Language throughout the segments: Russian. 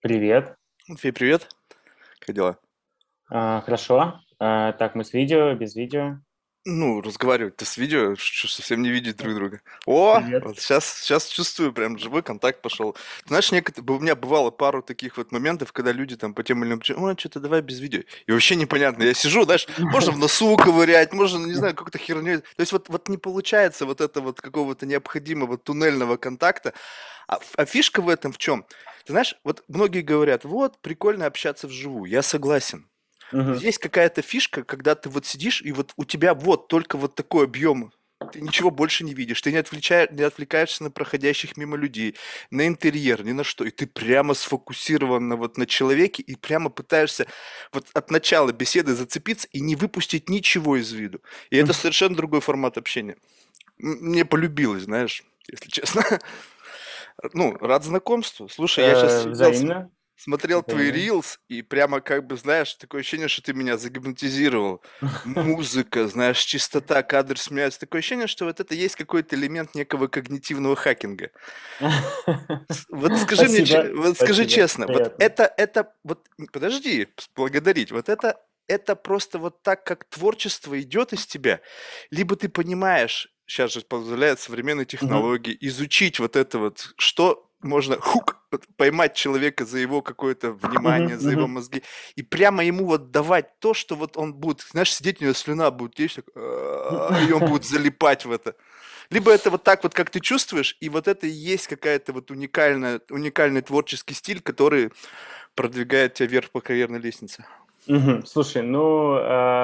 Привет. Матвей, привет. Как дела? Хорошо. Так, мы с видео, без видео. Ну, разговаривать-то с видео, что совсем не видеть друг друга. О, Привет. вот сейчас чувствую, прям живой контакт пошел. Ты знаешь, у меня бывало пару таких вот моментов, когда люди там по тем или иным причинам, ой, что-то давай без видео. И вообще непонятно. Я сижу, знаешь, можно в носу ковырять, можно, не знаю, как-то херню. То есть вот не получается вот это вот какого-то необходимого туннельного контакта. А фишка в этом в чем? Ты знаешь, вот многие говорят, вот, прикольно общаться вживую. Я согласен. Но Мгм. есть какая-то фишка, когда ты вот сидишь, и вот у тебя вот только вот такой объем, ты ничего больше не видишь, ты не отвлекаешься на проходящих мимо людей, на интерьер, ни на что, и ты прямо сфокусирован вот на человеке и прямо пытаешься вот от начала беседы зацепиться и не выпустить ничего из виду. И это совершенно другой формат общения. Мне полюбилось, знаешь, если честно. Ну, рад знакомству. Слушай, я сейчас сидел, Взаимно. смотрел твои Взаимно. рилс, и прямо как бы, знаешь, такое ощущение, что ты меня загипнотизировал. Музыка, знаешь, чистота, кадры смеются. Такое ощущение, что вот это есть какой-то элемент некого когнитивного хакинга. Вот скажи мне, Спасибо. вот скажи Спасибо. честно, вот Приятно. вот подожди, благодарить, вот это просто вот так, как творчество идет из тебя, либо ты понимаешь, сейчас же позволяет современные Мгм. технологии, изучить вот это вот, что можно вот поймать человека за его какое-то внимание, Мгм. за его Мгм. мозги, и прямо ему вот давать то, что вот он будет, знаешь, сидеть, у него слюна будет течь, так, и он будет залипать в это. Либо это вот так вот, как ты чувствуешь, и вот это и есть какая-то вот уникальный творческий стиль, который продвигает тебя вверх по карьерной лестнице. Мгм. Слушай, ну,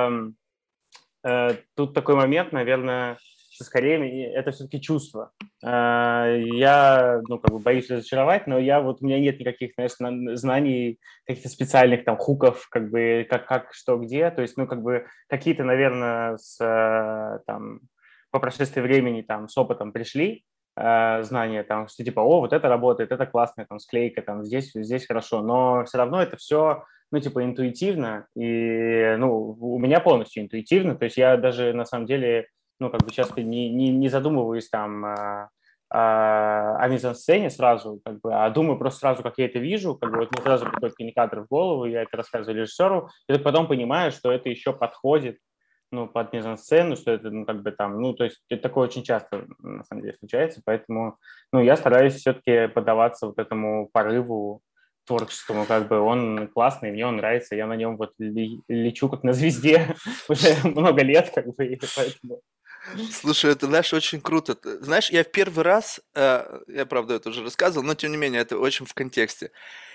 тут такой момент, наверное, что скорее это все-таки чувство. Я, ну, как бы боюсь разочаровать, но у меня нет никаких, знаешь, знаний, каких-то специальных там хуков, как бы, как, что, где. То есть, ну, как бы, какие-то, наверное, там, по прошествии времени, там, с опытом пришли, знания, там, что типа, о, вот это работает, это классно, там, склейка, там, здесь хорошо, но все равно это все ну, типа, интуитивно, и, ну, у меня полностью интуитивно, то есть я даже, на самом деле, ну, как бы часто не задумываюсь там о мизансцене сразу, как бы, а думаю просто сразу, как я это вижу, как бы, вот мне сразу приходит кинокадр в голову, я это рассказываю режиссеру, и только потом понимаю, что это еще подходит, ну, под мизансцену, что это, ну, как бы там, ну, то есть это такое очень часто, на самом деле, случается, поэтому, ну, я стараюсь все-таки поддаваться вот этому порыву творческому, как бы он классный, мне он нравится, я на нем вот лечу как на звезде уже много лет, как бы, и поэтому... Слушай, это, знаешь, очень круто. Знаешь, я в первый раз, я, правда, это уже рассказывал, но тем не менее, это очень в контексте.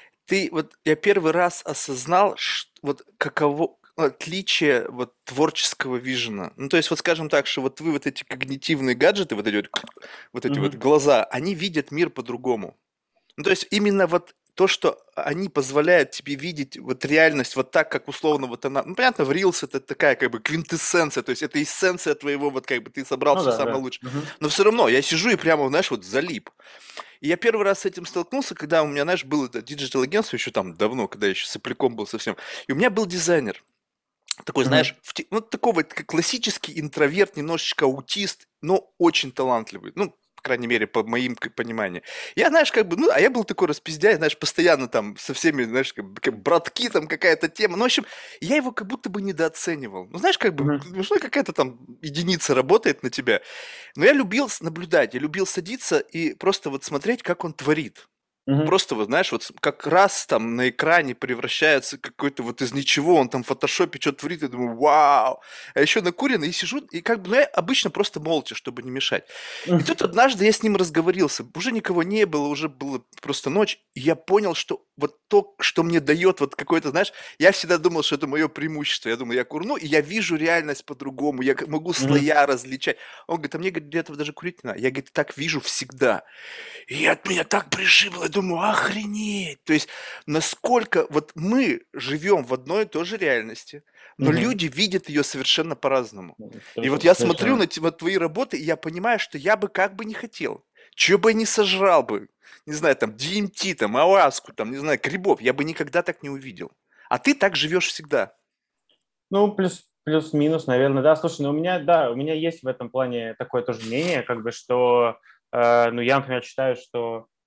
Я первый раз осознал, вот каково отличие вот творческого вижена. Ну, то есть, вот скажем так, что вот вы вот эти когнитивные гаджеты, вот эти вот Мгм. глаза, они видят мир по-другому. Ну, то есть именно вот то, что они позволяют тебе видеть вот реальность вот так, как условно вот она. Ну, понятно, в Reels это такая как бы квинтэссенция, то есть это эссенция твоего, вот как бы ты собрал Ну все да, самое да. лучшее. Мгм. Но все равно я сижу и прямо, знаешь, вот залип. И я первый раз с этим столкнулся, когда у меня, знаешь, было это диджитал-агентство еще там давно, когда я еще сопляком был совсем. И у меня был дизайнер. Такой, Мгм. знаешь, ну, такой вот как классический интроверт, немножечко аутист, но очень талантливый. Ну, по крайней мере, по моим пониманию. Я, знаешь, как бы, ну, а я был такой распиздяй, знаешь, постоянно там со всеми, знаешь, как братки, там какая-то тема. Ну, в общем, я его как будто бы недооценивал. Ну, знаешь, как бы, Мгм. ну, что какая-то там единица работает на тебя. Но я любил наблюдать, я любил садиться и просто вот смотреть, как он творит. Мгм. Просто вот, знаешь, вот как раз там на экране превращается какой-то вот из ничего, он там в фотошопе что-то творит, я думаю, вау! А еще накуренный и сижу, и как бы, ну, я обычно просто молча, чтобы не мешать. И тут однажды я с ним разговорился, уже никого не было, уже была просто ночь, и я понял, что вот то, что мне дает вот какой-то, знаешь, я всегда думал, что это мое преимущество, я думаю, я курну, и я вижу реальность по-другому, я могу Мгм. слоя различать. Он говорит, а мне, говорит, для этого даже курить не надо. Я, говорит, так вижу всегда. И от меня так пришибло, я думаю, охренеть! То есть, насколько вот мы живем в одной и той же реальности, но Мгм. люди видят ее совершенно по-разному. И вот я смотрю Совершенно. вот твои работы, и я понимаю, что я бы как бы не хотел. Чего бы я не сожрал бы, не знаю, там, DMT, там, Аваску, там, не знаю, грибов, я бы никогда так не увидел. А ты так живешь всегда. Ну, плюс-минус, наверное, да. Слушай, ну у меня, да, у меня есть в этом плане такое тоже мнение, как бы, что, ну, я, например, считаю, что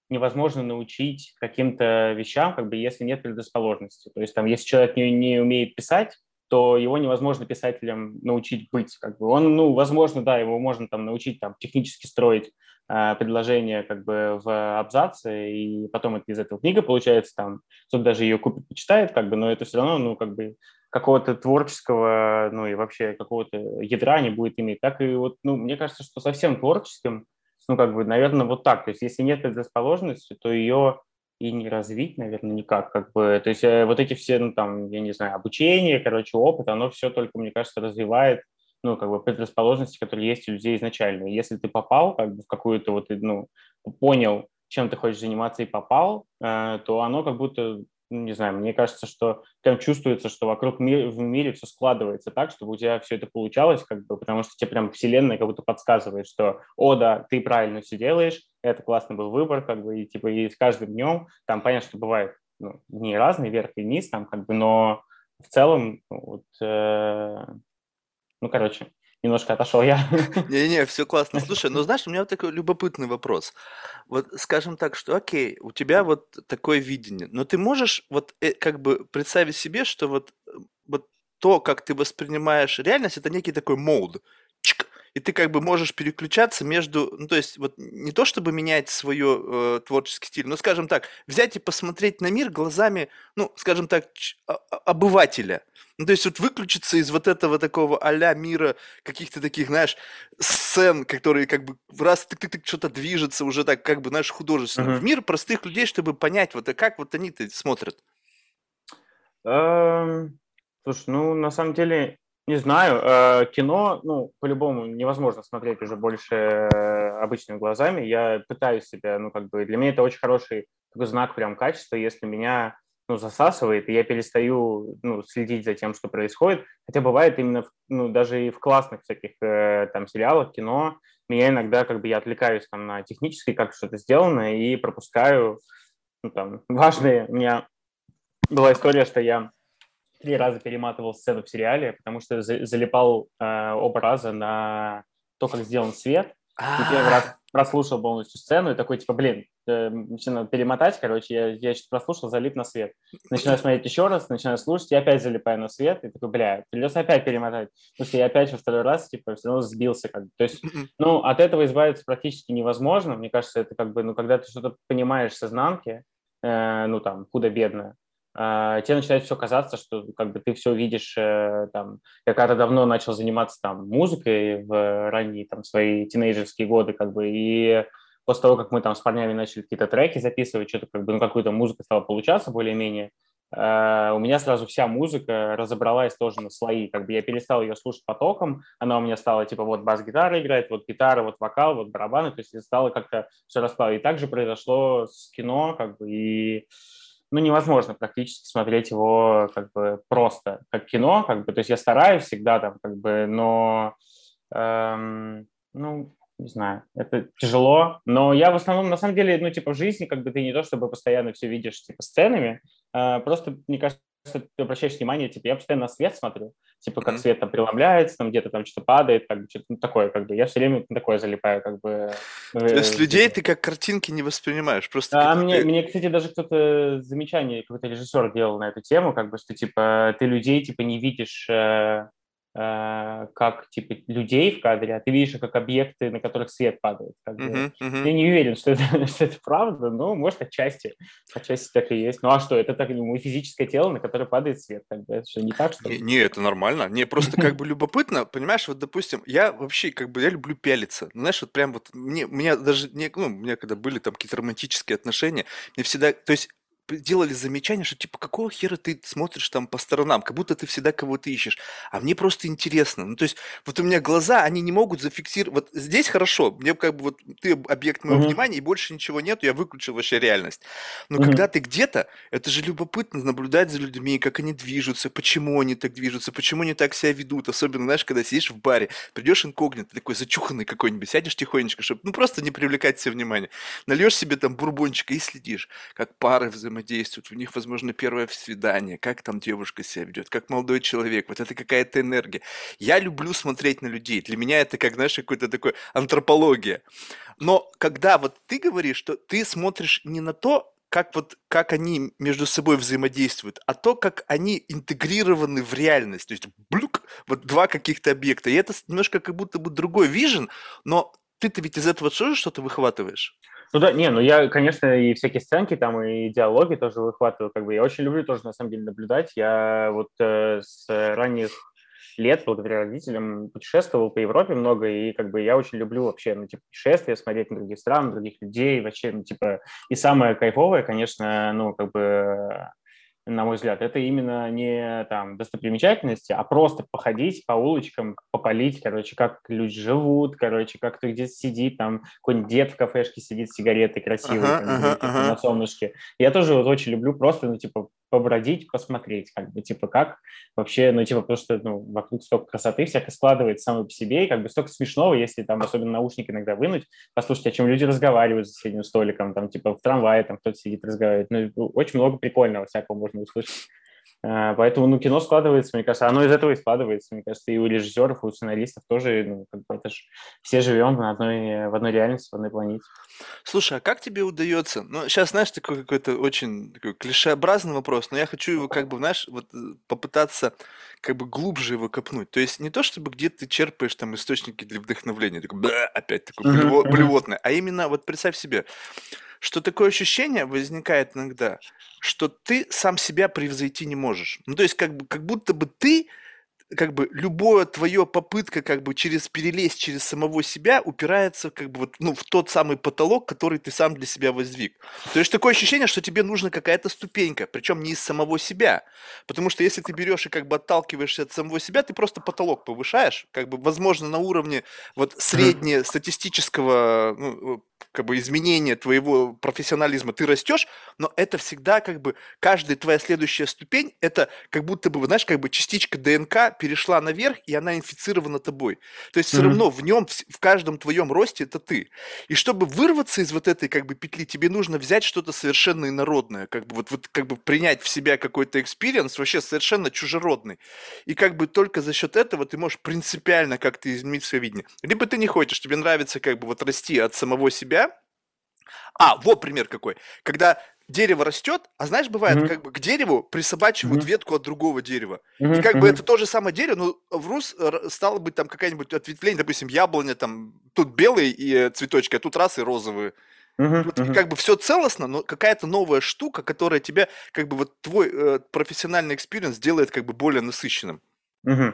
невозможно научить каким-то вещам, как бы, если нет предрасположенности. То есть там, если человек не умеет писать, то его невозможно писателем научить быть. Как бы. Он, ну, возможно, да, его можно там научить там, технически строить предложение как бы в абзаце, и потом это из этого книга получается, там, кто-то даже ее купит, почитает, как бы, но это все равно, ну, как бы, какого-то творческого, ну, и вообще какого-то ядра не будет иметь. Так и вот, ну, мне кажется, что совсем творческим, ну, как бы, наверное, вот так. То есть если нет предрасположенности, то ее и не развить, наверное, никак. Как бы. То есть вот эти все, ну, там, я не знаю, обучение, короче, опыт, оно все только, мне кажется, развивает, ну, как бы, предрасположенности, которые есть у людей изначально. И если ты попал, как бы, в какую-то вот, ну, понял, чем ты хочешь заниматься и попал, то оно как будто, ну, не знаю, мне кажется, что прям чувствуется, что вокруг в мире все складывается так, чтобы у тебя все это получалось, как бы, потому что тебе прям вселенная как будто подсказывает, что, о, да, ты правильно все делаешь, это классный был выбор, как бы, и, типа, и с каждым днем, там, понятно, что бывает, ну, дни разные, вверх и вниз, там, как бы, но в целом, ну, вот, ну, короче, немножко отошел я. Не-не, все классно. Слушай, ну знаешь, у меня вот такой любопытный вопрос. Вот скажем так, что окей, у тебя вот такое видение, но ты можешь вот как бы представить себе, что вот то, как ты воспринимаешь реальность, это некий такой мод. Чик. И ты как бы можешь переключаться между, ну то есть вот не то чтобы менять свой творческий стиль, но скажем так, взять и посмотреть на мир глазами, ну скажем так, обывателя. Ну то есть вот выключиться из вот этого такого а-ля мира каких-то таких, знаешь, сцен, которые как бы раз тык-тык-тык что-то движется уже так, как бы, знаешь, художественно. В Мгм. мир простых людей, чтобы понять, вот как вот они-то смотрят. Слушай, ну, на самом деле, не знаю. Кино, ну, по-любому невозможно смотреть уже больше обычными глазами. Я пытаюсь себя, ну, как бы, для меня это очень хороший такой знак прям качества, если меня, ну, засасывает, и я перестаю, ну, следить за тем, что происходит. Хотя бывает именно, ну, даже и в классных всяких там сериалах, кино, меня иногда, как бы, я отвлекаюсь там на технически, как что-то сделано, и пропускаю, ну, там, важные. У меня была история, что я 3 раза перематывал сцену в сериале, потому что залипал оба раза на то, как сделан свет. И первый раз А, прослушал полностью сцену и такой, типа, блин, все надо перемотать, короче, я сейчас прослушал, залип на свет. Начинаю смотреть еще раз, начинаю слушать, и опять залипаю на свет, и такой, бля, придется опять перемотать, потому что я опять во второй раз, типа, все равно сбился, как бы. То есть, ну, от этого избавиться практически невозможно, мне кажется, это как бы, ну, когда ты что-то понимаешь с изнанки, ну, там, худо-бедно, тебе начинает все казаться, что как бы ты все видишь там. Я когда-то давно начал заниматься там музыкой в ранние там свои тинейджерские годы, как бы, и после того, как мы там с парнями начали какие-то треки записывать, что-то как бы, ну, какую-то музыка стала получаться более-менее, у меня сразу вся музыка разобралась тоже на слои, как бы я перестал ее слушать потоком, она у меня стала типа вот бас-гитара играет, вот гитара, вот вокал, вот барабаны, то есть это стало как-то все раскладывать. И также произошло с кино, как бы, и ну, невозможно практически смотреть его как бы просто как кино, как бы, то есть я стараюсь всегда там, как бы, но, ну, не знаю, это тяжело, но я в основном, на самом деле, ну, типа, в жизни, как бы, ты не то, чтобы постоянно все видишь, типа, сценами, просто, мне кажется, ты обращаешь внимание, типа, я постоянно на свет смотрю, типа, как мгм. свет там преломляется, там где-то там что-то падает, как бы, что-то ну, такое, как бы, я все время на такое залипаю, как бы, То есть в людей жизни. ты как картинки не воспринимаешь, просто А какие-то... мне, кстати, даже кто-то замечание, какой-то режиссер делал на эту тему, как бы, что, типа, ты людей, типа, не видишь как, типа, людей в кадре, а ты видишь их как объекты, на которых свет падает, как бы. Мгм, мгм. Я не уверен, что это, что это правда, но, может, отчасти так и есть. Ну, а что, это так, ну, физическое тело, на которое падает свет, как бы, это что, не так, что Не, ли? не, это нормально. Не, просто как бы любопытно, понимаешь, вот, допустим, я вообще, как бы, я люблю пялиться. Ну, знаешь, вот прям вот, у меня даже, не, ну, у меня когда были там какие-то романтические отношения, мне всегда, то есть, делали замечание, что типа, какого хера ты смотришь там по сторонам, как будто ты всегда кого-то ищешь. А мне просто интересно. Ну, то есть, вот у меня глаза, они не могут зафиксировать. Вот здесь хорошо, мне как бы вот ты объект моего Мгм. внимания, и больше ничего нету, я выключил вообще реальность. Но когда Мгм. ты где-то, это же любопытно наблюдать за людьми, как они движутся, почему они так движутся, почему они так себя ведут. Особенно, знаешь, когда сидишь в баре, придешь инкогнито, такой зачуханный какой-нибудь, сядешь тихонечко, чтобы, ну, просто не привлекать себе внимания. Нальешь себе там бурбончика и следишь, как пары взаимодействуют, взаимодействуют, у них, возможно, первое свидание, как там девушка себя ведет, как молодой человек, вот это какая-то энергия. Я люблю смотреть на людей, для меня это как, знаешь, какой-то такой антропология. Но когда вот ты говоришь, что ты смотришь не на то, как они между собой взаимодействуют, а то, как они интегрированы в реальность. То есть, блюк, вот два каких-то объекта. И это немножко как будто бы другой вижен, но ты-то ведь из этого тоже что-то выхватываешь. Ну да, не, ну я, конечно, и всякие сценки там, и диалоги тоже выхватываю, как бы я очень люблю тоже, на самом деле, наблюдать. Я вот с ранних лет, благодаря родителям, путешествовал по Европе много, и как бы я очень люблю вообще, ну, типа, путешествия, смотреть на другие страны, других людей, вообще, ну, типа, и самое кайфовое, конечно, ну, как бы на мой взгляд, это именно не там достопримечательности, а просто походить по улочкам, попалить, короче, как люди живут, короче, как кто где-то сидит, там какой-нибудь дед в кафешке сидит с сигаретой красивой, Ага, как бы, ага, ну, типа, ага. на солнышке. Я тоже вот очень люблю просто, ну, типа, побродить, посмотреть, как бы, типа, как вообще, ну, типа, просто, ну, вокруг столько красоты всякой складывается самой по себе, и как бы столько смешного, если там особенно наушники иногда вынуть, послушать, о чем люди разговаривают за соседним столиком, там, типа, в трамвае там кто-то сидит, разговаривает. Ну, очень много прикольного всякого можно услышать. Поэтому, ну, кино складывается, мне кажется, оно из этого и складывается, мне кажется, и у режиссеров, и у сценаристов тоже, ну, как бы это ж все живем в одной реальности, в одной планете. Слушай, а как тебе удается? Ну, сейчас, знаешь, такой какой-то очень такой клишеобразный вопрос, но я хочу его как бы, знаешь, вот попытаться как бы глубже его копнуть. То есть не то, чтобы где ты черпаешь там источники для вдохновления, такой, «Бэ», опять такой Мгм, мгм, блевотный, а именно вот представь себе, что такое ощущение возникает иногда, что ты сам себя превзойти не можешь. Ну, то есть как будто бы ты как бы любое твое попытка как бы перелезть через самого себя упирается как бы вот, ну, в тот самый потолок, который ты сам для себя воздвиг. То есть такое ощущение, что тебе нужна какая-то ступенька, причем не из самого себя. Потому что если ты берешь и как бы отталкиваешься от самого себя, ты просто потолок повышаешь, как бы, возможно, на уровне вот мгм, среднестатистического, ну, как бы изменения твоего профессионализма ты растешь, но это всегда как бы каждая твоя следующая ступень, это как будто бы, знаешь, как бы частичка ДНК перешла наверх, и она инфицирована тобой. То есть все мгм, равно в нем, в каждом твоем росте это ты. И чтобы вырваться из вот этой как бы петли, тебе нужно взять что-то совершенно инородное, как бы вот как бы принять в себя какой-то экспириенс, вообще совершенно чужеродный. И как бы только за счет этого ты можешь принципиально как-то изменить свое видение. Либо ты не хочешь, тебе нравится как бы вот расти от самого себя. Вот пример какой. Когда дерево растет, а знаешь, бывает, мгм, как бы к дереву присобачивают мгм, ветку от другого дерева. И мгм, как бы это мгм, то же самое дерево, но стало быть там какая-нибудь ответвление, допустим, яблоня, там, тут белые цветочки, а тут раз и розовые. мгм, Вот, и мгм, как бы все целостно, но какая-то новая штука, которая тебя, как бы вот твой профессиональный экспириенс делает как бы более насыщенным. мгм.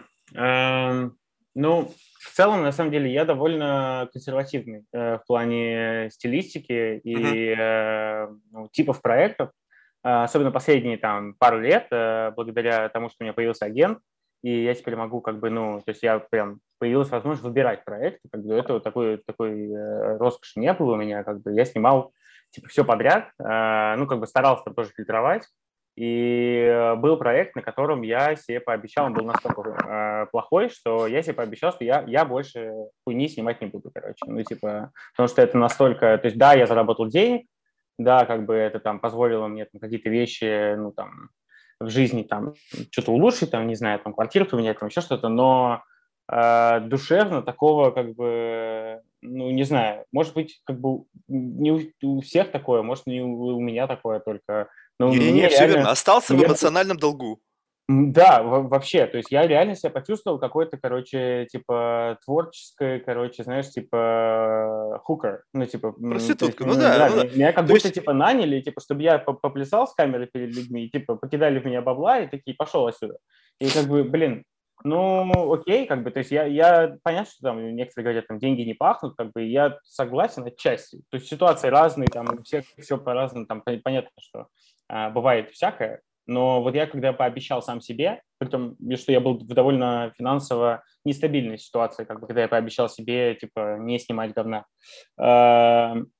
Ну, в целом, на самом деле, я довольно консервативный в плане стилистики Мгм. и ну, типов проектов. Особенно последние там пару лет, благодаря тому, что у меня появился агент, и я теперь могу как бы, ну, то есть я прям появилась возможность выбирать проекты, как бы до этого такой роскоши не было у меня, как бы я снимал типа все подряд, ну, как бы старался там тоже фильтровать, и был проект, на котором я себе пообещал, он был настолько плохой, что я себе пообещал, что я больше хуйни снимать не буду, короче, ну, типа, потому что это настолько, то есть, да, я заработал денег, да, как бы это там позволило мне там, какие-то вещи, ну, там, в жизни там что-то улучшить, там, не знаю, там, квартиру поменять, там, еще что-то, но душевно такого, как бы, ну, не знаю, может быть, как бы не у всех такое, может, не у меня такое только, но Не-не-не, мне все верно. реально, Остался в мне эмоциональном долгу. да, вообще, то есть я реально себя почувствовал какой-то, короче, типа творческой, короче, знаешь, типа хукер, ну, типа, то есть, Проститутка. Ну ну, да, да, ну да. меня как То будто, есть типа, наняли, типа, чтобы я поплясал с камерой перед людьми, и, типа, покидали в меня бабла, и такие, пошел отсюда. И, как бы, блин, ну, окей, как бы, то есть я понятно, что там некоторые говорят, там, деньги не пахнут, как бы, я согласен отчасти. То есть ситуации разные, там, у всех все по-разному, там, понятно, что бывает всякое, но вот я когда пообещал сам себе, притом, что я был в довольно финансово нестабильной ситуации, как бы, когда я пообещал себе, типа, не снимать говна,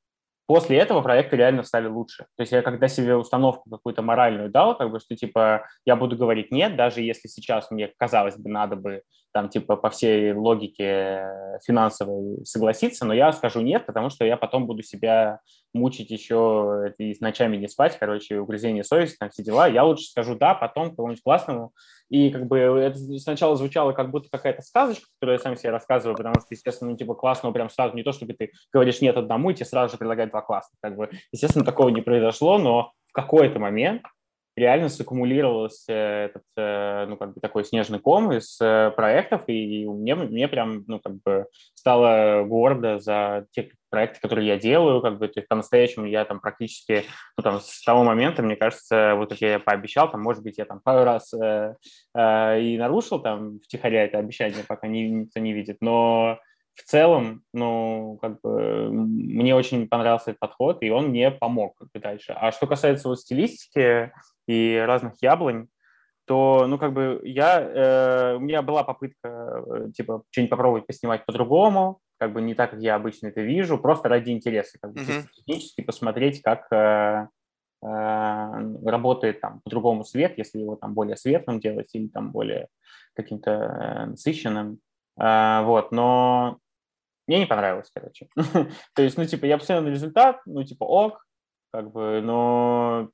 после этого проекты реально стали лучше. То есть я когда себе установку какую-то моральную дал, как бы, что типа я буду говорить нет, даже если сейчас мне, казалось бы, надо бы там типа по всей логике финансовой согласиться, но я скажу нет, потому что я потом буду себя мучить еще и ночами не спать, короче, угрызение совести, там все дела. Я лучше скажу да, потом кому-нибудь классному. И как бы это сначала звучало как будто какая-то сказочка, которую я сам себе рассказываю, потому что, естественно, ну, типа классного прям сразу не то, чтобы ты говоришь нет одному, и тебе сразу же предлагают два класса. Как бы, естественно, такого не произошло, но в какой-то момент реально саккумулировался этот, ну, как бы такой снежный ком из проектов, и мне прям, ну, как бы стало гордо за те проекты, которые я делаю, как бы, то есть по-настоящему я там практически, ну, там, с того момента, мне кажется, вот как я пообещал, там, может быть, я там пару раз и нарушил там втихаря это обещание, пока никто не видит, но в целом, ну, как бы мне очень понравился этот подход, и он мне помог как бы дальше. А что касается вот стилистики и разных яблонь, то, ну, как бы у меня была попытка, типа, что-нибудь попробовать поснимать по-другому, как бы не так, как я обычно это вижу, просто ради интереса, как бы Мгм. чисто технически посмотреть, как работает там по-другому свет, если его там более светлым делать или там более каким-то насыщенным. Вот, но мне не понравилось, короче. То есть, ну, типа, я посмотрел на результат, ну, типа, ок, как бы, но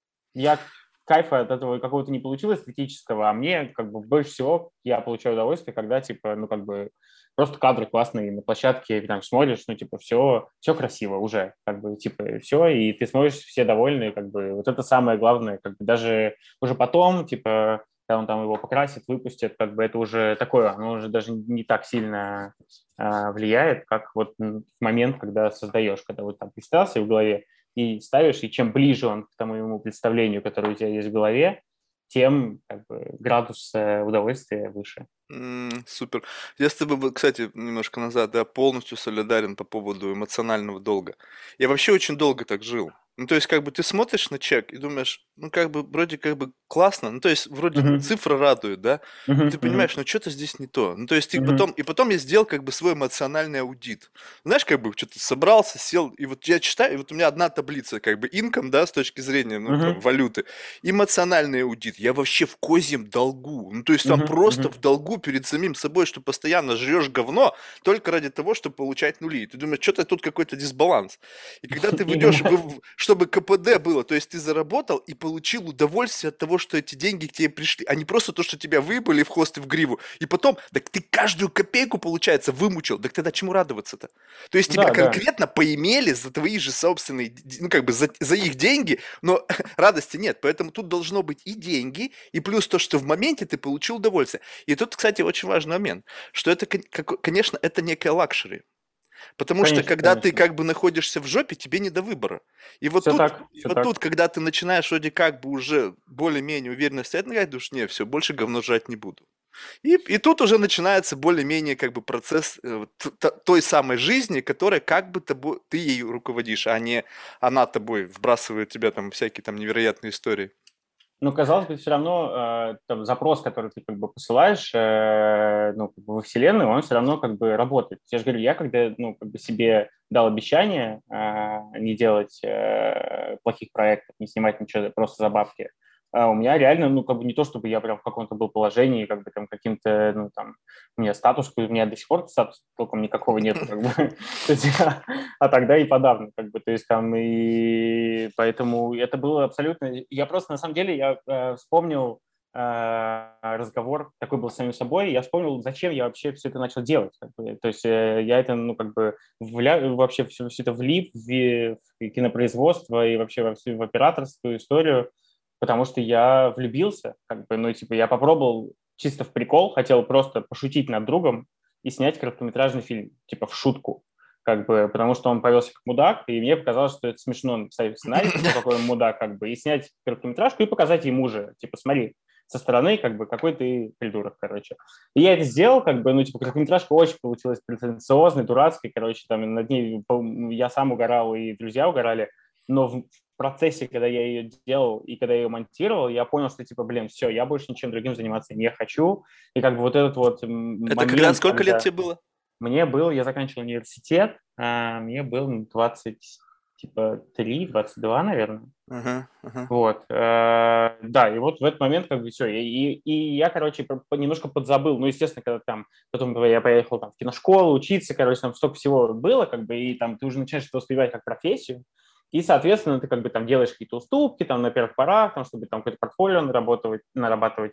я кайфа от этого какого-то не получил эстетического, а мне как бы больше всего я получаю удовольствие, когда типа, ну как бы просто кадры классные на площадке, там смотришь, ну типа все красиво уже, как бы типа все, и ты смотришь, все довольны, как бы вот это самое главное, как бы даже уже потом, типа, когда он там его покрасит, выпустит, как бы это уже такое, оно уже даже не так сильно влияет, как вот в момент, когда создаешь, когда вот там представился в голове, и ставишь, и чем ближе он к тому ему представлению, которое у тебя есть в голове, тем как бы, градус удовольствия выше. Супер. Я с тобой, вот, кстати, немножко назад, да, полностью солидарен по поводу эмоционального долга. Я вообще очень долго так жил. Ну, то есть, как бы ты смотришь на чек и думаешь, ну, как бы, вроде как бы классно, ну, то есть, вроде Мгм. цифра радует, да, но ты Мгм. понимаешь, Мгм. ну, что-то здесь не то. Ну, то есть, ты Мгм. потом, и потом я сделал, как бы, свой эмоциональный аудит. Знаешь, как бы, что-то собрался, сел, и вот я читаю, и вот у меня одна таблица, как бы, income, да, с точки зрения, ну, там, Мгм. валюты, эмоциональный аудит. Я вообще в козьем долгу. Ну, то есть там Мгм. просто Мгм. в долгу перед самим собой, что постоянно жрешь говно только ради того, чтобы получать нули. И ты думаешь, что-то тут какой-то дисбаланс. И когда ты ведешь, Именно. чтобы КПД было, то есть ты заработал и получил удовольствие от того, что эти деньги к тебе пришли, а не просто то, что тебя выпали в хвост и в гриву. И потом, так ты каждую копейку, получается, вымучил. Так тогда чему радоваться-то? То есть тебя Да, да. конкретно поимели за твои же собственные, ну как бы за их деньги, но радости нет. Поэтому тут должно быть и деньги, и плюс то, что в моменте ты получил удовольствие. И тут, кстати, очень важный момент, что это, конечно, это некое лакшери. Потому что Конечно, когда ты конечно. как бы находишься в жопе, тебе не до выбора. И вот Все тут, так, и все вот так. тут, когда ты начинаешь вроде как бы уже более-менее уверенно стоять на ногах, думаешь, не, все, больше говно жрать не буду. И тут уже начинается более-менее как бы процесс вот той самой жизни, которая как бы ты ею руководишь, а не она тобой вбрасывает в тебя там всякие там невероятные истории. Но, казалось бы, все равно там, запрос, который ты как бы посылаешь ну, как бы во Вселенную, он все равно как бы работает. Я же говорю, я когда ну, как бы себе дал обещание не делать плохих проектов, не снимать ничего просто за бабки, у меня реально, ну, как бы не то, чтобы я прям в каком-то был положении, как бы там каким-то, ну, там, у меня статус, у меня до сих пор статуса толком никакого нету, как бы. То есть, а тогда и подавно, как бы, то есть там и поэтому это было абсолютно. Я просто на самом деле я вспомнил разговор такой был с самим собой, я вспомнил, зачем я вообще все это начал делать. Как бы. То есть я это, ну, как бы, вообще все это влип в кинопроизводство и вообще во всю в операторскую историю, потому что я влюбился, как бы, ну, типа, я попробовал чисто в прикол, хотел просто пошутить над другом и снять короткометражный фильм, типа, в шутку как бы, потому что он повелся как мудак, и мне показалось, что это смешно написать сценарий про то, какой он мудак, как бы, и снять короткометражку и показать ему же, типа, смотри, со стороны, как бы, какой ты придурок, короче. И я это сделал, как бы, ну, типа, короткометражка очень получилась претенциозной, дурацкой, короче, там, над ней я сам угорал, и друзья угорали, но в процессе, когда я ее делал и когда я ее монтировал, я понял, что, типа, блин, все, я больше ничем другим заниматься не хочу, и как бы вот этот вот Это когда, момент, сколько лет когда тебе было? мне был, я заканчивал университет, мне был 27, типа 3, 22, наверное. Ага, ага. Вот, да, и вот в этот момент как бы все, и я, короче, немножко подзабыл, ну, естественно, когда там, потом я поехал там в киношколу учиться, короче, там столько всего было, как бы, и там ты уже начинаешь это воспринимать как профессию, и, соответственно, ты как бы там делаешь какие-то уступки там на первых порах, там, чтобы там какое-то портфолио нарабатывать,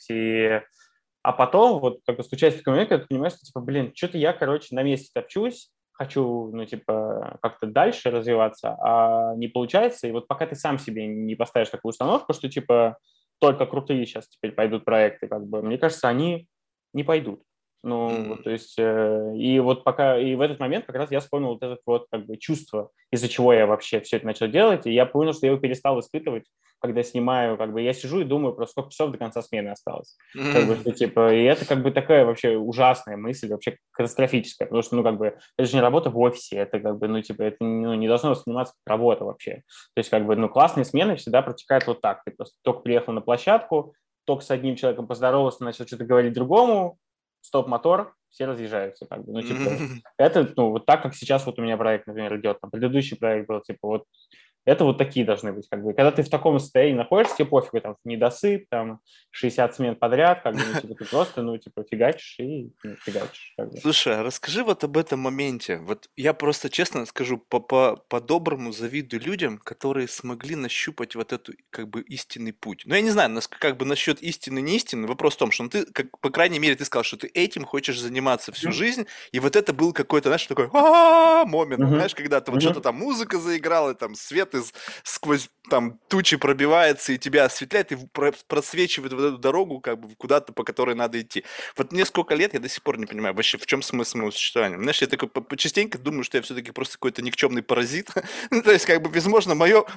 а потом вот как бы случается такой момент, когда ты понимаешь, что, типа, блин, что-то я, короче, на месте топчусь, хочу, ну, типа, как-то дальше развиваться, а не получается. И вот пока ты сам себе не поставишь такую установку, что, типа, только крутые сейчас теперь пойдут проекты, как бы, мне кажется, они не пойдут. Ну, вот, то есть, и вот пока, и в этот момент как раз я вспомнил вот это вот, как бы, чувство, из-за чего я вообще все это начал делать, и я понял, что я его перестал испытывать, когда снимаю, как бы, я сижу и думаю, просто сколько часов до конца смены осталось. Как бы, что, типа, и это как бы такая вообще ужасная мысль, вообще катастрофическая, потому что, ну, как бы, это же не работа в офисе, это как бы, ну, типа, это ну, не должно восприниматься как работа вообще. То есть, как бы, ну, классные смены всегда протекают вот так. Ты просто только приехал на площадку, только с одним человеком поздоровался, начал что-то говорить другому, стоп-мотор, все разъезжаются, как бы, ну, типа, это, ну, вот так, как сейчас вот у меня проект, например, идет, там, предыдущий проект был, типа, вот это вот такие должны быть, как бы. Когда ты в таком состоянии находишься, тебе пофигу, там, недосып, там, 60 смен подряд, как бы, ну, типа, ты просто, ну, типа, фигачишь и ну, фигачишь, как бы. Слушай, а расскажи вот об этом моменте. Вот я просто честно скажу, по-доброму завидую людям, которые смогли нащупать вот эту как бы истинный путь. Ну, я не знаю, как бы насчет истины, не истины. Вопрос в том, что ну, ты, как, по крайней мере, ты сказал, что ты этим хочешь заниматься всю Мгм. жизнь, и вот это был какой-то, знаешь, такой момент, Мгм. знаешь, когда ты вот что-то Мгм. там музыка заиграла, там свет сквозь там тучи пробивается и тебя осветляет, и просвечивает вот эту дорогу, как бы куда-то, по которой надо идти. Вот мне сколько лет, я до сих пор не понимаю вообще, в чем смысл моего существования. Знаешь, я такой частенько думаю, что я все-таки просто какой-то никчемный паразит. Ну, то есть, как бы, возможно,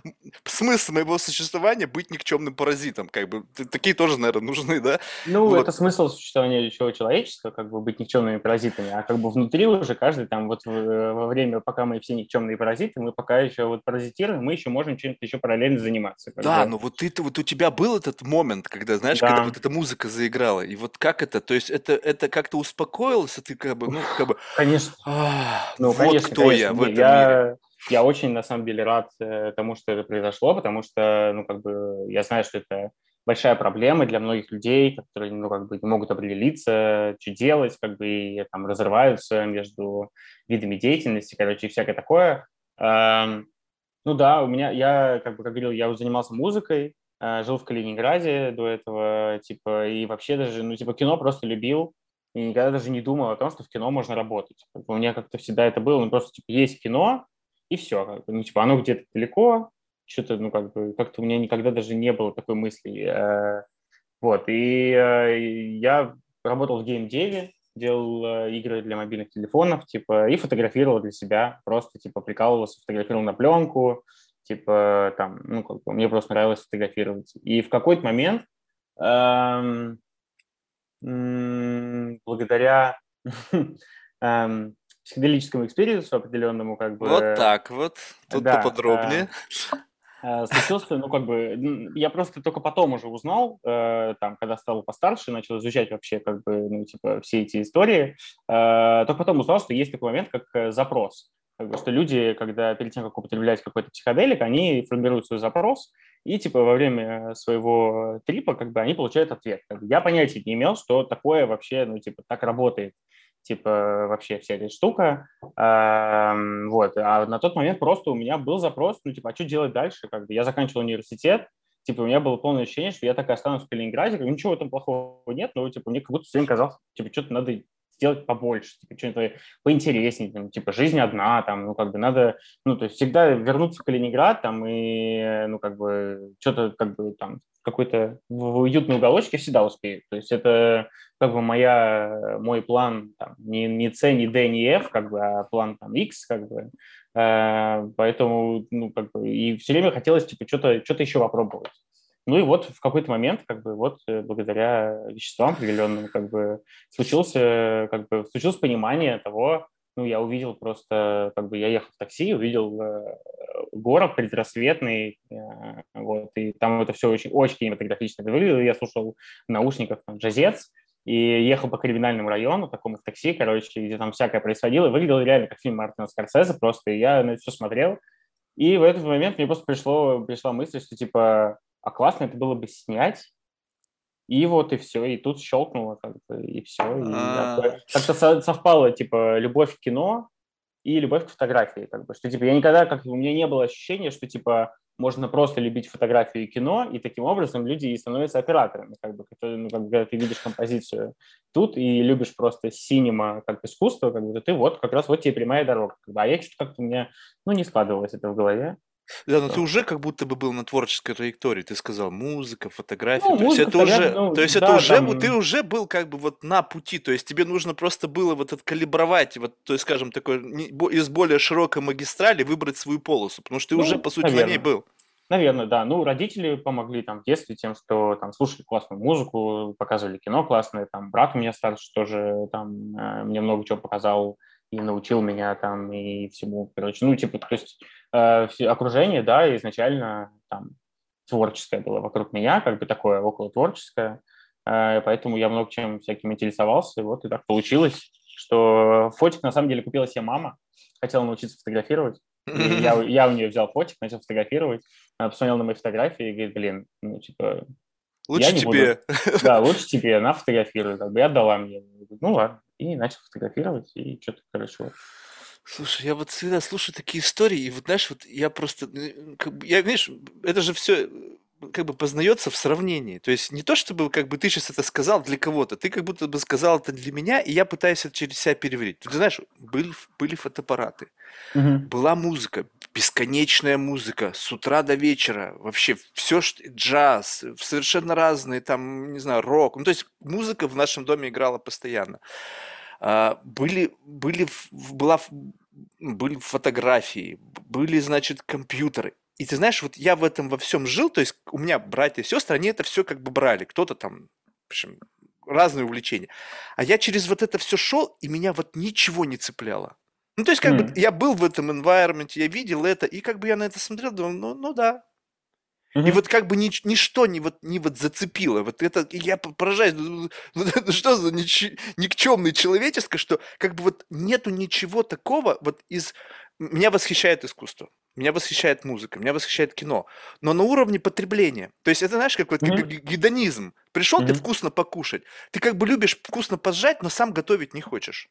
смысл моего существования быть никчемным паразитом. Как бы, такие тоже, наверное, нужны, да? Ну, Вот. это смысл существования всего человечества, как бы быть никчемными паразитами, а как бы внутри уже каждый там вот во время, пока мы все никчемные паразиты, мы пока еще вот паразитируем, мы еще можем чем-то еще параллельно заниматься, как Да, бы. но вот вот у тебя был этот момент, когда, знаешь, когда Да, вот эта музыка заиграла, и вот как это, то есть это как-то успокоился, ты как бы, ну, как бы, конечно. Ну, вот конечно, кто я конечно. в Не, этом мире. я очень, на самом деле, рад тому, что это произошло, потому что, ну, как бы, я знаю, что это большая проблема для многих людей, которые, ну, как бы, не могут определиться, что делать, как бы, и там разрываются между видами деятельности, короче, и всякое такое. Ну да, я, как бы, как говорил, я вот занимался музыкой, жил в Калининграде до этого, типа, и вообще даже, ну, типа, кино просто любил, и никогда даже не думал о том, что в кино можно работать. Как бы у меня как-то всегда это было, ну, просто, типа, есть кино, и все, как бы, ну, типа, оно где-то далеко, что-то, ну, как бы, как-то у меня никогда даже не было такой мысли. Вот, и я работал в геймдеве, делал игры для мобильных телефонов, типа, и фотографировал для себя, просто, типа, прикалывался, фотографировал на пленку, типа, там, ну, как бы, мне просто нравилось фотографировать. И в какой-то момент, эм, благодаря психоделическому экспириенсу определенному, как Вот бы, так вот, тут да, поподробнее. случился, ну, как бы, я просто только потом уже узнал, там, когда стал постарше, начал изучать вообще, как бы, ну, типа, все эти истории, только потом узнал, что есть такой момент, как запрос. Как бы, что люди, когда перед тем, как употреблять какой-то психоделик, они формируют свой запрос, и, типа, во время своего трипа, как бы, они получают ответ. Как бы, я понятия не имел, что такое вообще, ну, типа, так работает, типа, вообще вся эта штука. Вот. А на тот момент просто у меня был запрос, ну, типа, а что делать дальше? Как бы я заканчивал университет, типа, у меня было полное ощущение, что я так и останусь в Калининграде, как бы, ничего в этом плохого нет, но, типа, мне как будто все время казалось, типа, что-то надо сделать побольше, типа, что-то поинтереснее, там, типа, жизнь одна, там, ну, как бы надо, ну, то есть всегда вернуться в Калининград, там, и, ну, как бы, что-то, как бы, там, какой-то в уютный уголочек я всегда успею. То есть это как бы мой план там, не C, не D, не F, как бы, а план там X, как бы. Поэтому, ну, как бы, и все время хотелось, типа, что-то еще попробовать. Ну и вот в какой-то момент, как бы, вот благодаря веществам определенным, как бы, случилось понимание того, ну, я увидел просто, как бы, я ехал в такси, увидел город предрассветный, вот, и там это все очень, очень кинематографично выглядело, я слушал в наушниках там джазец, и ехал по криминальному району, такому в такси, короче, где там всякое происходило, и выглядело реально как фильм Мартина Скорсезе просто, и я на это все смотрел, И в этот момент мне просто пришла мысль, что типа, а классно это было бы снять, и вот и все, и тут щелкнуло как-то, и все, и А, как-то совпало, типа, любовь к кино и любовь к фотографии, как бы, что, типа, я никогда, как у меня не было ощущения, что, типа, можно просто любить фотографию и кино, и таким образом люди и становятся операторами, как бы, ну, как бы, когда ты видишь композицию тут и любишь просто синема как искусство, как бы, то ты вот, как раз вот тебе прямая дорога, как бы, а я что-то как-то у меня, ну, не складывалось это в голове. Да, но ты уже как будто бы был на творческой траектории. Ты сказал музыка, фотография. Ну, То есть музыка, это фотография, уже, ну, то есть это да, уже, ты там, уже был как бы вот на пути. То есть тебе нужно просто было вот откалибровать, вот, то есть, скажем, такой из более широкой магистрали выбрать свою полосу, потому что ты уже, по ну, сути, на ней наверное. был. Наверное, да. Ну, родители помогли там в детстве тем, что там слушали классную музыку, показывали кино классное. Там брат у меня старший тоже там мне много чего показал и научил меня там и всему, короче. Ну, типа, то есть окружение, да, изначально там творческое было вокруг меня, как бы такое около творческое. Поэтому я много чем всяким интересовался. И вот и так получилось, что фотик на самом деле купила себе мама. Хотела научиться фотографировать. И я у нее взял фотик, начал фотографировать. Она посмотрела на мои фотографии и говорит, блин, ну, типа, я Лучше не буду. тебе. Да, лучше тебе, она фотографирует. Как бы я отдала мне. Я говорю, ну ладно. И начал фотографировать, и что-то, короче, вот. Слушай, я вот всегда слушаю такие истории, и вот знаешь, вот я просто, как бы, я, видишь, это же все как бы познается в сравнении. То есть не то, чтобы как бы ты сейчас это сказал для кого-то, ты как будто бы сказал это для меня, и я пытаюсь это через себя переварить. Ты знаешь, были фотоаппараты, Мгм. была музыка, бесконечная музыка, с утра до вечера, вообще все, джаз, совершенно разные, там, не знаю, рок. Ну, то есть музыка в нашем доме играла постоянно. Были фотографии, были, значит, компьютеры. И ты знаешь, вот я в этом во всем жил, то есть у меня братья и сестры, они это все как бы брали. Кто-то там, в общем, разные увлечения. А я через вот это все шел, и меня вот ничего не цепляло. Ну, то есть, как бы Мгм. я был в этом environment, я видел это, и как бы я на это смотрел, думал, ну да, и Мгм. вот как бы ничто не вот зацепило. Вот это и я поражаюсь, ну это что за никчемное человеческое, что как бы вот нету ничего такого вот из... Меня восхищает искусство, меня восхищает музыка, меня восхищает кино, но на уровне потребления. То есть это, знаешь, как вот как Мгм. гедонизм. Пришел ты Мгм. вкусно покушать, ты как бы любишь вкусно пожрать, но сам готовить не хочешь.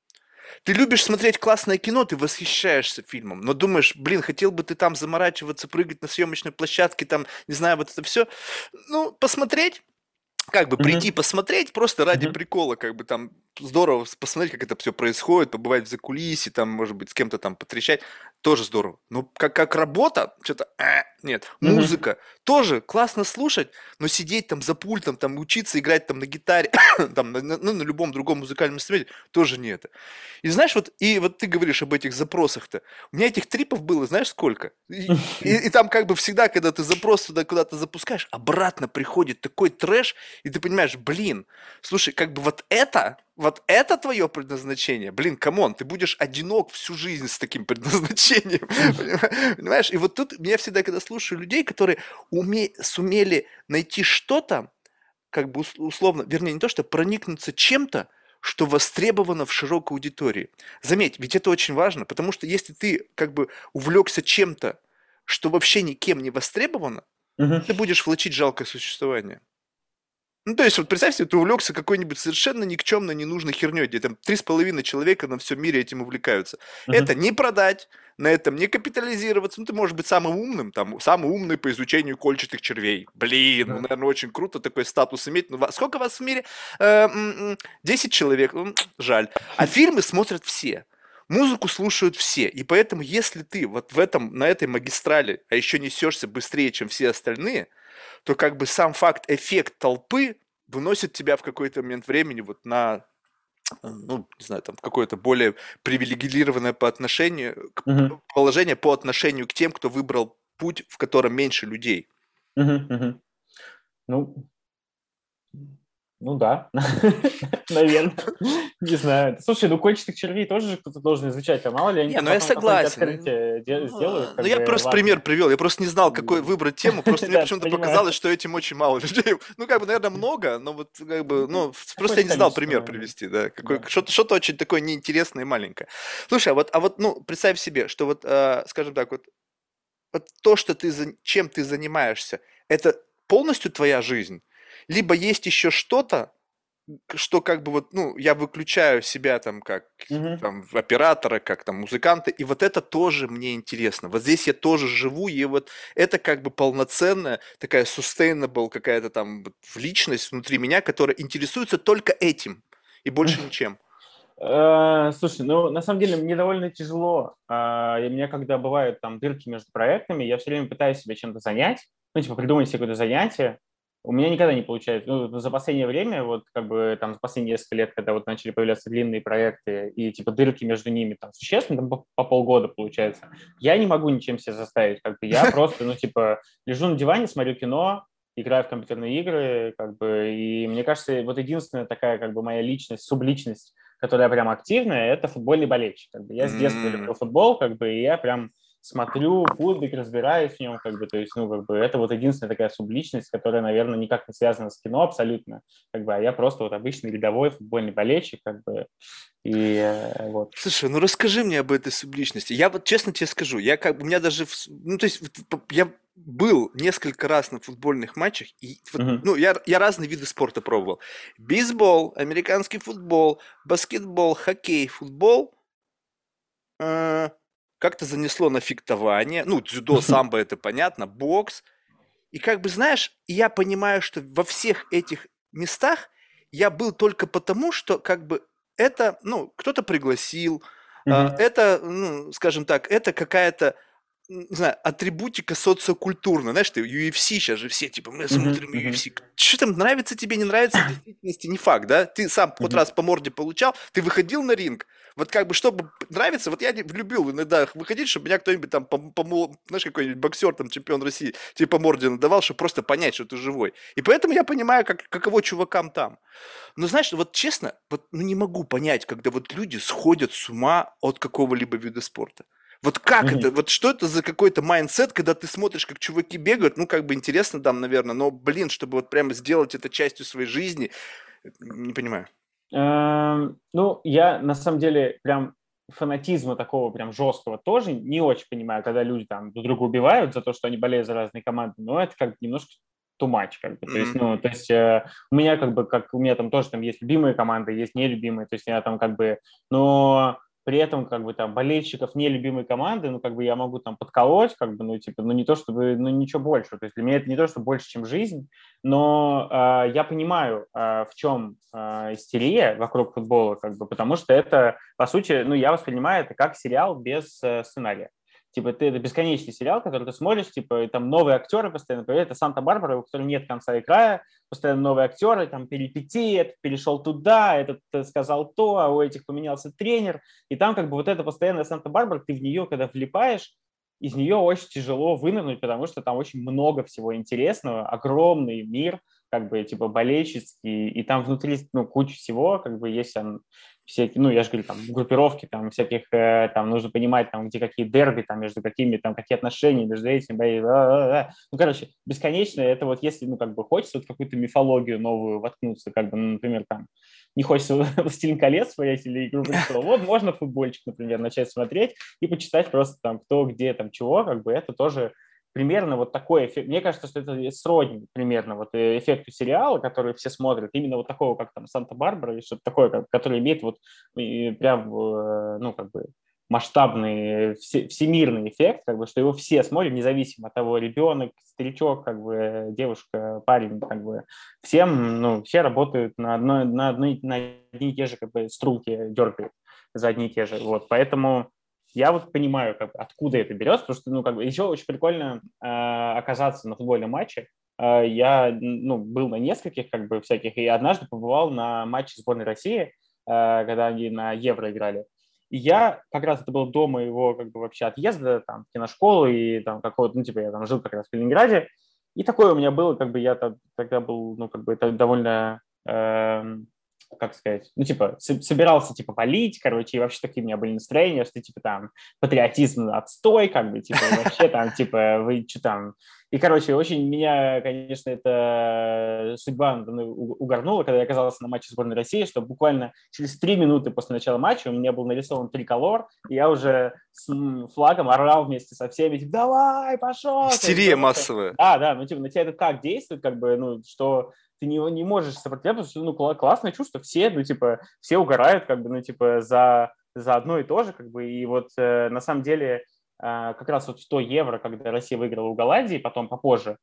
Ты любишь смотреть классное кино, ты восхищаешься фильмом, но думаешь, блин, хотел бы ты там заморачиваться, прыгать на съемочной площадке, там, не знаю, вот это все. Ну, посмотреть, как бы прийти Мгм. посмотреть просто ради Мгм. прикола, как бы там здорово посмотреть, как это все происходит, побывать в закулисье, там, может быть, с кем-то там потрещать, тоже здорово. Но как работа, что-то, нет. Мгм. Музыка, тоже классно слушать, но сидеть там за пультом, там, учиться играть там на гитаре, там, ну, на любом другом музыкальном инструменте, тоже не это. И знаешь, вот ты говоришь об этих запросах-то. У меня этих трипов было, знаешь, сколько? И там как бы всегда, когда ты запрос туда куда-то запускаешь, обратно приходит такой трэш, и ты понимаешь, блин, слушай, как бы вот это твое предназначение, блин, камон, ты будешь одинок всю жизнь с таким предназначением, понимаешь? И вот тут меня всегда, когда слушаю людей, которые сумели найти что-то, как бы условно, вернее, не то, что проникнуться чем-то, что востребовано в широкой аудитории. Заметь, ведь это очень важно, потому что если ты как бы увлекся чем-то, что вообще никем не востребовано, Мгм. ты будешь влачить жалкое существование. Ну, то есть, вот представь себе, ты увлекся какой-нибудь совершенно никчемной, ненужной херней, где там 3,5 человека на всем мире этим увлекаются. Это Мгм. не продать, на этом не капитализироваться. Ну, ты можешь быть самым умным, там, самый умный по изучению кольчатых червей. Блин, ну, Мгм. наверное, очень круто такой статус иметь. Ну, сколько вас в мире? 10 человек. Жаль. А фильмы смотрят все. Музыку слушают все. И поэтому, если ты вот на этой магистрали, а еще несешься быстрее, чем все остальные, то как бы сам факт, эффект толпы выносит тебя в какой-то момент времени вот на, ну, не знаю, там, какое-то более привилегированное Мгм. положение по отношению к тем, кто выбрал путь, в котором меньше людей. Мгм. Мгм. Ну, ну да, наверное. Не знаю. Слушай, ну кольчатых червей тоже же кто-то должен изучать, а мало ли они Не, там ну я потом какое-нибудь согласен. открытие сделают, Ну, как я бы, просто пример ладно. привел. Я просто не знал, какой выбрать тему. Просто мне Да, почему-то понимаю. показалось, что этим очень мало людей. Ну, как бы, наверное, много, но вот как бы, Ну, ну, просто я какое-то не знал количество, пример наверное. привести, да. Да. Что-то очень такое неинтересное и маленькое. Слушай, ну, представь себе, что вот, скажем так, вот вот то, что чем ты занимаешься, это полностью твоя жизнь? Либо есть еще что-то, что как бы вот, ну, я выключаю себя там как Мгм. там оператора, как там музыканта, и вот это тоже мне интересно. Вот здесь я тоже живу, и вот это как бы полноценная такая sustainable какая-то там вот личность внутри меня, которая интересуется только этим и больше ничем. Слушай, ну, на самом деле, мне довольно тяжело. И мне, когда бывают там дырки между проектами, я все время пытаюсь себя чем-то занять, ну, типа, придумать себе какое-то занятие. У меня никогда не получается. Ну, за последнее время, вот, как бы, там, за последние несколько лет, когда вот начали появляться длинные проекты, и, типа, дырки между ними, там, существенно, там, по полгода, получается, я не могу ничем себя заставить. Как бы, я просто, ну, типа, лежу на диване, смотрю кино, играю в компьютерные игры, как бы, и мне кажется, вот единственная такая, как бы, моя личность, субличность, которая прям активная, это футбольный болельщик. Как бы. Я с детства М. люблю футбол, как бы, и я прям смотрю футбик, разбираюсь в нем, как бы, то есть, ну, как бы, это вот единственная такая субличность, которая, наверное, никак не связана с кино абсолютно, как бы, а я просто вот обычный рядовой футбольный болельщик, как бы, и вот. Слушай, ну расскажи мне об этой субличности. Я вот честно тебе скажу, я как бы, у меня даже, ну то есть вот я был несколько раз на футбольных матчах, и вот, Мгм. ну я разные виды спорта пробовал. Бейсбол, американский футбол, баскетбол, хоккей, футбол. э, Как-то занесло на фехтование. Ну, дзюдо, самбо, это понятно, бокс. И как бы, знаешь, и я понимаю, что во всех этих местах я был только потому, что как бы это, ну, кто-то пригласил, Мгм. это, ну, скажем так, это какая-то, не знаю, атрибутика социокультурная. Знаешь, ты UFC сейчас же все, типа, мы Мгм. смотрим Мгм. UFC. Что там нравится тебе, не нравится, в действительности не факт, да? Ты сам хоть Мгм. раз по морде получал, ты выходил на ринг, вот как бы, чтобы нравится, вот я любил иногда выходить, чтобы меня кто-нибудь там, знаешь, какой-нибудь боксер, там, чемпион России, тебе по морде надавал, чтобы просто понять, что ты живой. И поэтому я понимаю, каково чувакам там. Но знаешь, вот честно, вот ну, не могу понять, когда вот люди сходят с ума от какого-либо вида спорта. Вот как Мгм. это, вот что это за какой-то майндсет, когда ты смотришь, как чуваки бегают, ну, как бы интересно там, наверное, но, блин, чтобы вот прямо сделать это частью своей жизни, не понимаю. Ну, я на самом деле прям фанатизма такого прям жесткого тоже не очень понимаю, когда люди там друг друга убивают за то, что они болеют за разные команды, но это как бы немножко too much, как бы, то есть, Мгм. ну, то есть у меня как бы, как у меня там тоже там есть любимые команды, есть нелюбимые, то есть я там как бы, но при этом как бы там болельщиков нелюбимой команды, ну, как бы я могу там подколоть, как бы, ну, типа, ну, не то чтобы, ну, ничего больше, то есть для меня это не то, что больше, чем жизнь, но я понимаю, в чем истерия вокруг футбола, как бы, потому что это, по сути, ну, я воспринимаю это как сериал без сценария. Типа, это бесконечный сериал, который ты смотришь, типа, и там новые актеры постоянно появляются. Это Санта-Барбара, у которой нет конца и края, постоянно новые актеры, там перипетии, этот перешел туда, этот сказал то, а у этих поменялся тренер. И там как бы вот эта постоянная Санта-Барбара, ты в нее, когда влипаешь, из нее очень тяжело вынырнуть, потому что там очень много всего интересного, огромный мир, как бы, типа, болельческий, и там внутри, ну, куча всего, как бы, есть там всякие, ну, я же говорю, там, группировки, там, всяких, там, нужно понимать, там, где какие дерби, там, между какими, там, какие отношения между этим, ну, короче, бесконечно, это вот если, ну, как бы, хочется вот какую-то мифологию новую воткнуться, как бы, ну, например, там, не хочется «Властелин колец» смотреть или «Игру престолов», вот можно футбольчик, например, начать смотреть и почитать просто там кто, где, там, чего, как бы, это тоже примерно вот такой эффект. Мне кажется, что это сродни примерно вот эффекту сериала, который все смотрят, именно вот такого, как там «Санта-Барбара» или что-то такое, который имеет вот прям, ну, как бы масштабный всемирный эффект, как бы, что его все смотрят, независимо от того, ребенок, старичок, как бы, девушка, парень, как бы, всем, ну, все работают на одни и те же, как бы, струнки дергают за одни и те же, вот, поэтому я вот понимаю, как, откуда это берется, потому что, ну, как бы, еще очень прикольно оказаться на футбольном матче. Я, ну, был на нескольких, как бы, всяких, и однажды побывал на матче сборной России, когда они на Евро играли. И я как раз это был до моего, как бы, вообще отъезда, там, в киношколу, и там какого-то, ну, типа, я там жил как раз в Калининграде, и такое у меня было, как бы, я тогда был, ну, как бы, это довольно как сказать, ну, типа, собирался, типа, полить, короче, и вообще такие у меня были настроения, что, типа, там, патриотизм отстой, как бы, типа, и вообще там, типа, вы что там, И, короче, очень меня, конечно, эта судьба угорнула, когда я оказался на матче сборной России, что буквально через 3 минуты после начала матча у меня был нарисован триколор, и я уже с флагом орал вместе со всеми, типа, давай, пошел! То есть, Истерия потому что, массовая. да, ну, типа, на тебя это как действует, как бы, ну, что ты не можешь сопротивляться, что, ну, классное чувство, все, ну, типа, все угорают, как бы, ну, типа, за одно и то же, как бы, и вот на самом деле как раз вот в то Евро, когда Россия выиграла у Голландии, потом попозже,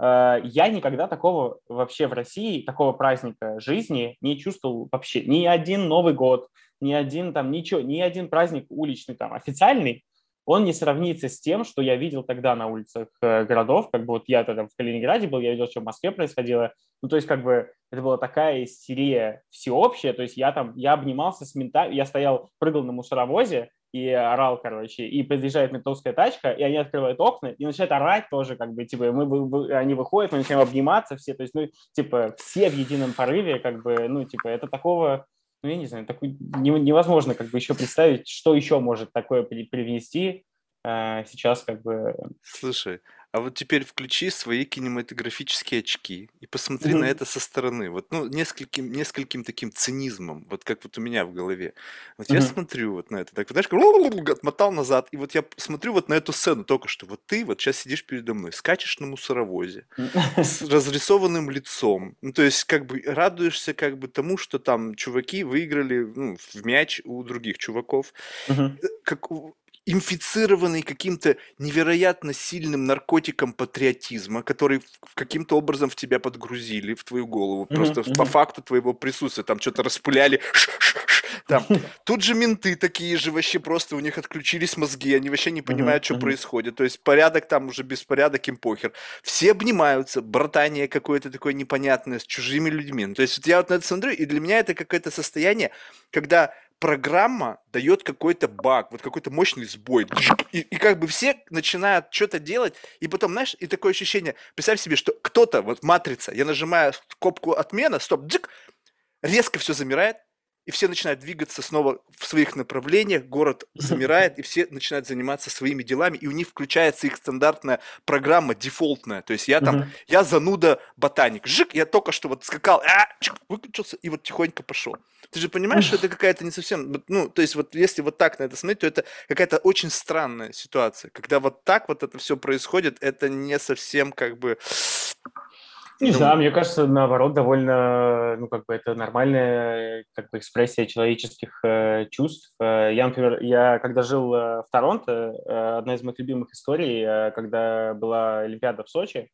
я никогда такого вообще в России, такого праздника жизни не чувствовал вообще. Ни один Новый год, ни один там ничего, ни один праздник уличный там официальный, он не сравнится с тем, что я видел тогда на улицах городов. Как бы вот я тогда в Калининграде был, я видел, что в Москве происходило. Ну, то есть как бы это была такая истерия всеобщая. То есть я обнимался с ментами, я стоял, прыгал на мусоровозе, и орал, короче, и подъезжает ментовская тачка, и они открывают окна и начинают орать тоже, как бы, типа, они выходят, мы начинаем обниматься все, то есть, ну, типа, все в едином порыве, как бы, ну, типа, это такого, ну, я не знаю, невозможно, как бы, еще представить, что еще может такое привнести сейчас, как бы. Слушай, а вот теперь включи свои кинематографические очки и посмотри на Мгм. это со стороны. Вот, ну, нескольким таким цинизмом, вот как вот у меня в голове. Вот я Мгм. смотрю вот на это, так, знаешь, отмотал назад, и вот я смотрю вот на эту сцену только что. Вот ты вот сейчас сидишь передо мной, скачешь на мусоровозе, с разрисованным лицом. Ну, то есть, как бы радуешься как бы тому, что там чуваки выиграли, ну, в мяч у других чуваков. Мгм. Как инфицированный каким-то невероятно сильным наркотиком патриотизма, который каким-то образом в тебя подгрузили, в твою голову, Мгм. просто по Мгм. факту твоего присутствия, там что-то распыляли, там. Тут же менты такие же, вообще просто у них отключились мозги, они вообще не Мгм. понимают, что Мгм. происходит, то есть порядок там уже беспорядок, им похер. Все обнимаются, братание какое-то такое непонятное с чужими людьми. Ну, то есть вот я вот на это смотрю, и для меня это какое-то состояние, когда программа дает какой-то баг, вот какой-то мощный сбой. И как бы все начинают что-то делать, и потом, знаешь, и такое ощущение, представь себе, что кто-то, вот матрица, я нажимаю кнопку отмена, стоп, дзик, резко все замирает, и все начинают двигаться снова в своих направлениях, город замирает, и все начинают заниматься своими делами, и у них включается их стандартная программа, дефолтная. То есть я там, Мгм. я зануда ботаник, жик, я только что вот скакал, чик, выключился и вот тихонько пошел. Ты же понимаешь, что это какая-то не совсем, ну, то есть вот если вот так на это смотреть, то это какая-то очень странная ситуация. Когда вот так вот это все происходит, это не совсем как бы, Не знаю, ну, мне кажется, наоборот, довольно, ну, как бы это нормальная, как бы, экспрессия человеческих чувств. Я, например, я когда жил в Торонто, одна из моих любимых историй, когда была Олимпиада в Сочи,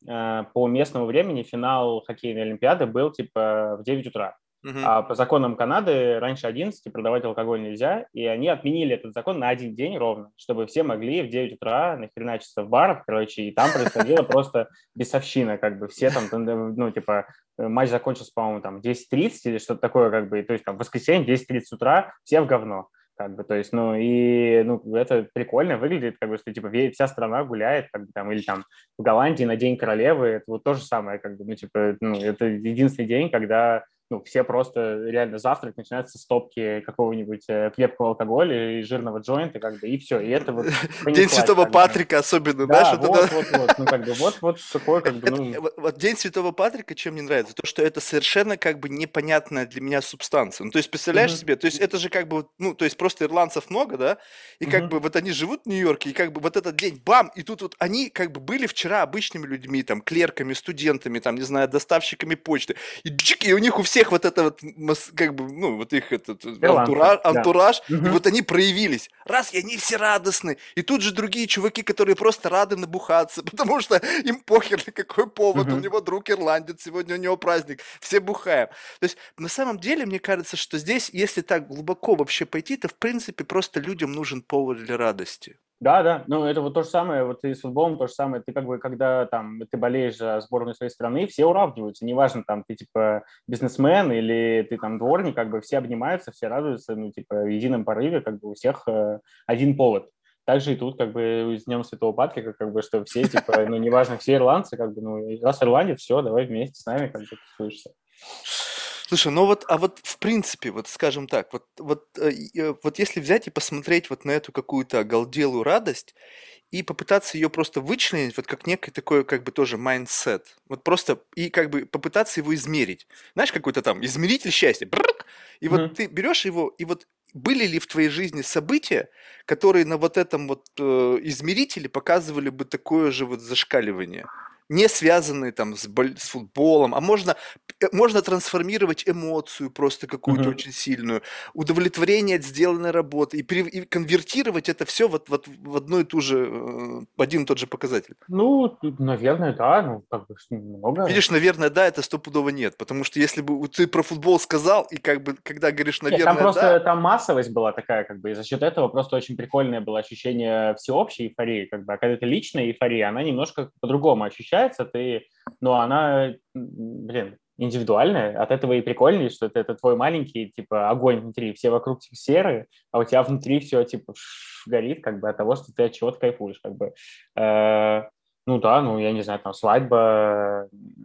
по местному времени финал хоккейной Олимпиады был типа в 9 утра. мгм. А по законам Канады раньше 11 продавать алкоголь нельзя, и они отменили этот закон на один день ровно, чтобы все могли в 9 утра нахреначиться в барах, короче, и там происходило просто бесовщина, как бы все там, ну, типа, матч закончился, по-моему, там в 10:30 или что-то такое, как бы, то есть там в воскресенье 10:30 утра все в говно, как бы, то есть, ну, и, ну, это прикольно выглядит, как бы, что, типа, вся страна гуляет, как бы, там, или там в Голландии на День королевы, это вот то же самое, как бы, ну, типа, ну, это единственный день, когда ну, все просто реально завтрак начинается с стопки какого-нибудь крепкого алкоголя и жирного джойнта, как бы, и все. И это вот День понеслась, Святого как бы. Патрика особенно, знаешь, Да, вот это. вот, ну, как бы, вот такое, как бы, ну, Вот День Святого Патрика, чем мне нравится, то, что это совершенно как бы непонятная для меня субстанция. Ну, то есть, представляешь мгм, себе, то есть это же как бы, ну, то есть просто ирландцев много, да, и как мгм, бы вот они живут в Нью-Йорке, и как бы вот этот день, бам, и тут вот они как бы были вчера обычными людьми, там, клерками, студентами, там, не знаю, доставщиками почты, и джик, и у них у всех вот это вот, как бы, ну, вот их этот ирландцы, да. антураж, и Мгм, вот они проявились. Раз, и они все радостны, и тут же другие чуваки, которые просто рады набухаться, потому что им похер на какой повод, у мгм. него друг ирландец, сегодня у него праздник, все бухаем. То есть на самом деле мне кажется, что здесь, если так глубоко вообще пойти, то в принципе просто людям нужен повод для радости. Да, да, ну это вот то же самое, вот и с футболом то же самое. Ты как бы, когда там ты болеешь за сборную своей страны, все уравниваются. Неважно, там ты типа бизнесмен или ты там дворник, как бы все обнимаются, все радуются, ну типа в едином порыве, как бы у всех один повод. Также и тут как бы с Днем Святого Патрика, как бы, что все типа, ну неважно, все ирландцы, как бы, ну раз ирландец, все, давай вместе с нами как бы тусуешься. Слушай, ну вот, а вот в принципе, вот скажем так, вот если взять и посмотреть вот на эту какую-то оголделую радость, и попытаться ее просто вычленить, вот как некое такое, как бы тоже mindset. Вот просто, и как бы попытаться его измерить. Знаешь, какой-то там измеритель счастья. Брррк! И вот Мгм. ты берешь его, и вот были ли в твоей жизни события, которые на вот этом вот измерителе показывали бы такое же вот зашкаливание? Не связанные там с футболом, а можно трансформировать эмоцию просто какую-то Мгм. очень сильную, удовлетворение от сделанной работы и конвертировать это все вот в одну и ту же, в один и тот же показатель. Ну, наверное, да, ну, как бы много. Видишь, наверное, да, это стопудово нет, потому что если бы ты про футбол сказал, и как бы, когда говоришь, Нет, там наверное, да, просто там массовость была такая, как бы, и за счет этого просто очень прикольное было ощущение всеобщей эйфории, как бы, а когда это личная эйфория, она немножко по-другому ощущается, но она, блин, индивидуальная, от этого и прикольнее, что это твой маленький, типа, огонь внутри, все вокруг серые, а у тебя внутри все, типа, горит, как бы, от того, что ты от чего-то кайфуешь, как бы. Э, ну да, ну, я не знаю, там, свадьба,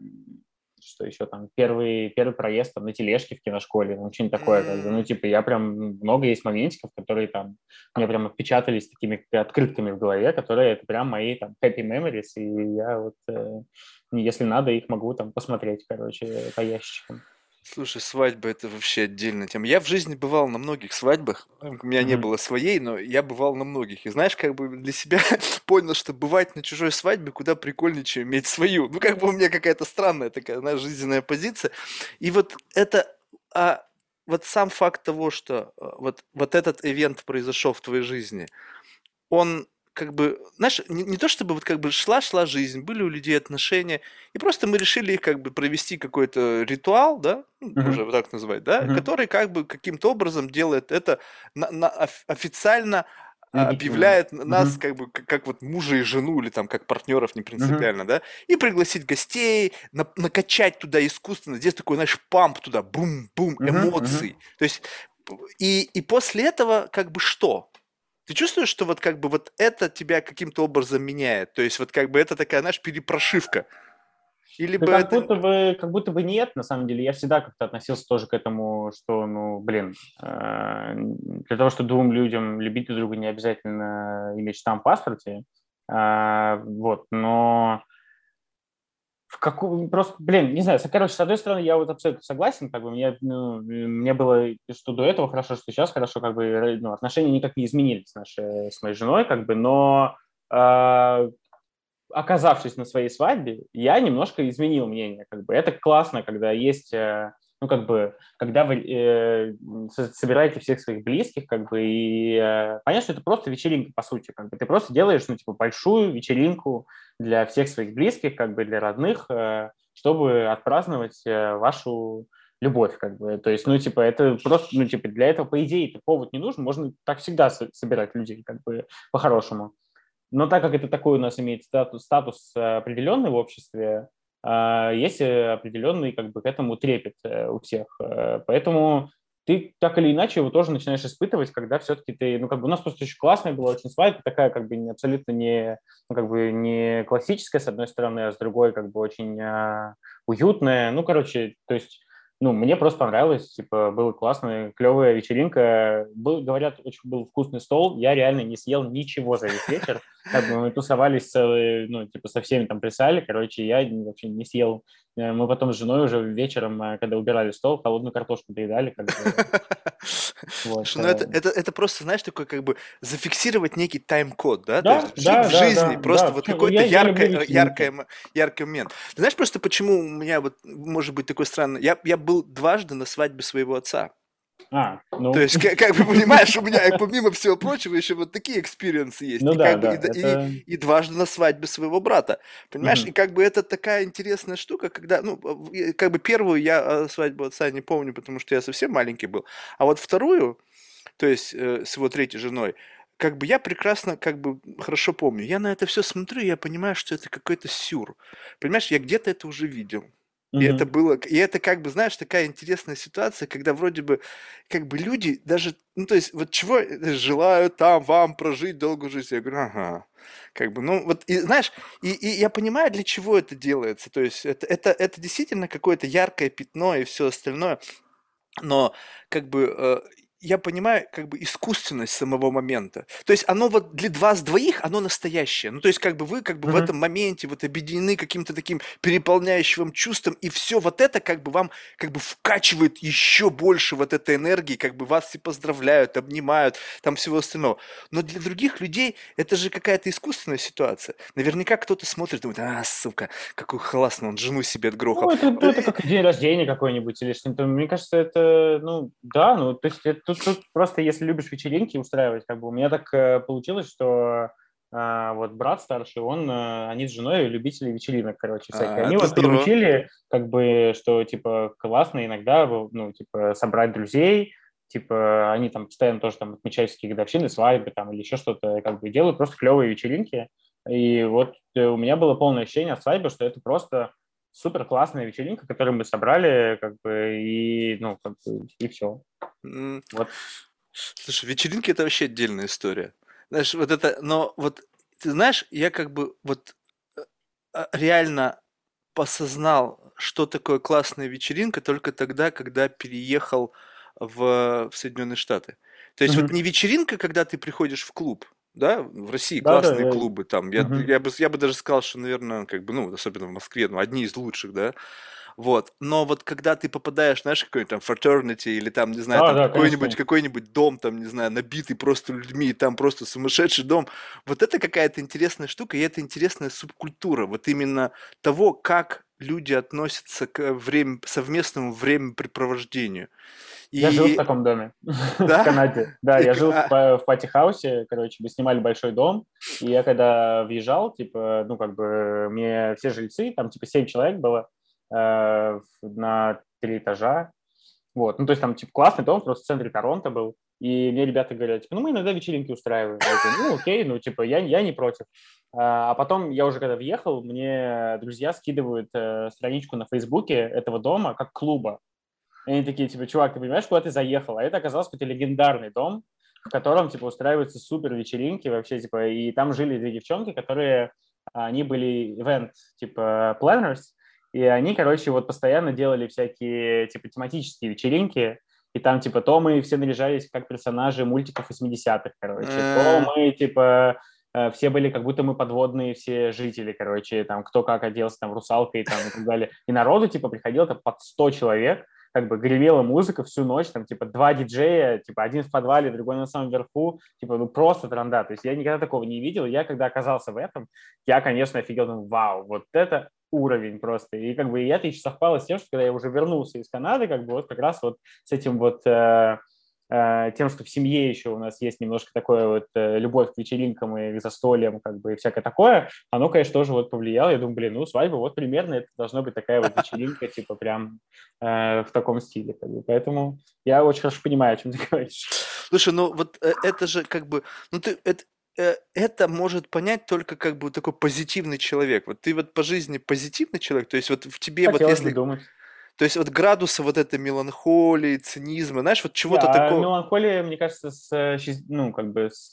что еще там, первый проезд там, на тележке в киношколе, ну, что-нибудь такое, как бы, ну, м, типа, я прям, много есть моментиков, которые там, мне прям отпечатались такими открытками в голове, которые это прям мои там happy memories, и я вот, если надо, их могу там посмотреть, короче, по ящичкам. слушай, свадьба это вообще отдельная тема. Я в жизни бывал на многих свадьбах. У меня не Мгм. было своей, но я бывал на многих. И знаешь, как бы для себя понял, что бывать на чужой свадьбе куда прикольнее, чем иметь свою. Ну, как бы у меня какая-то странная такая, знаешь, жизненная позиция. И вот это, а, вот сам факт того, что вот этот ивент произошел в твоей жизни, он как бы, знаешь, не то чтобы вот как бы шла жизнь, были у людей отношения, и просто мы решили их как бы провести какой-то ритуал, да, уже Мгм. вот так называть, да, Мгм. который как бы каким-то образом делает это официально Легитимно. объявляет нас Мгм. как бы как вот мужа и жену или там как партнеров не Мгм. принципиально, да, и пригласить гостей, накачать туда искусственно, здесь такой, знаешь, памп туда, бум-бум, Мгм. Мгм. эмоций, то есть и после этого как бы что? Ты чувствуешь, что вот как бы вот это тебя каким-то образом меняет? То есть вот как бы это такая, знаешь, перепрошивка? Или Да бы это... как будто бы нет, на самом деле. Я всегда как-то относился тоже к этому, что, ну, блин, для того, чтобы двум людям любить друг друга, не обязательно иметь штамп в паспорте. Вот, но просто, блин, не знаю, короче, с одной стороны, я вот абсолютно согласен, как бы мне было, что до этого хорошо, что сейчас хорошо, как бы, ну, отношения никак не изменились с моей женой, как бы, но а, оказавшись на своей свадьбе, я немножко изменил мнение. Как бы. Это классно, когда есть, ну, как бы, когда вы собираете всех своих близких, как бы, и понятно, что это просто вечеринка, по сути. Как бы. Ты просто делаешь, ну, типа, большую вечеринку для всех своих близких, как бы, для родных, чтобы отпраздновать вашу любовь, как бы. То есть, ну, типа, это просто, ну, типа, для этого, по идее, это повод не нужен. Можно так всегда собирать людей, как бы, по-хорошему. Но так как это такой у нас имеет статус определенный в обществе, есть определенный как бы к этому трепет у всех. Поэтому ты так или иначе его тоже начинаешь испытывать, когда все-таки ты, ну как бы у нас просто очень классная была очень свадьба, такая как бы абсолютно не, ну, как бы не классическая с одной стороны, а с другой как бы очень уютная. Ну короче, то есть ну, мне просто понравилось, типа, было классно, клевая вечеринка. Говорят, очень был вкусный стол. Я реально не съел ничего за весь вечер. Как бы мы тусовались целые, ну, типа, со всеми там плясали. Короче, я вообще не съел. Мы потом с женой уже вечером, когда убирали стол, холодную картошку доедали, как бы, вот. Слушай, ну это просто, знаешь, такой как бы зафиксировать некий тайм-код, да, то Да, есть да, в да, жизни да, да. просто вот Почему? какой-то Я люблю яркий, вечеринки. яркий момент. Ты знаешь просто, почему у меня вот может быть такой странный... Я был дважды на свадьбе своего отца. То Ну, есть, как бы понимаешь, у меня помимо всего прочего еще вот такие экспириенсы есть. ну И да, как бы да, это... и дважды на свадьбе своего брата. Понимаешь? И Мгм, как бы это такая интересная штука, когда, ну, как бы первую я свадьбу отца не помню, потому что я совсем маленький был. А вот вторую, то есть с его третьей женой, как бы я прекрасно, как бы хорошо помню. Я на это все смотрю, и я понимаю, что это какой-то сюр. Понимаешь, я где-то это уже видел. мгм, И это как бы, знаешь, такая интересная ситуация, когда вроде бы, как бы люди даже, ну то есть вот чего желаю там вам прожить долгую жизнь, я говорю, ага, как бы, ну вот, и знаешь, и я понимаю, для чего это делается, то есть это действительно какое-то яркое пятно и все остальное, но как бы я понимаю как бы искусственность самого момента. То есть оно вот для вас двоих, оно настоящее. Ну, то есть как бы вы как бы в этом Мгм. моменте вот объединены каким-то таким переполняющим вам чувством, и все вот это как бы вам как бы вкачивает еще больше вот этой энергии, как бы вас и поздравляют, обнимают, там всего остального. Но для других людей это же какая-то искусственная ситуация. Наверняка кто-то смотрит, думает, сука, какой классный, он жену себе отгрохал. Ну, это как день рождения какой-нибудь или что-то. Мне кажется, это, ну, да, ну, то есть тут просто, если любишь вечеринки устраивать, как бы у меня так получилось, что вот брат старший, они с женой любители вечеринок, короче, всякие. Они Это вот здорово. приучили, как бы, что, типа, классно иногда, ну, типа, собрать друзей, типа, они там постоянно тоже там отмечают какие годовщины, свадьбы там или еще что-то, как бы, делают просто клевые вечеринки. И вот у меня было полное ощущение от свадьбы, что это просто супер классная вечеринка, которую мы собрали, как бы, и, ну, как бы, и все. М, Вот. Слушай, вечеринки это вообще отдельная история. Знаешь, вот это, но вот ты знаешь, я как бы вот реально посознал, что такое классная вечеринка только тогда, когда переехал в Соединенные Штаты. То есть вот Мгм. не вечеринка, когда ты приходишь в клуб, да, в России Да, да, классные клубы там, я, мгм. я бы, я бы даже сказал, что, наверное, как бы, ну, особенно в Москве, ну, одни из лучших, да, вот. Но вот когда ты попадаешь, знаешь, в какой-нибудь там fraternity или там, не знаю, Да, там да, конечно, какой-нибудь конечно. какой-нибудь дом, там, не знаю, набитый просто людьми, и там просто сумасшедший дом, вот это какая-то интересная штука, и это интересная субкультура, вот именно того, как люди относятся к совместному времяпрепровождению. Я жил в И таком доме в да, Канаде. Да, и я жил в пати-хаусе, короче, мы снимали большой дом, и я когда въезжал, типа, ну, как бы, мне все жильцы, там, типа, 7 человек было на 3 этажа. Вот, ну, то есть там, типа, классный дом, просто в центре Торонто был. И мне ребята говорят, типа, ну, мы иногда вечеринки устраиваем. Я говорю, ну, окей, ну, типа, я не против. А потом я уже когда въехал, мне друзья скидывают страничку на Фейсбуке этого дома как клуба. И они такие, типа, чувак, ты понимаешь, куда ты заехал? А это оказался какой-то легендарный дом, в котором, типа, устраиваются супер вечеринки вообще, типа, и там жили 2 девчонки, которые, они были event, типа, planners, и они, короче, вот постоянно делали всякие, типа, тематические вечеринки, и там, типа, то мы все наряжались как персонажи мультиков 80-х, короче, то э, мы, типа, все были как будто мы подводные все жители, короче, там, кто как оделся, там, русалкой, там, и так далее. И народу, типа, приходило там под 100 человек, как бы гремела музыка всю ночь, там, типа, 2 диджея, типа, один в подвале, другой на самом верху, типа, ну, просто транда. То есть я никогда такого не видел. Я, когда оказался в этом, я, конечно, офигел, ну, вау, вот это уровень просто. И как бы и это еще совпало с тем, что когда я уже вернулся из Канады, как бы вот как раз вот с этим вот тем, что в семье еще у нас есть немножко такое вот любовь к вечеринкам и к застольям, как бы и всякое такое, оно, конечно, тоже вот повлияло. Я думаю, блин, ну, свадьба вот примерно это должна быть такая вот вечеринка, типа прям в таком стиле. Как бы. Поэтому я очень хорошо понимаю, о чем ты говоришь. Слушай, ну вот это же как бы, ну ты это может понять только как бы такой позитивный человек. Вот ты вот по жизни позитивный человек, то есть вот в тебе вот Хотелось бы если, думать. то есть вот градуса вот этой меланхолии, цинизма, знаешь, вот Не, чего-то а такого. меланхолия, мне кажется, ну, как бы с...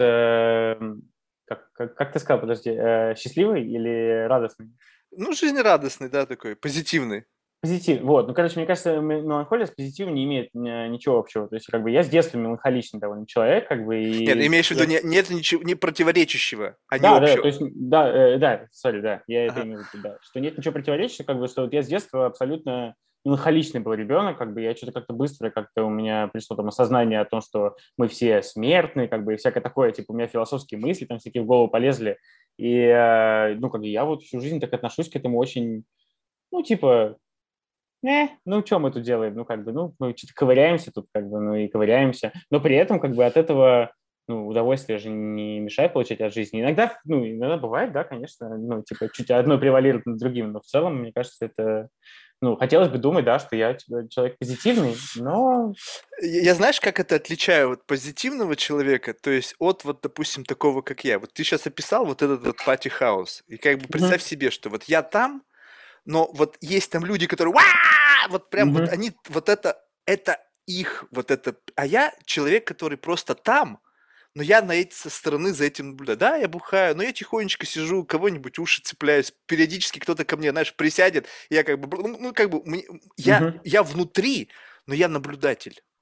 как ты сказал, подожди, счастливый или радостный? Ну, жизнерадостный, да, такой, позитивный. Позитив. Вот. Ну, короче, мне кажется, меланхолия с позитивом не имеет ничего общего. То есть, как бы, я с детства меланхоличный довольно человек, как бы, Нет, и имеешь в виду, нет ничего, не противоречащего, а не да, да, то общего. есть, да, да, сори, да, я это Ага. имел в виду, да, что нет ничего противоречащего, как бы, что вот я с детства абсолютно меланхоличный был ребенок, как бы, я что-то как-то быстро, как-то у меня пришло там осознание о том, что мы все смертны, как бы, и всякое такое, типа, у меня философские мысли там всякие в голову полезли, и, ну, как бы, я вот всю жизнь так отношусь к этому очень, ну, типа, ну, что мы тут делаем? Ну, как бы, ну, мы что-то ковыряемся тут, как бы, ну, и ковыряемся. Но при этом, как бы, от этого, ну, удовольствие же не мешает получать от жизни. Иногда, ну, иногда бывает, да, конечно, ну, типа, чуть одно превалирует над другим, но в целом, мне кажется, это, ну, хотелось бы думать, да, что я типа, человек позитивный, но... Я знаешь, как это отличаю вот позитивного человека, то есть от вот, допустим, такого, как я. Вот ты сейчас описал вот этот вот пати хаус, и как бы представь Мгм, себе, что вот я там, но вот есть там люди, которые «Уа!» вот прям вот мгм, они, вот это их, вот это, а я человек, который просто там, но я на эти со стороны за этим наблюдаю. Да, я бухаю, но я тихонечко сижу, кого-нибудь уши цепляюсь, периодически кто-то ко мне, знаешь, присядет, я как бы, ну, как бы, я мгм. внутри, но я наблюдатель.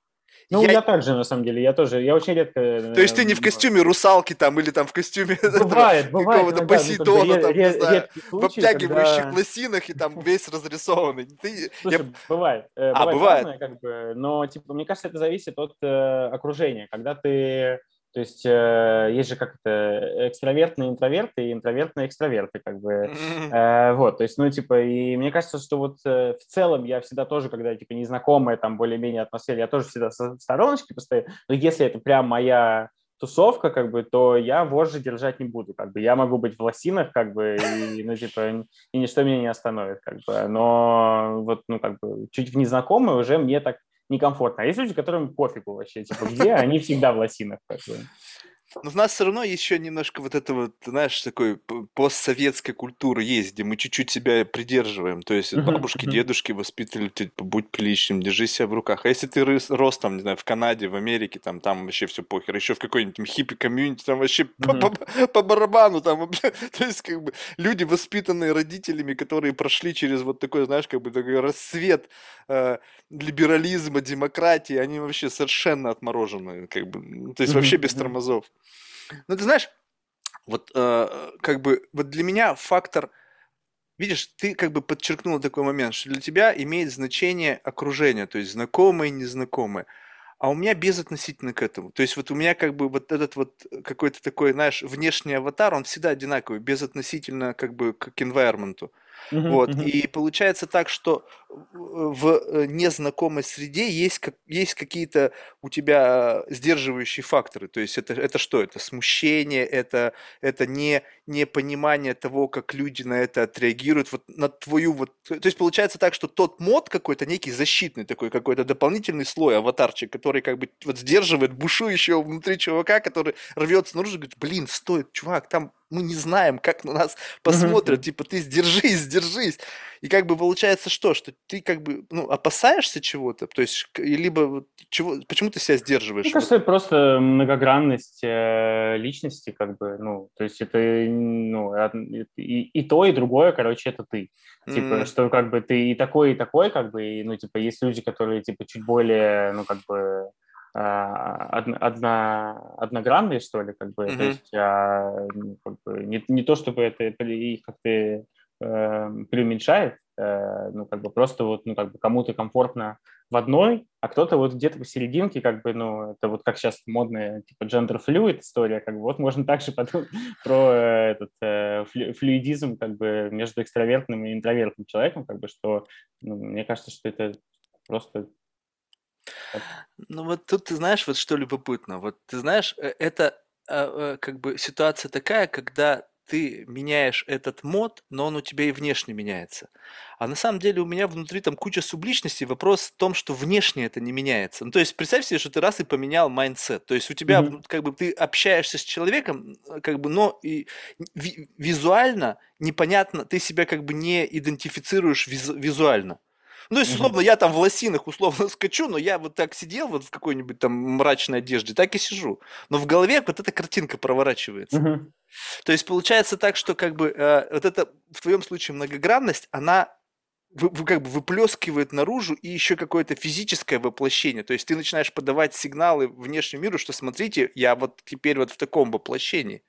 Ну, Я... я также, на самом деле, я очень редко... То есть ты не в костюме русалки там, или там в костюме этого Бывает какого-то иногда, ну, как бы Посейдона, там, не знаю, редкие в случаи, обтягивающих когда... лосинах и там весь разрисованный. Слушай, бывает, бывает Бывает. разное, как бы, но, типа, мне кажется, это зависит от окружения. Когда ты, то есть, есть же как то экстравертные интроверты и интровертные экстраверты, как бы, М. вот, то есть, ну, типа, и мне кажется, что вот в целом я всегда тоже, когда, типа, незнакомая, там, более-менее атмосфера, я тоже всегда со стороночки постою, но если это прям моя тусовка, как бы, то я вожжи держать не буду, как бы, я могу быть в лосинах, как бы, и, ну, типа, и ничто меня не остановит, как бы. Но вот, ну, как бы, чуть в незнакомые уже мне так некомфортно. А есть люди, которым пофигу вообще, типа, где, они всегда в лосинах, как бы. Но в нас все равно еще немножко вот это вот, знаешь, такой постсоветской культуры есть, где мы чуть-чуть себя придерживаем. То есть Мгм, бабушки, мгм, дедушки воспитывали, типа, будь приличным, держи себя в руках. А если ты рос там, не знаю, в Канаде, в Америке, там вообще все похер. Еще в какой-нибудь там хиппи-комьюнити, там вообще мгм, по барабану. Там, вообще. То есть как бы люди, воспитанные родителями, которые прошли через вот такой, знаешь, как бы такой рассвет э, либерализма, демократии, они вообще совершенно отмороженные, как бы, то есть вообще мгм, без мгм, тормозов. Ну, ты знаешь, вот как бы вот для меня фактор, видишь, ты как бы подчеркнул такой момент, что для тебя имеет значение окружение, то есть знакомые, незнакомые. А у меня безотносительно к этому. То есть вот у меня как бы вот этот вот какой-то такой, знаешь, внешний аватар, он всегда одинаковый, безотносительно как бы к environment. мгм, Вот. мгм, И получается так, что в незнакомой среде есть какие-то у тебя сдерживающие факторы. То есть это что? Это смущение, это непонимание того, как люди на это отреагируют. Вот на твою вот... То есть получается так, что тот мод какой-то некий защитный такой, какой-то дополнительный слой, аватарчик, который как бы вот сдерживает бушующего внутри чувака, который рвется наружу и говорит, блин, стой, чувак, там мы не знаем, как на нас мгм, посмотрят, мгм. типа, ты сдержись, сдержись. И как бы получается что ты как бы, ну, опасаешься чего-то, то есть, либо вот чего, почему ты себя Мне сдерживаешь? Вот. кажется, это просто многогранность личности, как бы, ну, то есть это, ну, и то, и другое, короче, это ты. Типа, М, что как бы ты и такой, как бы, и, ну, типа, есть люди, которые, типа, чуть более, ну, как бы, одногранные, что ли, как бы, то мгм. есть, ну, как бы, не то, чтобы это их как-то преуменьшает, ну, как бы, просто вот, ну, как бы, кому-то комфортно в одной, а кто-то вот где-то посерединке, как бы, ну, это вот как сейчас модная, типа, gender fluid история, как бы, вот можно также подумать про этот флюидизм, как бы, между экстравертным и интровертным человеком, как бы, что, ну, мне кажется, что это просто так. Ну вот тут ты знаешь, вот что любопытно. Вот ты знаешь, это как бы ситуация такая, когда ты меняешь этот мод, но он у тебя и внешне меняется. А на самом деле у меня внутри там куча субличностей. Вопрос в том, что внешне это не меняется. Ну, то есть представь себе, что ты раз и поменял майндсет. То есть у тебя Мгм. как бы ты общаешься с человеком, как бы, но и визуально непонятно, ты себя как бы не идентифицируешь визуально. Ну, то есть, Мгм. условно, я там в лосинах условно скачу, но я вот так сидел вот в какой-нибудь там мрачной одежде, так и сижу. Но в голове вот эта картинка проворачивается. Мгм. То есть получается так, что как бы вот это в твоем случае многогранность, она как бы выплескивает наружу и еще какое-то физическое воплощение. То есть ты начинаешь подавать сигналы внешнему миру, что смотрите, я вот теперь вот в таком воплощении.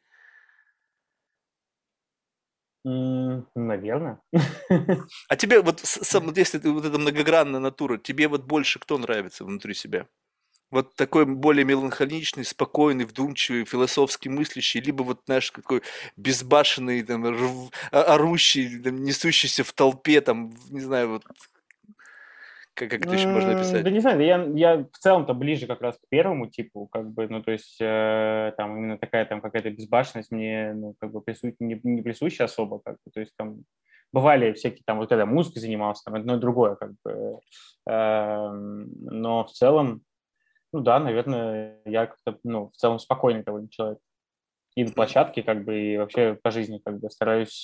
Наверное. А тебе вот, вот если ты вот эта многогранная натура, тебе вот больше кто нравится внутри себя? Вот такой более меланхоличный, спокойный, вдумчивый, философски мыслящий, либо вот, знаешь, какой безбашенный, там, орущий, там, несущийся в толпе, там, не знаю, вот, как это еще можно описать? Да не знаю, я в целом-то ближе как раз к первому типу, как бы, ну, то есть там именно такая там какая-то безбашенность мне, ну, как бы не присуща особо, как бы, то есть там бывали всякие там, вот когда музыкой занимался, там одно и другое, как бы, но в целом, ну да, наверное, я как-то, ну, в целом спокойный довольно человек. И на М. площадке, как бы, и вообще по жизни, как бы, стараюсь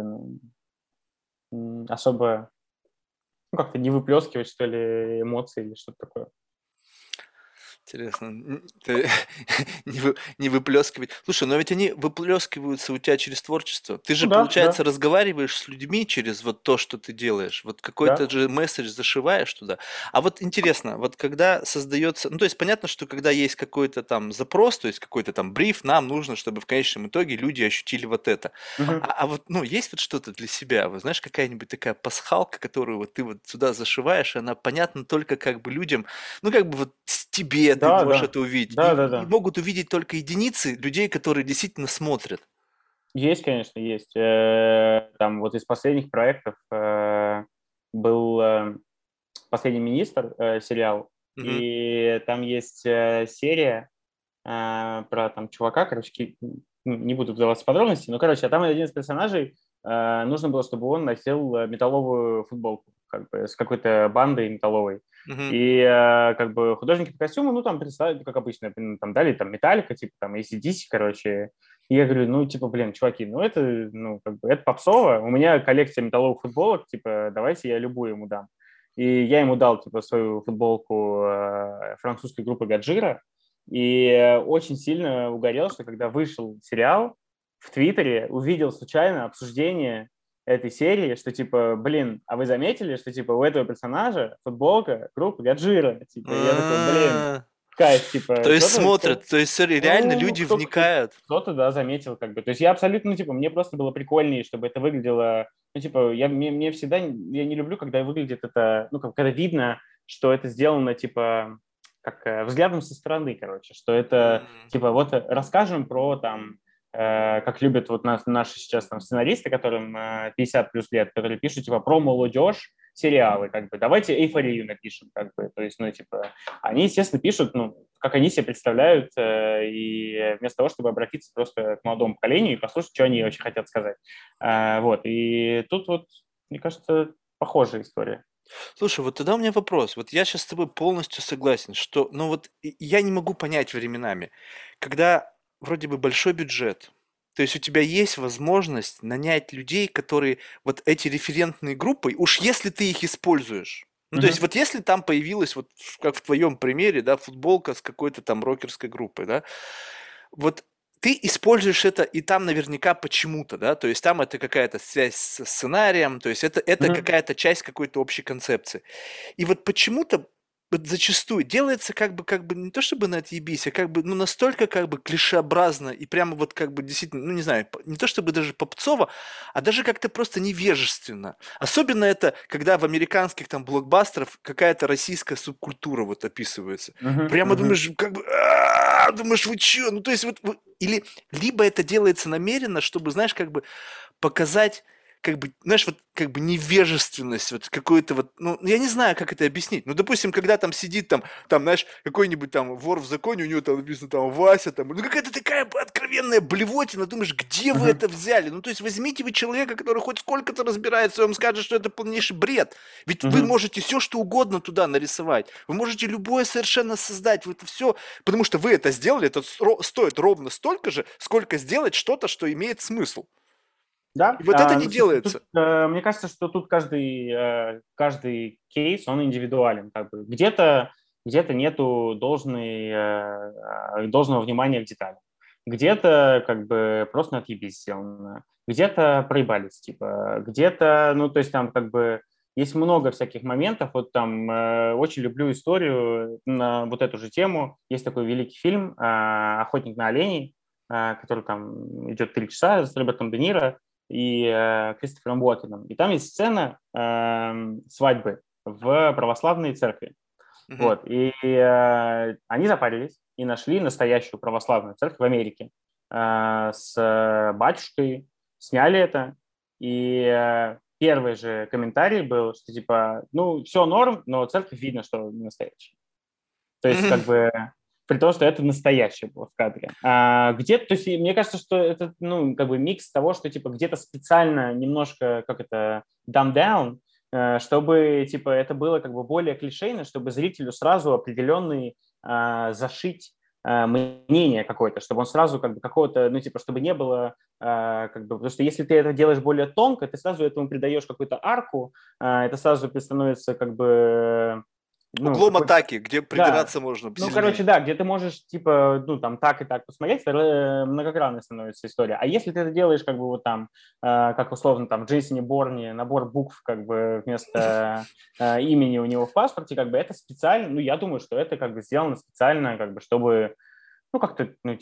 особо, ну, как-то не выплескивать, что ли, эмоции или что-то такое. Интересно. Ты не выплескивать. Слушай, но ведь они выплескиваются у тебя через творчество. Ты Ну же, да, да, получается, разговариваешь с людьми через вот то, что ты делаешь. Вот какой-то да. же месседж зашиваешь туда. А вот интересно, вот когда создается, ну то есть понятно, что когда есть какой-то там запрос, то есть какой-то там бриф, нам нужно, чтобы в конечном итоге люди ощутили вот это. Мгм. А вот, ну, есть вот что-то для себя, вот знаешь, какая-нибудь такая пасхалка, которую вот ты вот сюда зашиваешь, и она понятна только как бы людям, ну, как бы вот тебе ты Да, можешь да, это увидеть. да, да, И да. могут увидеть только единицы людей, которые действительно смотрят. Есть, конечно, есть. Там вот из последних проектов был «Последний министр» сериал, Мгм. и там есть серия про там чувака, короче, не буду вдаваться в подробности, но, короче, а там один из персонажей, нужно было, чтобы он носил металловую футболку, как бы, с какой-то бандой металловой. Мгм. И как бы художники по костюму, ну, там представили, как обычно, там дали там Металлика, типа там AC/DC, короче. И я говорю, ну, типа, блин, чуваки, ну, это, ну, как бы, это попсово. У меня коллекция металловых футболок, типа, давайте я любую ему дам. И я ему дал, типа, свою футболку французской группы Гаджира, и очень сильно угорел, что когда вышел сериал, в Твиттере увидел случайно обсуждение этой серии, что типа, блин, а вы заметили, что типа у этого персонажа футболка группы Гаджира? Типа, и я такой, блин, А. кайф, То типа, есть смотрят, то есть смотри, реально ну, люди вникают. кто-то, да, заметил, как бы. То есть я абсолютно, ну, типа, мне просто было прикольнее, чтобы это выглядело, ну, типа, мне всегда, я не люблю, когда выглядит это, ну, как, когда видно, что это сделано, типа, как взглядом со стороны, короче, что это, М. типа, вот расскажем про, там, как любят вот наши сейчас там сценаристы, которым 50 плюс лет, которые пишут, типа, про молодежь, сериалы, как бы, давайте эйфорию напишем, как бы, то есть, ну, типа, они, естественно, пишут, ну, как они себе представляют, и вместо того, чтобы обратиться просто к молодому поколению и послушать, что они очень хотят сказать. Вот, и тут вот, мне кажется, похожая история. Слушай, вот тогда у меня вопрос. Вот я сейчас с тобой полностью согласен, что, ну вот я не могу понять временами, когда вроде бы большой бюджет, то есть у тебя есть возможность нанять людей, которые вот эти референтные группы, уж если ты их используешь. Ну, то есть Мгм. вот если там появилась, вот как в твоем примере, да, футболка с какой-то там рокерской группой, да, вот ты используешь это, и там наверняка почему-то, да, то есть там это какая-то связь со сценарием, то есть это Мгм. какая-то часть какой-то общей концепции. И вот почему-то вот зачастую делается как бы не то чтобы на отъебись, а как бы, ну, настолько как бы клишеобразно и прямо вот как бы действительно, ну, не знаю, не то чтобы даже попцово, а даже как-то просто невежественно. Особенно это, когда в американских там блокбастерах какая-то российская субкультура вот описывается. Мгм. Прямо Мгм. думаешь, как бы, думаешь, вы чё? Ну, то есть вот или либо это делается намеренно, чтобы, знаешь, как бы показать, как бы, знаешь, вот как бы невежественность, вот какую-то вот, ну, я не знаю, как это объяснить. Ну, допустим, когда там сидит там, знаешь, какой-нибудь там вор в законе, у него там написано там Вася, там, ну, какая-то такая откровенная блевотина, думаешь, где вы Мгм. это взяли? Ну, то есть возьмите вы человека, который хоть сколько-то разбирается, и он скажет, что это полнейший бред. Ведь вы Мгм. можете все, что угодно туда нарисовать. Вы можете любое совершенно создать. Вот это все, потому что вы это сделали, это стоит ровно столько же, сколько сделать что-то, что имеет смысл. Да, И вот это не ну, слушай, тут, делается. мне кажется, что тут каждый кейс, он индивидуален. Как бы. Где-то нету должного внимания к деталям. Где-то как бы просто на отъебись сделано. Где-то проебались, типа. Где-то, ну, то есть там как бы есть много всяких моментов. Вот там очень люблю историю на вот эту же тему. Есть такой великий фильм «Охотник на оленей», который там идет 3 часа с Робертом Де Ниро и Кристофером Уокеном. И там есть сцена свадьбы в православной церкви. Мгм. Вот. И они запарились и нашли настоящую православную церковь в Америке с батюшкой, сняли это. И первый же комментарий был, что типа, ну, все норм, но церковь видно, что не настоящая. То есть, Мгм. как бы, при том, что это настоящее было в кадре. Где-то, то есть, мне кажется, что это, ну, как бы микс того, что, типа, где-то специально немножко, как это, dumb down, чтобы, типа, это было, как бы, более клишейно, чтобы зрителю сразу определенный зашить мнение какое-то, чтобы он сразу, как бы, какого-то, ну, типа, чтобы не было, как бы, потому что если ты это делаешь более тонко, ты сразу этому придаешь какую-то арку, это сразу становится, как бы, ну, Углом какой-то, атаки, где да, придираться можно ну, сильнее. короче, да, где ты можешь, типа, ну, там, так и так посмотреть, многогранной становится история. А если ты это делаешь, как бы, вот там, как условно, там, в Джейсоне Борне набор букв, как бы, вместо имени у него в паспорте, как бы, это специально, ну, я думаю, что это, как бы, сделано специально, как бы, чтобы, ну, как-то, ну,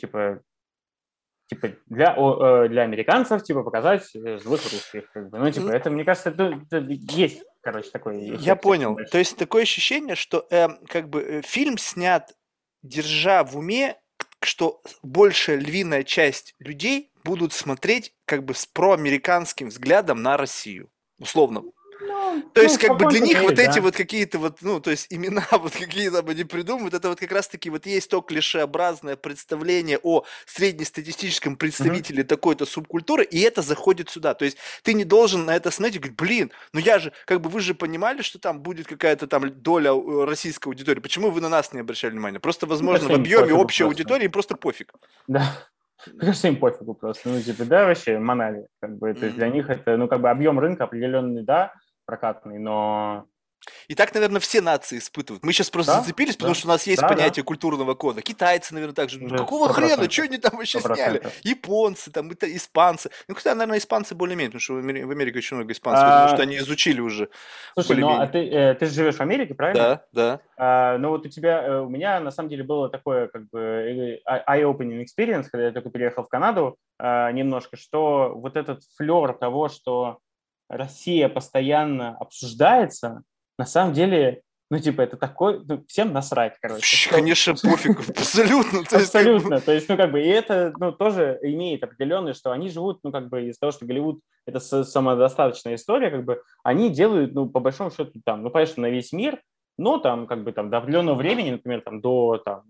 типа для американцев, типа, показать злых русских, как бы. Ну, типа, это, мне кажется, это есть, короче, такой Я эффект понял. То небольшой. есть такое ощущение, что как бы фильм снят, держа в уме, что большая львиная часть людей будут смотреть как бы с проамериканским взглядом на Россию. Условно. То есть, Ну, в как бы для какой-то них мере, вот эти да. вот какие-то вот, ну, то есть имена вот какие там они придумывают, это вот как раз-таки вот есть то клишеобразное представление о среднестатистическом Мгм. представителе такой-то субкультуры, и это заходит сюда. То есть ты не должен на это смотреть и говорить, блин, ну я же, как бы вы же понимали, что там будет какая-то там доля российской аудитории, почему вы на нас не обращали внимания? Просто, Мне возможно, в кажется, им объеме пофигу общей просто. аудитории им просто пофиг. Да. Мне кажется, им пофигу просто. Ну, типа, да, вообще, манали. Как бы, то есть для них это, ну, как бы объем рынка определенный, да, прокатный, но И так, наверное, все нации испытывают. Мы сейчас просто да, зацепились, потому да, что у нас есть да, да, понятие культурного кода. Китайцы, наверное, также. Ну да, какого сто хрена? Что процентов, они там вообще сто сняли? процентов. Японцы, там, испанцы. Ну, хотя, наверное, испанцы более-менее, потому что в Америке очень много испанцев. Я думаю, что А, они изучили уже слушай, ну, а более-менее. ты же живешь в Америке, правильно? Да, да. Ну вот у тебя, у меня на самом деле было такое как бы eye-opening experience, когда я только переехал в Канаду, немножко, что вот этот флер того, что Россия постоянно обсуждается, на самом деле, ну типа это такой, ну, всем насрать, короче, Вообще, что конечно, пофиг, абсолютно. То есть, как бы, абсолютно, то есть, ну как бы, и это, ну тоже имеет определенный, что они живут, ну как бы из-за того, что Голливуд это самодостаточная история, как бы они делают, ну по большому счету там, ну конечно, на весь мир, но там как бы там до определенного времени, например, там до там,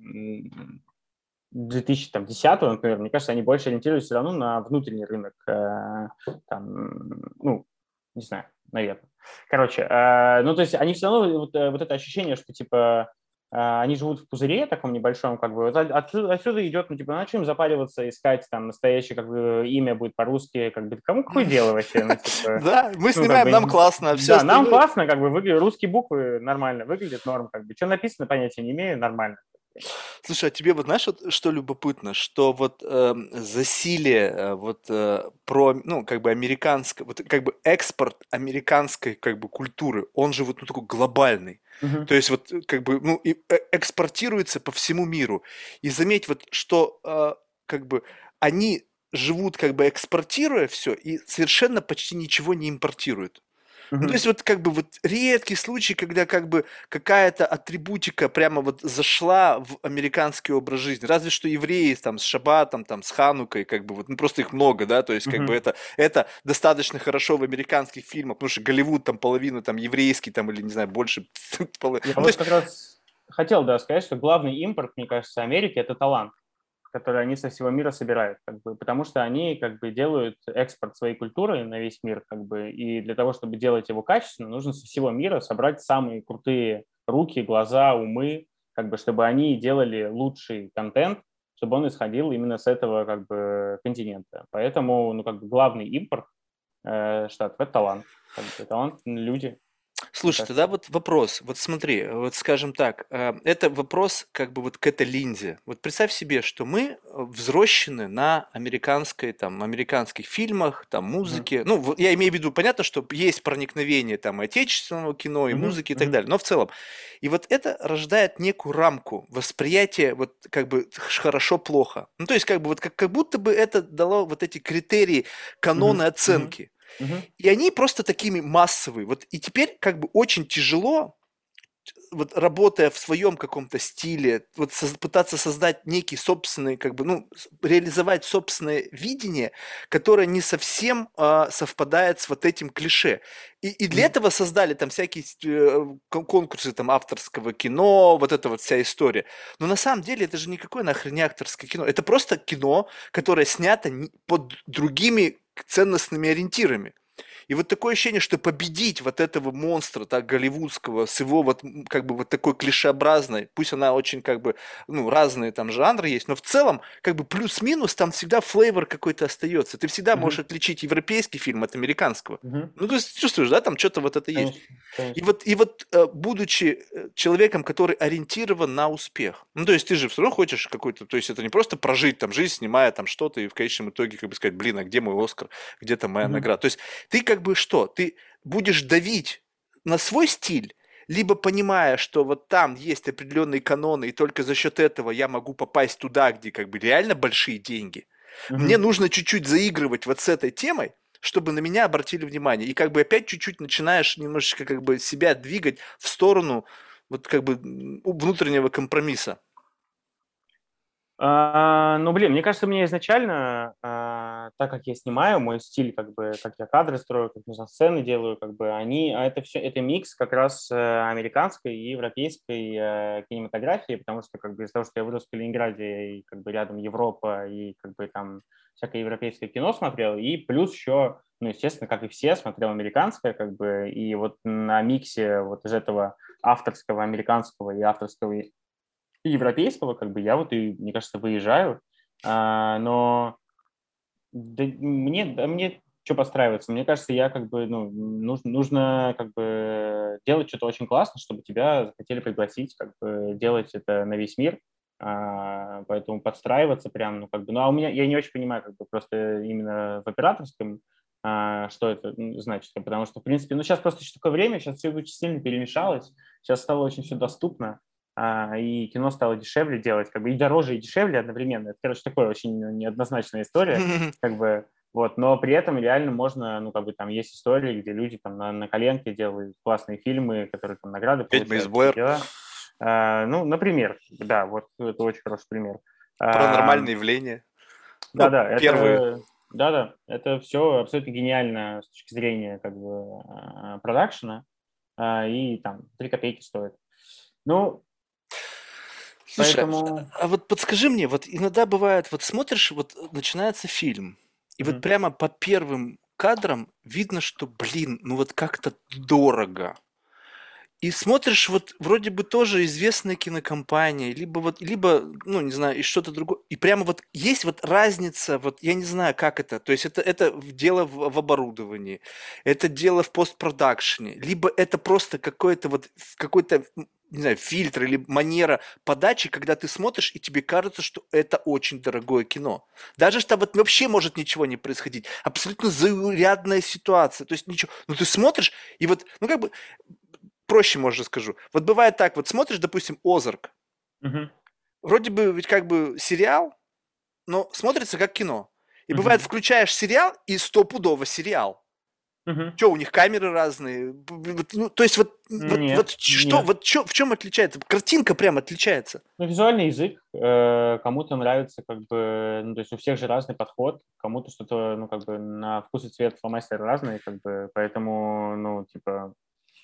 2010, например, мне кажется, они больше ориентируются все равно на внутренний рынок, там, ну, не знаю, наверное. Короче, ну, то есть они все равно, вот это ощущение, что, типа, они живут в пузыре таком небольшом, как бы, вот отсюда идет, ну, типа, ну, чем запариваться, искать, там, настоящее, как бы, имя будет по-русски, как бы, кому какое дело вообще, ну, типа, да, мы ну, как снимаем, нам бы, классно, а все да, нам остальное. классно, как бы, выглядят, русские буквы нормально выглядят, норм, как бы, что написано, понятия не имею, нормально. Слушай, а тебе вот знаешь, вот, что любопытно, что вот засилие ну как бы американского, вот как бы экспорт американской как бы культуры, он же вот ну, такой глобальный. Мгм. То есть вот как бы ну экспортируется по всему миру. И заметь вот, что как бы они живут как бы экспортируя все и совершенно почти ничего не импортируют. Ну, то есть Мгм. вот как бы вот редкий случай, когда как бы какая-то атрибутика прямо вот зашла в американский образ жизни. Разве что евреи там с Шаббатом, там с Ханукой, как бы вот, ну просто их много, да, то есть как бы Мгм. это достаточно хорошо в американских фильмах, потому что Голливуд там половину там еврейский там или не знаю больше. Я Ну, то вот есть как раз хотел, да, сказать, что главный импорт, мне кажется, Америки– это талант, который они со всего мира собирают, как бы, потому что они как бы делают экспорт своей культуры на весь мир, как бы, и для того, чтобы делать его качественно, нужно со всего мира собрать самые крутые руки, глаза, умы, как бы, чтобы они делали лучший контент, чтобы он исходил именно с этого как бы континента. Поэтому, ну, как бы главный импорт штатов– это талант, как бы, талант, люди, мне слушай, тогда кажется. вот вопрос. Вот смотри, вот скажем так, это вопрос как бы вот к этой линзе. Вот представь себе, что мы взрослены на американской, там, американских фильмах, там, Мгм. музыке. Ну, вот я имею в виду, понятно, что есть проникновение там и отечественного кино, и Мгм. музыки и так Мгм. далее. Но в целом. И вот это рождает некую рамку восприятия вот как бы хорошо-плохо. Ну, то есть как бы вот как будто бы это дало вот эти критерии, каноны Мгм. Мгм. оценки. Мгм. И они просто такими массовые. Вот и теперь как бы очень тяжело, вот работая в своем каком-то стиле, вот пытаться создать некий собственный, как бы, ну, реализовать собственное видение, которое не совсем совпадает с вот этим клише. И для Мгм. этого создали там всякие конкурсы там авторского кино, вот эта вот вся история. Но на самом деле это же никакое нахрен не авторское кино. Это просто кино, которое снято под другими ценностными ориентирами. И вот такое ощущение, что победить вот этого монстра, так, голливудского, с его вот, как бы вот такой клишеобразной, пусть она очень, как бы, ну, разные там жанры есть, но в целом, как бы плюс-минус, там всегда флейвор какой-то остается. Ты всегда можешь Мгм. отличить европейский фильм от американского. Мгм. Ну, то есть чувствуешь, да, там что-то вот это есть. Конечно, И конечно. вот, будучи человеком, который ориентирован на успех, ну, то есть ты же все равно хочешь какой-то, то есть это не просто прожить там жизнь, снимая там что-то, и в конечном итоге, как бы сказать, блин, а где мой Оскар, где там моя Мгм. награда? То есть ты как бы что, ты будешь давить на свой стиль, либо понимая, что вот там есть определенные каноны, и только за счет этого я могу попасть туда, где как бы реально большие деньги. Мне Мгм. нужно чуть-чуть заигрывать вот с этой темой, чтобы на меня обратили внимание. И как бы опять чуть-чуть начинаешь немножечко как бы себя двигать в сторону вот как бы внутреннего компромисса. Ну, блин, мне кажется, мне изначально, так как я снимаю, мой стиль, как бы, как я кадры строю, как я сцены делаю, как бы, это все, это микс как раз американской и европейской кинематографии, потому что, как бы, из-за того, что я вырос в Калининграде, и, как бы, рядом Европа, и, как бы, там всякое европейское кино смотрел, и плюс еще, ну, естественно, как и все, смотрел американское, как бы, и вот на миксе вот из этого авторского американского и авторского европейского, как бы я вот и, мне кажется, выезжаю, но мне что подстраиваться? Мне кажется, я как бы, ну, нужно как бы делать что-то очень классно, чтобы тебя захотели пригласить, как бы делать это на весь мир, поэтому подстраиваться прям, ну, как бы, ну, а у меня, я не очень понимаю, как бы, просто именно в операторском, что это значит, потому что, в принципе, ну, сейчас просто еще такое время, сейчас все очень сильно перемешалось, сейчас стало очень все доступно, и кино стало дешевле делать, как бы и дороже, и дешевле одновременно. Это, короче, такая очень неоднозначная история, как бы, вот, но при этом реально можно, ну, как бы там есть истории, где люди там на коленке делают классные фильмы, которые там награды Ведьма из получают, все Блэр, дела. Ну, например, да, вот это очень хороший пример. А, паранормальные явления. Ну, да-да, первые. это все абсолютно гениально с точки зрения как бы продакшена, и там 3 копейки стоит. Ну, Слушай, поэтому... а вот подскажи мне, вот иногда бывает, вот смотришь, вот начинается фильм, и вот Мгм. прямо по первым кадрам видно, что, блин, ну вот как-то дорого. И смотришь, вот вроде бы тоже известная кинокомпания, либо вот, либо, ну, не знаю, и что-то другое. И прямо вот есть вот разница, вот я не знаю, как это. То есть это дело в оборудовании, это дело в постпродакшене, либо это просто какой-то вот, какой-то, не знаю, фильтр или манера подачи, когда ты смотришь, и тебе кажется, что это очень дорогое кино. Даже что вот вообще может ничего не происходить. Абсолютно заурядная ситуация. То есть ничего. Ну, ты смотришь, и вот, ну, как бы, проще, может, скажу. Вот бывает так, вот смотришь, допустим, «Озарк». Мгм. Вроде бы ведь как бы сериал, но смотрится как кино. И бывает, Мгм. включаешь сериал, и стопудово сериал. Мгм. Что, у них камеры разные? Ну, то есть вот Нет, что, нет. вот чё, в чем отличается? Картинка прям отличается. Ну, визуальный язык, кому-то нравится, как бы, ну, то есть у всех же разный подход, кому-то что-то, ну, как бы на вкус и цвет фломастеры разные, как бы, поэтому, ну, типа,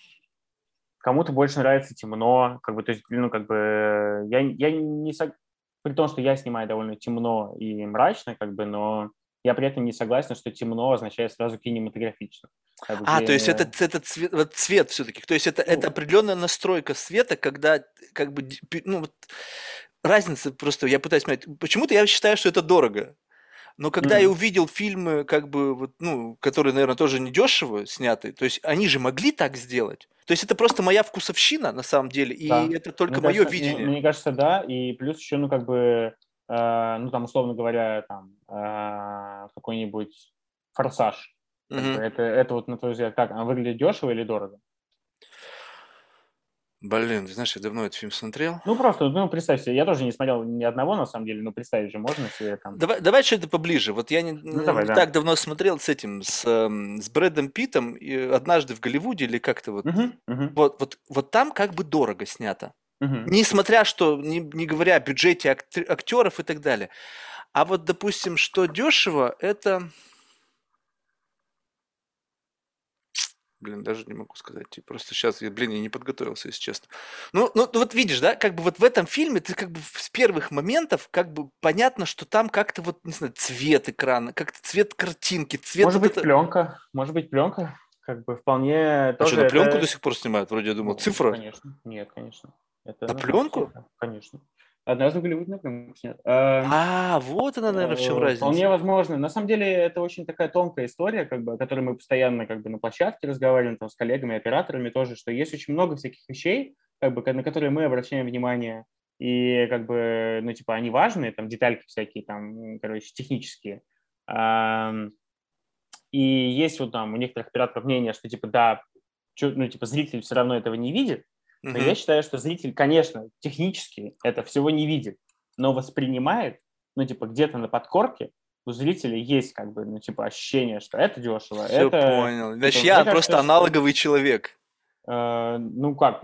кому-то больше нравится темно, как бы, то есть, ну, как бы, я не при том, что я снимаю довольно темно и мрачно, как бы, но я при этом не согласен, что темно означает сразу кинематографично. Как бы, А, то есть это цвет, вот цвет все-таки. То есть это ну, определенная настройка света, когда как бы, ну, вот разница просто, я пытаюсь понять. Почему-то я считаю, что это дорого. Но когда я м, увидел фильмы, как бы, вот, ну, которые, наверное, тоже недешево сняты, то есть они же могли так сделать. То есть это просто моя вкусовщина на самом деле, и да. это только мое видение. Мне кажется, да, и плюс еще, ну, как бы, ну, там, условно говоря, там, какой-нибудь «Форсаж», как бы, Мгм. это вот, на твой взгляд, как, он выглядит дешево или дорого? Блин, ты знаешь, я давно этот фильм смотрел. Ну, просто, ну, представь себе, я тоже не смотрел ни одного, на самом деле, но представить же можно себе там. Давай что-то поближе. Вот я Ну, давай, не да. так давно смотрел с этим, с Брэдом Питтом, и «Однажды в Голливуде» или как-то вот. Мгм, мгм, Вот там как бы дорого снято. мгм. Несмотря что, не говоря о бюджете актеров и так далее. А вот, допустим, что дешево, это Блин, даже не могу сказать тебе. Просто сейчас, я не подготовился, если честно. Ну, вот видишь, да, как бы вот в этом фильме ты как бы с первых моментов как бы понятно, что там как-то вот, не знаю, цвет экрана, как-то цвет картинки, цвет вот это... Может быть пленка, как бы вполне А что, тоже на пленку до это, сих пор снимают? Вроде я думал, ну, цифра. конечно, нет, конечно, это На нормально, пленку? цифра, конечно. Однажды в Голливуде на пленку снят. А, вот она, наверное, в чем Вполне разница. возможно. На самом деле это очень такая тонкая история, как бы, о которой мы постоянно как бы на площадке разговариваем там, с коллегами, операторами тоже, что есть очень много всяких вещей, как бы, на которые мы обращаем внимание, и как бы, ну, типа, они важные, там, детальки всякие, там, короче, технические. Ам, И есть вот там у некоторых операторов мнение, что, типа, да, ну, типа, зритель все равно этого не видит, но я Мгм. считаю, что зритель, конечно, технически это всего не видит, но воспринимает, ну, типа, где-то на подкорке у зрителя есть, как бы, ну, типа, ощущение, что это дешево, Все это, понял. Значит, типа, мне я кажется, просто что, аналоговый человек. ну, как,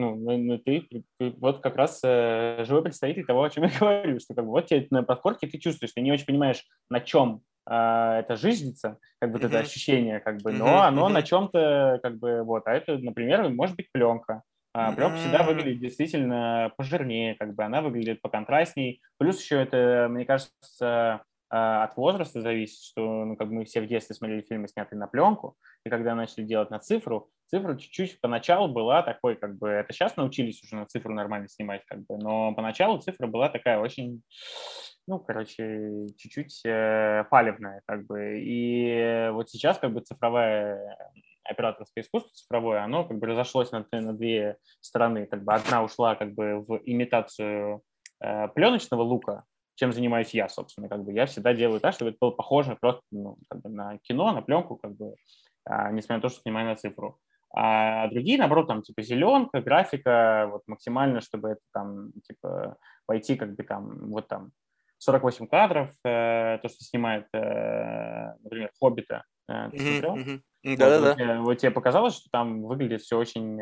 ты вот как раз живой представитель того, о чем я говорю, что, как бы, вот тебе на подкорке ты чувствуешь, ты не очень понимаешь, на чем это жизнится, как бы, вот это Мгм. ощущение, как бы, но Мгм. оно на Мгм. чем-то, как бы, вот, а это, например, может быть пленка. Пленка всегда М. выглядит действительно пожирнее, как бы она выглядит поконтрастней. Плюс еще это, мне кажется, от возраста зависит, что ну, как бы мы все в детстве смотрели фильмы, снятые на пленку, и когда начали делать на цифру, цифра чуть-чуть поначалу была такой, как бы, это сейчас научились уже на цифру нормально снимать, как бы, но поначалу цифра была такая очень, ну, короче, чуть-чуть палевная, как бы, и вот сейчас, как бы, цифровая операторское искусство цифровое, оно как бы разошлось на две стороны. Как бы одна ушла как бы в имитацию пленочного лука, чем занимаюсь я, собственно. Как бы я всегда делаю так, чтобы это было похоже просто ну, как бы на кино, на пленку, как бы, несмотря на то, что снимаю на цифру. А другие, наоборот, там, типа, зеленка, графика, вот максимально, чтобы это там, типа, пойти, как бы там, вот там, 48 кадров, то, что снимает, например, «Хоббита», ты Мгм. смотрел? Мгм. Вот, Да-да-да. вот тебе показалось, что там выглядит все очень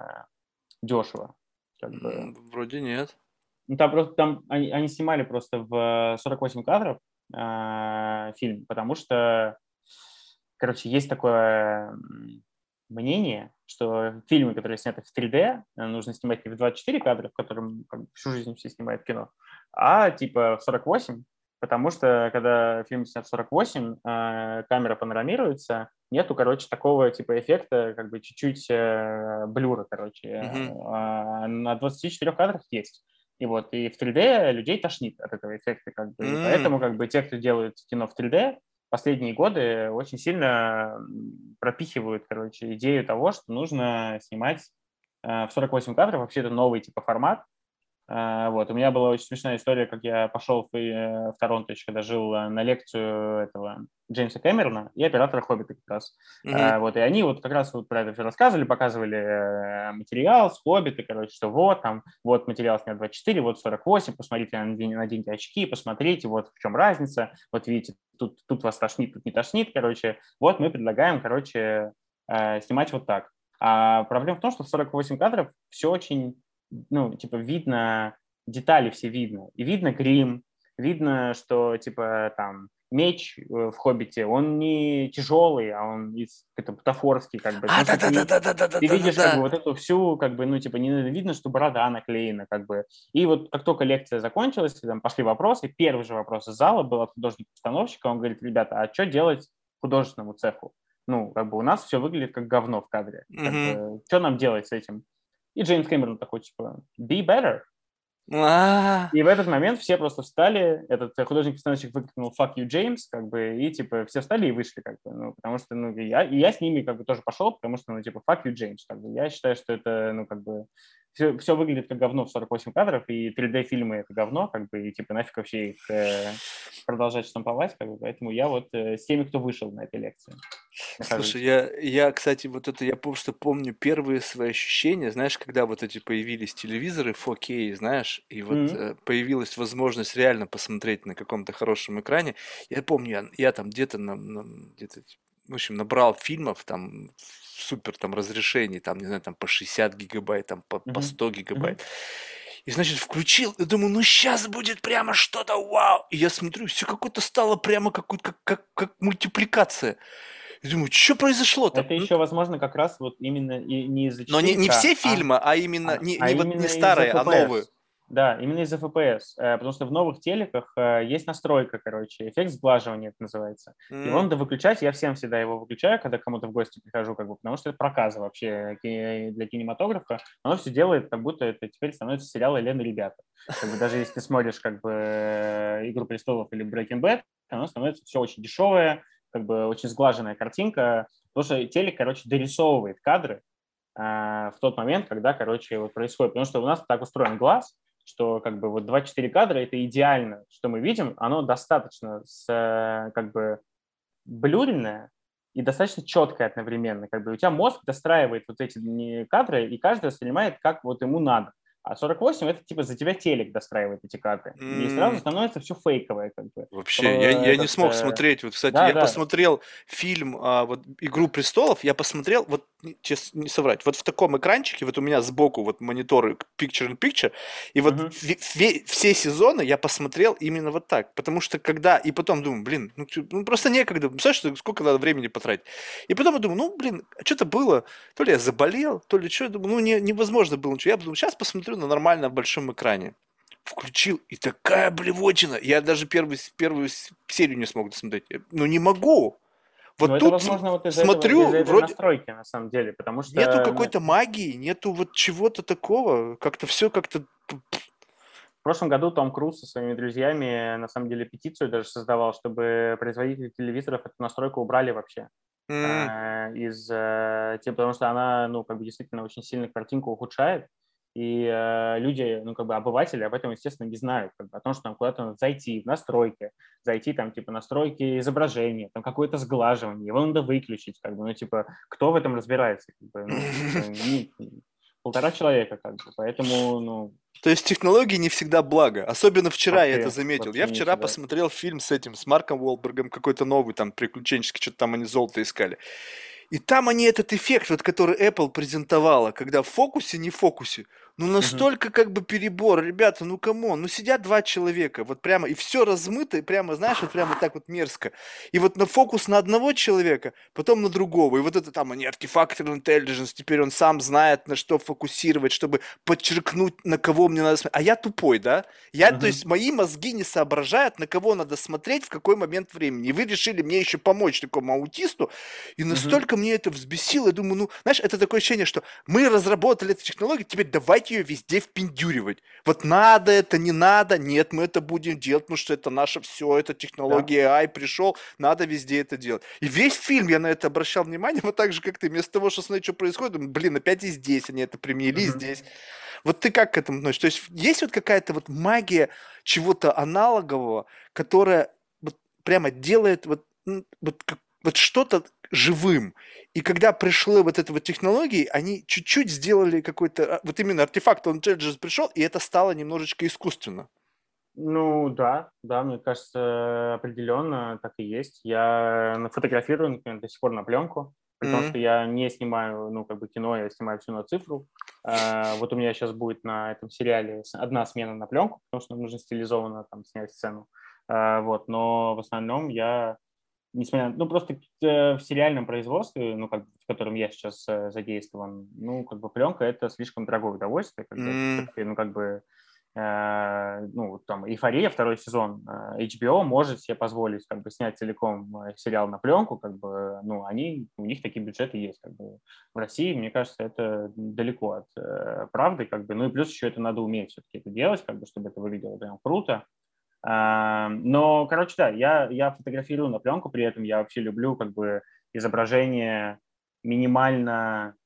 дешево. Как бы. Вроде нет. Ну, там просто там они снимали просто в 48 кадров фильм, потому что, короче, есть такое мнение, что фильмы, которые сняты в 3D, нужно снимать не в 24 кадра, в котором как бы, всю жизнь все снимают кино, а типа в 48, потому что когда фильм снят в 48, камера панорамируется, нету, короче, такого типа эффекта, как бы чуть-чуть блюра, короче. Мгм. А на 24 кадрах есть. И вот и в 3D людей тошнит от этого эффекта, как бы. И М. поэтому как бы те, кто делают кино в 3D, последние годы очень сильно пропихивают, короче, идею того, что нужно снимать в 48 кадров. Вообще это новый типа формат, вот. У меня была очень смешная история, как я пошел в Торонто еще, когда жил на лекцию этого Джеймса Кэмерона и оператора «Хоббита» как раз. Мгм. Вот. И они вот как раз вот про это все рассказывали, показывали материал с «Хоббита», короче, что вот там, вот материал снят 24, вот 48, посмотрите, наденьте очки, посмотрите, вот в чем разница, вот видите, тут вас тошнит, тут не тошнит, короче. Вот мы предлагаем, короче, снимать вот так. А проблема в том, что в 48 кадров все очень ну, типа, видно, детали все видно. И видно грим, видно, что, типа, там, меч в «Хоббите», он не тяжелый, а он это бутафорский, как бы. Ну, что ты видишь, как бы, Да-да-да-да-да-да-да-да-да. вот эту всю, как бы, ну, типа, не видно, что борода наклеена, как бы. И вот как только лекция закончилась, там пошли вопросы, первый же вопрос из зала был от художника-постановщика, он говорит, ребята, а что делать художественному цеху? Ну, как бы у нас все выглядит как говно в кадре. Как Мгм. бы, что нам делать с этим? И Джеймс Кэмерон такой, типа, be better. А. И в этот момент все просто встали, этот художник-постановщик выкрикнул «fuck you, Джеймс», как бы, и, типа, все встали и вышли, как бы, ну, потому что, ну, и я с ними, как бы, тоже пошел, потому что, ну, типа, «fuck you, Джеймс», как бы, я считаю, что это, ну, как бы, все выглядит как говно в 48 кадров, и 3D-фильмы — это говно, как бы, и, типа, нафиг вообще их продолжать штамповать, как бы, поэтому я вот с теми, кто вышел на этой лекции, Слушай, нахожусь. я, кстати, вот это я просто помню первые свои ощущения, знаешь, когда вот эти появились телевизоры 4K, знаешь, и вот Мгм. появилась возможность реально посмотреть на каком-то хорошем экране. Я помню, я там где-то, где-то, в общем, набрал фильмов там в супер там разрешений, там, не знаю, там по 60 гигабайт, там по Мгм. 100 Мгм. гигабайт. И, значит, включил, и думаю, ну сейчас будет прямо что-то вау. И я смотрю, все какое-то стало прямо как мультипликация. И думаю, что произошло-то? Это еще, возможно, как раз вот именно и не из-за Но не 4К, все фильмы, а именно не вот не именно из-за старые, а новые. FPS. Да, именно из-за FPS. Потому что в новых телеках есть настройка, короче, эффект сглаживания это называется. Его М, надо выключать, я всем всегда его выключаю, когда кому-то в гости прихожу, как бы, потому что это проказа вообще для кинематографа. Оно все делает, как будто это теперь становится сериал «Элен и ребята». Как бы даже если ты смотришь как бы «Игру престолов» или «Breaking Bad», оно становится все очень дешевое, как бы очень сглаженная картинка, потому что телек, короче, дорисовывает кадры в тот момент, когда, короче, вот происходит. Потому что у нас так устроен глаз, что как бы вот 24 кадра – это идеально, что мы видим, оно достаточно как бы блюренное и достаточно четкое одновременно. Как бы у тебя мозг достраивает вот эти кадры, и каждый воспринимает, как вот ему надо. А 48 – это типа за тебя телек достраивает эти кадры. И сразу м. становится все фейковое. Как бы. Вообще, я не смог смотреть. Вот, кстати, Да, я да. посмотрел фильм вот «Игру престолов», я посмотрел, вот честно не соврать, вот в таком экранчике, вот у меня сбоку вот мониторы Picture in Picture, и вот Мгм, все сезоны я посмотрел именно вот так, потому что когда, и потом думаю, блин, ну просто некогда, представляешь, сколько надо времени потратить. И потом я думаю, ну блин, а что-то было, то ли я заболел, то ли что, я думаю, ну невозможно было ничего. Я думаю, сейчас посмотрю на нормальном большом экране. Включил, и такая блевотина. Я даже первую серию не смог досмотреть. Ну, не могу. Ну, Вот это, тут возможно, вот из-за этого, из-за смотрю, этой вроде настройки, на самом деле, потому нету что какой-то магии, нету вот чего-то такого. Как-то все как-то... в прошлом году Том Круз со своими друзьями, на самом деле, петицию даже создавал, чтобы производители телевизоров эту настройку убрали вообще. Типа, потому что она, ну, как бы действительно очень сильно картинку ухудшает, и люди, ну, как бы обыватели об этом, естественно, не знают, как бы, о том, что там куда-то надо зайти в настройки, зайти там, типа, настройки изображения, там какое-то сглаживание, его надо выключить, как бы, ну, типа, кто в этом разбирается, как бы, ну, типа, полтора человека, как бы, поэтому, ну, То есть технологии не всегда благо. Особенно вчера я это вообще, заметил. Я вообще не вчера всегда. посмотрел фильм с этим, с Марком Уолбергом, какой-то новый там приключенческий, что-то там они золото искали. И там они этот эффект, вот который Apple презентовала, когда в фокусе, не в фокусе, ну Мгм. настолько как бы перебор, ребята, ну камон, ну сидят два человека, вот прямо, и все размыто, и прямо, знаешь, вот прямо так вот мерзко. И вот на фокус на одного человека, потом на другого, и вот это там они Artifactory Intelligence, теперь он сам знает, на что фокусировать, чтобы подчеркнуть, на кого мне надо смотреть. А я тупой, да? То Мгм. есть мои мозги не соображают, на кого надо смотреть, в какой момент времени. И вы решили мне еще помочь такому аутисту, и Мгм. настолько мне это взбесило, я думаю, ну, знаешь, это такое ощущение, что мы разработали эту технологию, теперь давайте ее везде впендюривать. Вот надо это, не надо, нет, мы это будем делать, потому что это наше все, это Да. технология AI пришел, надо везде это делать. И весь фильм я на это обращал внимание, вот так же, как ты, вместо того, что смотреть, что происходит, думаю, блин, опять и здесь они это применили, и Мгм. здесь. Вот ты как к этому относишься? То есть есть вот какая-то вот магия чего-то аналогового, которая вот прямо делает вот что-то живым. И когда пришли вот эти вот технологии, они чуть-чуть сделали какой-то, вот именно артефакт Intelligence пришел, и это стало немножечко искусственно. Ну да, да, мне кажется, определенно так и есть. Я фотографирую, например, до сих пор на пленку, при том, М, что я не снимаю, ну, как бы кино, я снимаю все на цифру. Вот у меня сейчас будет на этом сериале одна смена на пленку, потому что нужно стилизованно там снять сцену. Вот, но в основном я, несмотря ну, просто в сериальном производстве, ну, как бы, в котором я сейчас задействован, ну, как бы пленка – это слишком дорогое удовольствие, как бы, м. все-таки, ну, как бы, ну, вот там «Эйфория», второй сезон, HBO может себе позволить как бы снять целиком сериал на пленку, как бы, ну, у них такие бюджеты есть, как бы. В России, мне кажется, это далеко от правды, как бы, ну, и плюс еще это надо уметь все-таки это делать, как бы, чтобы это выглядело прям круто. Но, короче, да, я фотографирую на пленку, при этом я вообще люблю как бы изображение минимально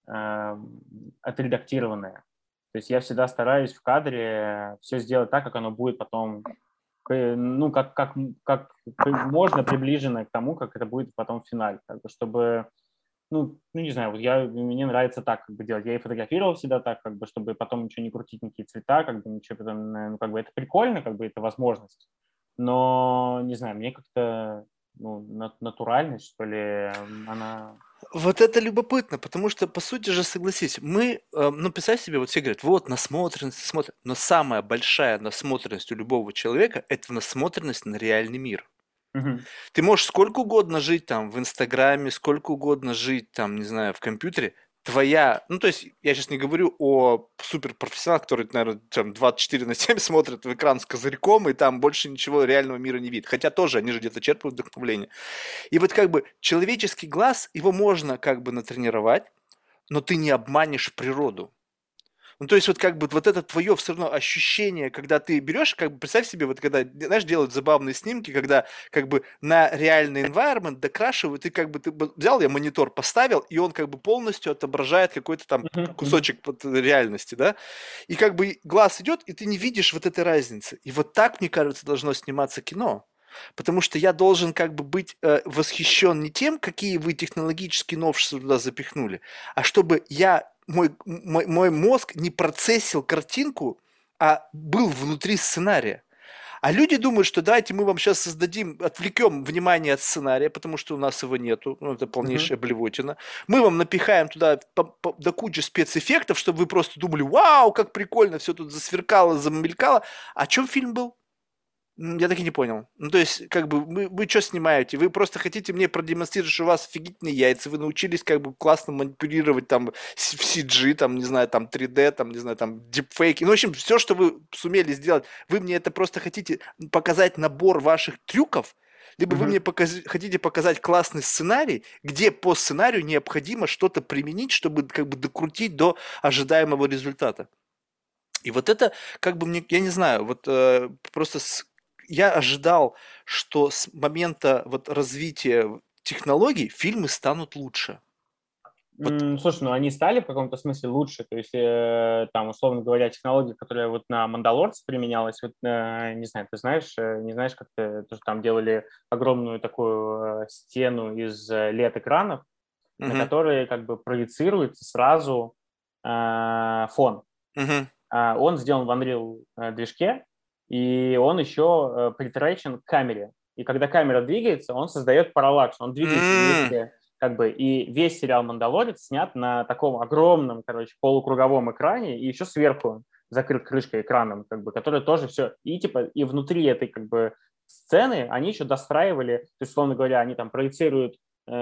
отредактированное. То есть я всегда стараюсь в кадре все сделать так, как оно будет потом, ну, как можно приближено к тому, как это будет потом в финале, как бы, чтобы ну, не знаю, вот мне нравится так как бы делать. Я и фотографировал всегда так, как бы, чтобы потом ничего не крутить, никакие цвета, как бы ничего потом, ну, как бы это прикольно, как бы это возможность. Но, не знаю, мне как-то, ну, натуральность, что ли, она... Вот это любопытно, потому что, по сути же, согласись, мы, ну, представь себе, вот все говорят, вот, насмотренность, но самая большая насмотренность у любого человека – это насмотренность на реальный мир. Мгм. Ты можешь сколько угодно жить там в Инстаграме, сколько угодно жить там, не знаю, в компьютере. Твоя, ну то есть я сейчас не говорю о суперпрофессионалах, которые, наверное, там 24/7 смотрят в экран с козырьком и там больше ничего реального мира не видят. Хотя тоже они же где-то черпают вдохновление. И вот как бы человеческий глаз, его можно как бы натренировать, но ты не обманешь природу. Ну, то есть вот как бы вот это твое все равно ощущение, когда ты берешь, как бы представь себе, вот когда, знаешь, делают забавные снимки, когда как бы на реальный environment докрашивают, и как бы ты взял, я монитор поставил, и он как бы полностью отображает какой-то там Мгм. Мгм. кусочек вот реальности, да, и как бы глаз идет, и ты не видишь вот этой разницы. И вот так, мне кажется, должно сниматься кино. Потому что я должен как бы быть восхищен не тем, какие вы технологические новшества туда запихнули, а чтобы мой мозг не процессил картинку, а был внутри сценария. А люди думают, что давайте мы вам сейчас создадим, отвлекем внимание от сценария, потому что у нас его нету, ну, это Мгм. полнейшая блевотина. Мы вам напихаем туда до кучи спецэффектов, чтобы вы просто думали, вау, как прикольно, все тут засверкало, замелькало. О чем фильм был? Я так и не понял. Ну, то есть, как бы, вы что снимаете? Вы просто хотите мне продемонстрировать, что у вас офигительные яйца, вы научились как бы классно манипулировать там в CG, там, не знаю, там 3D, там, не знаю, там дипфейки. Ну, в общем, все, что вы сумели сделать, вы мне это просто хотите показать набор ваших трюков, либо вы мне Мгм. хотите показать классный сценарий, где по сценарию необходимо что-то применить, чтобы как бы докрутить до ожидаемого результата. И вот это, как бы мне, я не знаю, вот просто я ожидал, что с момента вот развития технологий фильмы станут лучше. Вот, Слушай, ну они стали в каком-то смысле лучше, то есть там, условно говоря, технология, которая вот на Мандалорце применялась, вот, не знаю, ты знаешь, не знаешь, как ты, тоже там делали огромную такую стену из LED-экранов, на мгм, которые как бы проецируется сразу фон. мгм. Он сделан в Unreal движке, и он еще притречен к камере. И когда камера двигается, он создает параллакс, он двигается М, вместе, как бы, и весь сериал «Мандалорец» снят на таком огромном, короче, полукруговом экране, и еще сверху закрыт крышкой экраном, как бы, который тоже все, и типа, и внутри этой, как бы, сцены они еще достраивали, то есть, условно говоря, они там проецируют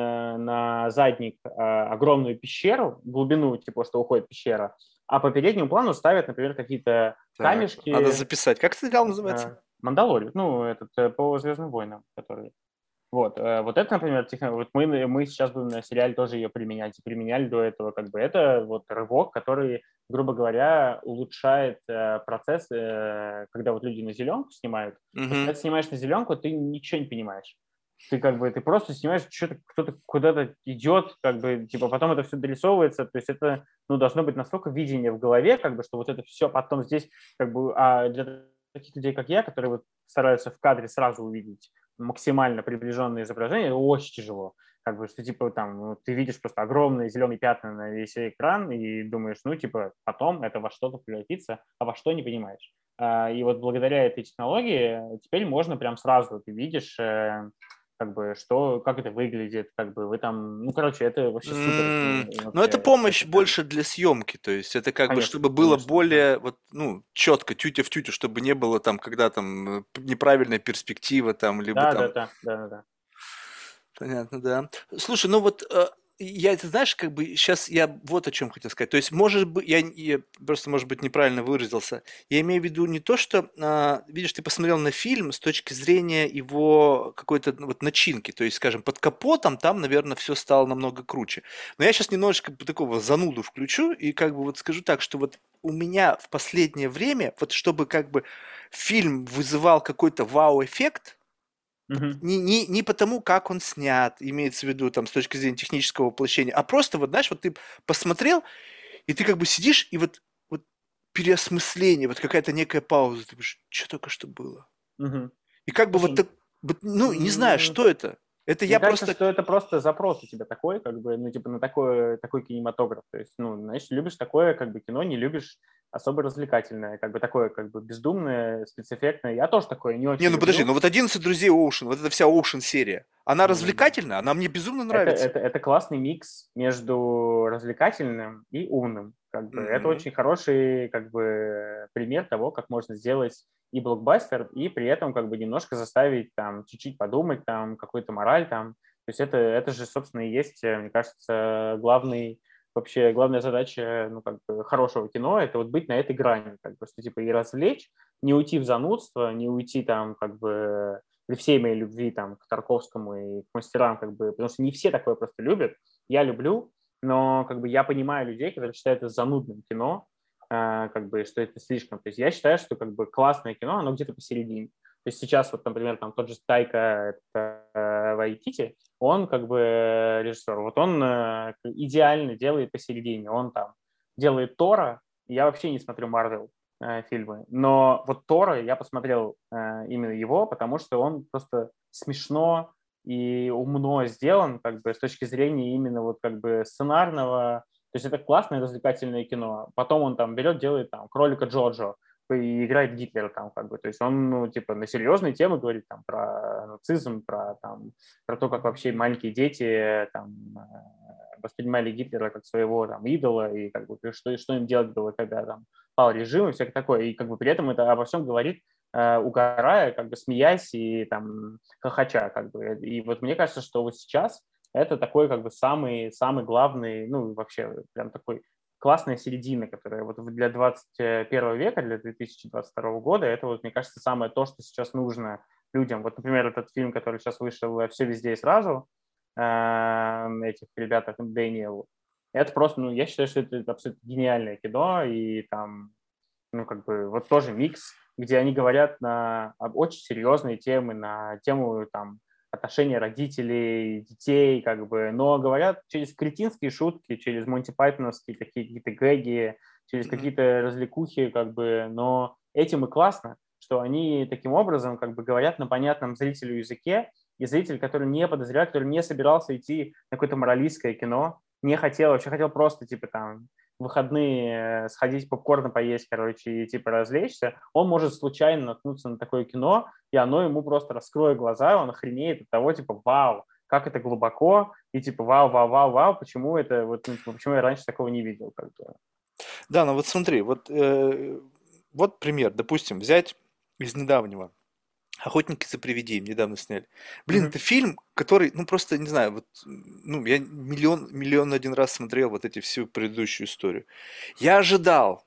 на задник огромную пещеру, глубину, типа, что уходит пещера, а по переднему плану ставят, например, какие-то так, надо камешки. записать. Как сериал называется? Мандалорец, ну, этот по «Звездным войнам», который... Вот, вот это, например, вот мы сейчас будем на сериале тоже ее применять, и применяли до этого, как бы, это вот рывок, который, грубо говоря, улучшает процесс, когда вот люди на зеленку снимают, потому что Мгм. когда ты снимаешь на зеленку, ты ничего не понимаешь. Ты как бы, ты просто снимаешь, что-то кто-то куда-то идет, как бы, типа, потом это все дорисовывается, то есть это, ну, должно быть настолько видение в голове, как бы, что вот это все потом здесь, как бы, а для таких людей, как я, которые вот стараются в кадре сразу увидеть максимально приближенное изображение, очень тяжело. Как бы, что, типа, там, ну, ты видишь просто огромные зеленые пятна на весь экран и думаешь, ну, типа, потом это во что-то превратится, а во что не понимаешь. И вот благодаря этой технологии теперь можно прям сразу, ты видишь, как бы, что, как это выглядит, как бы вы там, ну, короче, это вообще супер, Но это вообще, помощь это прям, больше для съемки, то есть это как бы, конечно, чтобы было конечно, да. более вот, ну, четко, тютя в тютю, чтобы не было там, когда там неправильная перспектива там, либо Да, да, там. да, да, да, да. Понятно, да. Слушай, ну вот я, ты знаешь, как бы сейчас я вот о чем хотел сказать. То есть, может быть, я просто, может быть, неправильно выразился. Я имею в виду не то, что, видишь, ты посмотрел на фильм с точки зрения его какой-то ну, вот начинки. То есть, скажем, под капотом там, наверное, все стало намного круче. Но я сейчас немножечко такого зануду включу и как бы вот скажу так, что вот у меня в последнее время, вот чтобы как бы фильм вызывал какой-то вау-эффект, Мгм. не потому, как он снят, имеется в виду там с точки зрения технического воплощения, а просто вот, знаешь, вот ты посмотрел, и ты как бы сидишь, и вот переосмысление, вот какая-то некая пауза, ты думаешь, что только что было? Мгм. И как бы вот Слушай, так, вот, ну, не знаю, что это. Это мне я кажется, просто... что это просто запрос у тебя такой, как бы, ну, типа, на такой кинематограф. То есть, ну, знаешь, любишь такое, как бы, кино, не любишь особо развлекательное, как бы, такое, как бы, бездумное, спецэффектное. Я тоже такое не Не, очень ну подожди, ну люблю. вот «11 друзей Оушен», вот эта вся Оушен серия, она М, развлекательна, она мне безумно Это, нравится. это, это классный микс между развлекательным и умным. Как бы это Мгм. очень хороший как бы пример того, как можно сделать и блокбастер, и при этом как бы немножко заставить там чуть-чуть подумать, там какой-то мораль там. То есть это же, собственно, и есть, мне кажется, вообще главная задача, ну, как бы хорошего кино, это вот быть на этой грани, как бы, что типа и развлечь, не уйти в занудство, не уйти там как бы при всей моей любви там к Тарковскому и к мастерам, как бы, потому что не все такое просто любят. Я люблю, но как бы я понимаю людей, которые считают это занудным кино, как бы, что это слишком. То есть я считаю, что как бы классное кино, оно где-то посередине. То есть сейчас вот, например, там тот же Тайка Вайтити, он как бы режиссер, вот он идеально делает посередине. Он там делает Тора, я вообще не смотрю Марвел фильмы, но вот Тора я посмотрел именно его, потому что он просто смешно и умно сделан, как бы с точки зрения именно вот как бы сценарного. То есть это классное развлекательное кино. Потом он там берет, делает там кролика Джоджо и играет Гитлера там как бы. То есть он, ну, типа, на серьезные темы говорит там про нацизм, про то, как вообще маленькие дети там воспринимали Гитлера как своего там идола и как бы что им делать было, когда там пал режим и всякое такое. И как бы при этом это обо всем говорит угорая, как бы смеясь и там хохоча, как бы. И вот мне кажется, что вот сейчас это такой как бы самый главный, ну вообще прям такой классная середина, которая вот для 21 века, для 2022 года, это вот, мне кажется, самое то, что сейчас нужно людям. Вот, например, этот фильм, который сейчас вышел «Все везде и сразу», этих ребят, Дэниел, это просто, ну, я считаю, что это абсолютно гениальное кино, и там ну, как бы, вот тоже микс, где они говорят об очень серьезные темы, на тему, там, отношения родителей, детей, как бы, но говорят через кретинские шутки, через Монти Пайтоновские какие-то гэги, через Мгм. какие-то развлекухи, как бы, но этим и классно, что они таким образом, как бы, говорят на понятном зрителю языке, и зритель, который не подозревает, который не собирался идти на какое-то моралистское кино, не хотел, вообще хотел просто, типа, там, в выходные сходить попкорн поесть, короче, и типа развлечься, он может случайно наткнуться на такое кино, и оно ему просто раскроет глаза, он охренеет от того, типа, вау, как это глубоко, и типа, вау, вау, вау, вау, почему это, вот, ну, типа, почему я раньше такого не видел, как бы. Да, ну вот смотри, вот пример, допустим, взять из недавнего. «Охотники за привидениями» недавно сняли. Блин, Мгм. это фильм, который, ну просто, не знаю, вот, ну, я миллион один раз смотрел вот эти всю предыдущую историю. Я ожидал,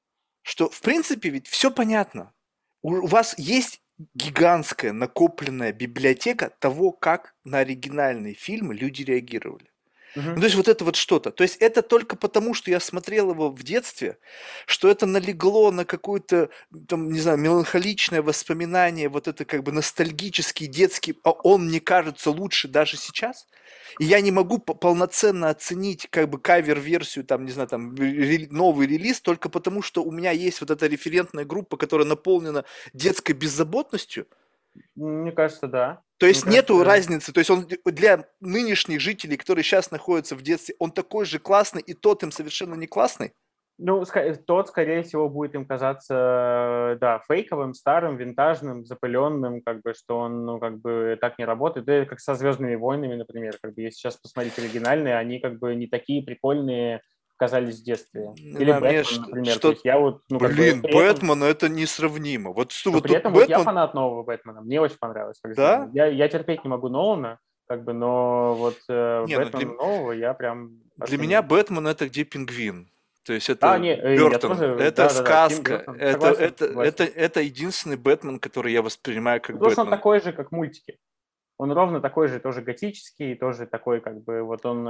что, в принципе, ведь все понятно. У вас есть гигантская накопленная библиотека того, как на оригинальные фильмы люди реагировали. Ну, Мгм. то есть вот это вот что-то. То есть это только потому, что я смотрел его в детстве, что это налегло на какое-то, там, не знаю, меланхоличное воспоминание, вот это как бы ностальгический, детский, а он мне кажется лучше даже сейчас. И я не могу полноценно оценить как бы кавер-версию, там, не знаю, там, новый релиз, только потому, что у меня есть вот эта референтная группа, которая наполнена детской беззаботностью. Мне кажется, да. То Мне есть нету кажется, разницы, то есть он для нынешних жителей, которые сейчас находятся в детстве, он такой же классный, и тот им совершенно не классный. ну, тот, скорее всего, будет им казаться, да, фейковым, старым, винтажным, запыленным, как бы, что он, ну, как бы так не работает. Да, как со «Звездными войнами», например, как бы, если сейчас посмотреть оригинальные, они как бы не такие прикольные казались в детстве. Не Или знаю, мне «Бэтмен», например. То что... есть я вот, ну, как бы, Блин, Бэтмен, это несравнимо. Вот, но вот при тут этом вот я Бэтмен, фанат нового «Бэтмена», мне очень понравилось, как сделано. да? Я терпеть не могу Нолана, как бы, но вот Не, ну «Бэтмена» нового я прям для меня оценил. Бэтмен это где пингвин. То есть А, это не, я Бертон, тоже, это да-да-да, Тим сказка, Бертон, согласен, согласен. это единственный Бэтмен, который я воспринимаю как Ну, потому что он Бэтмен. такой же, как мультики. Он ровно такой же, тоже готический, тоже такой, как бы, вот он,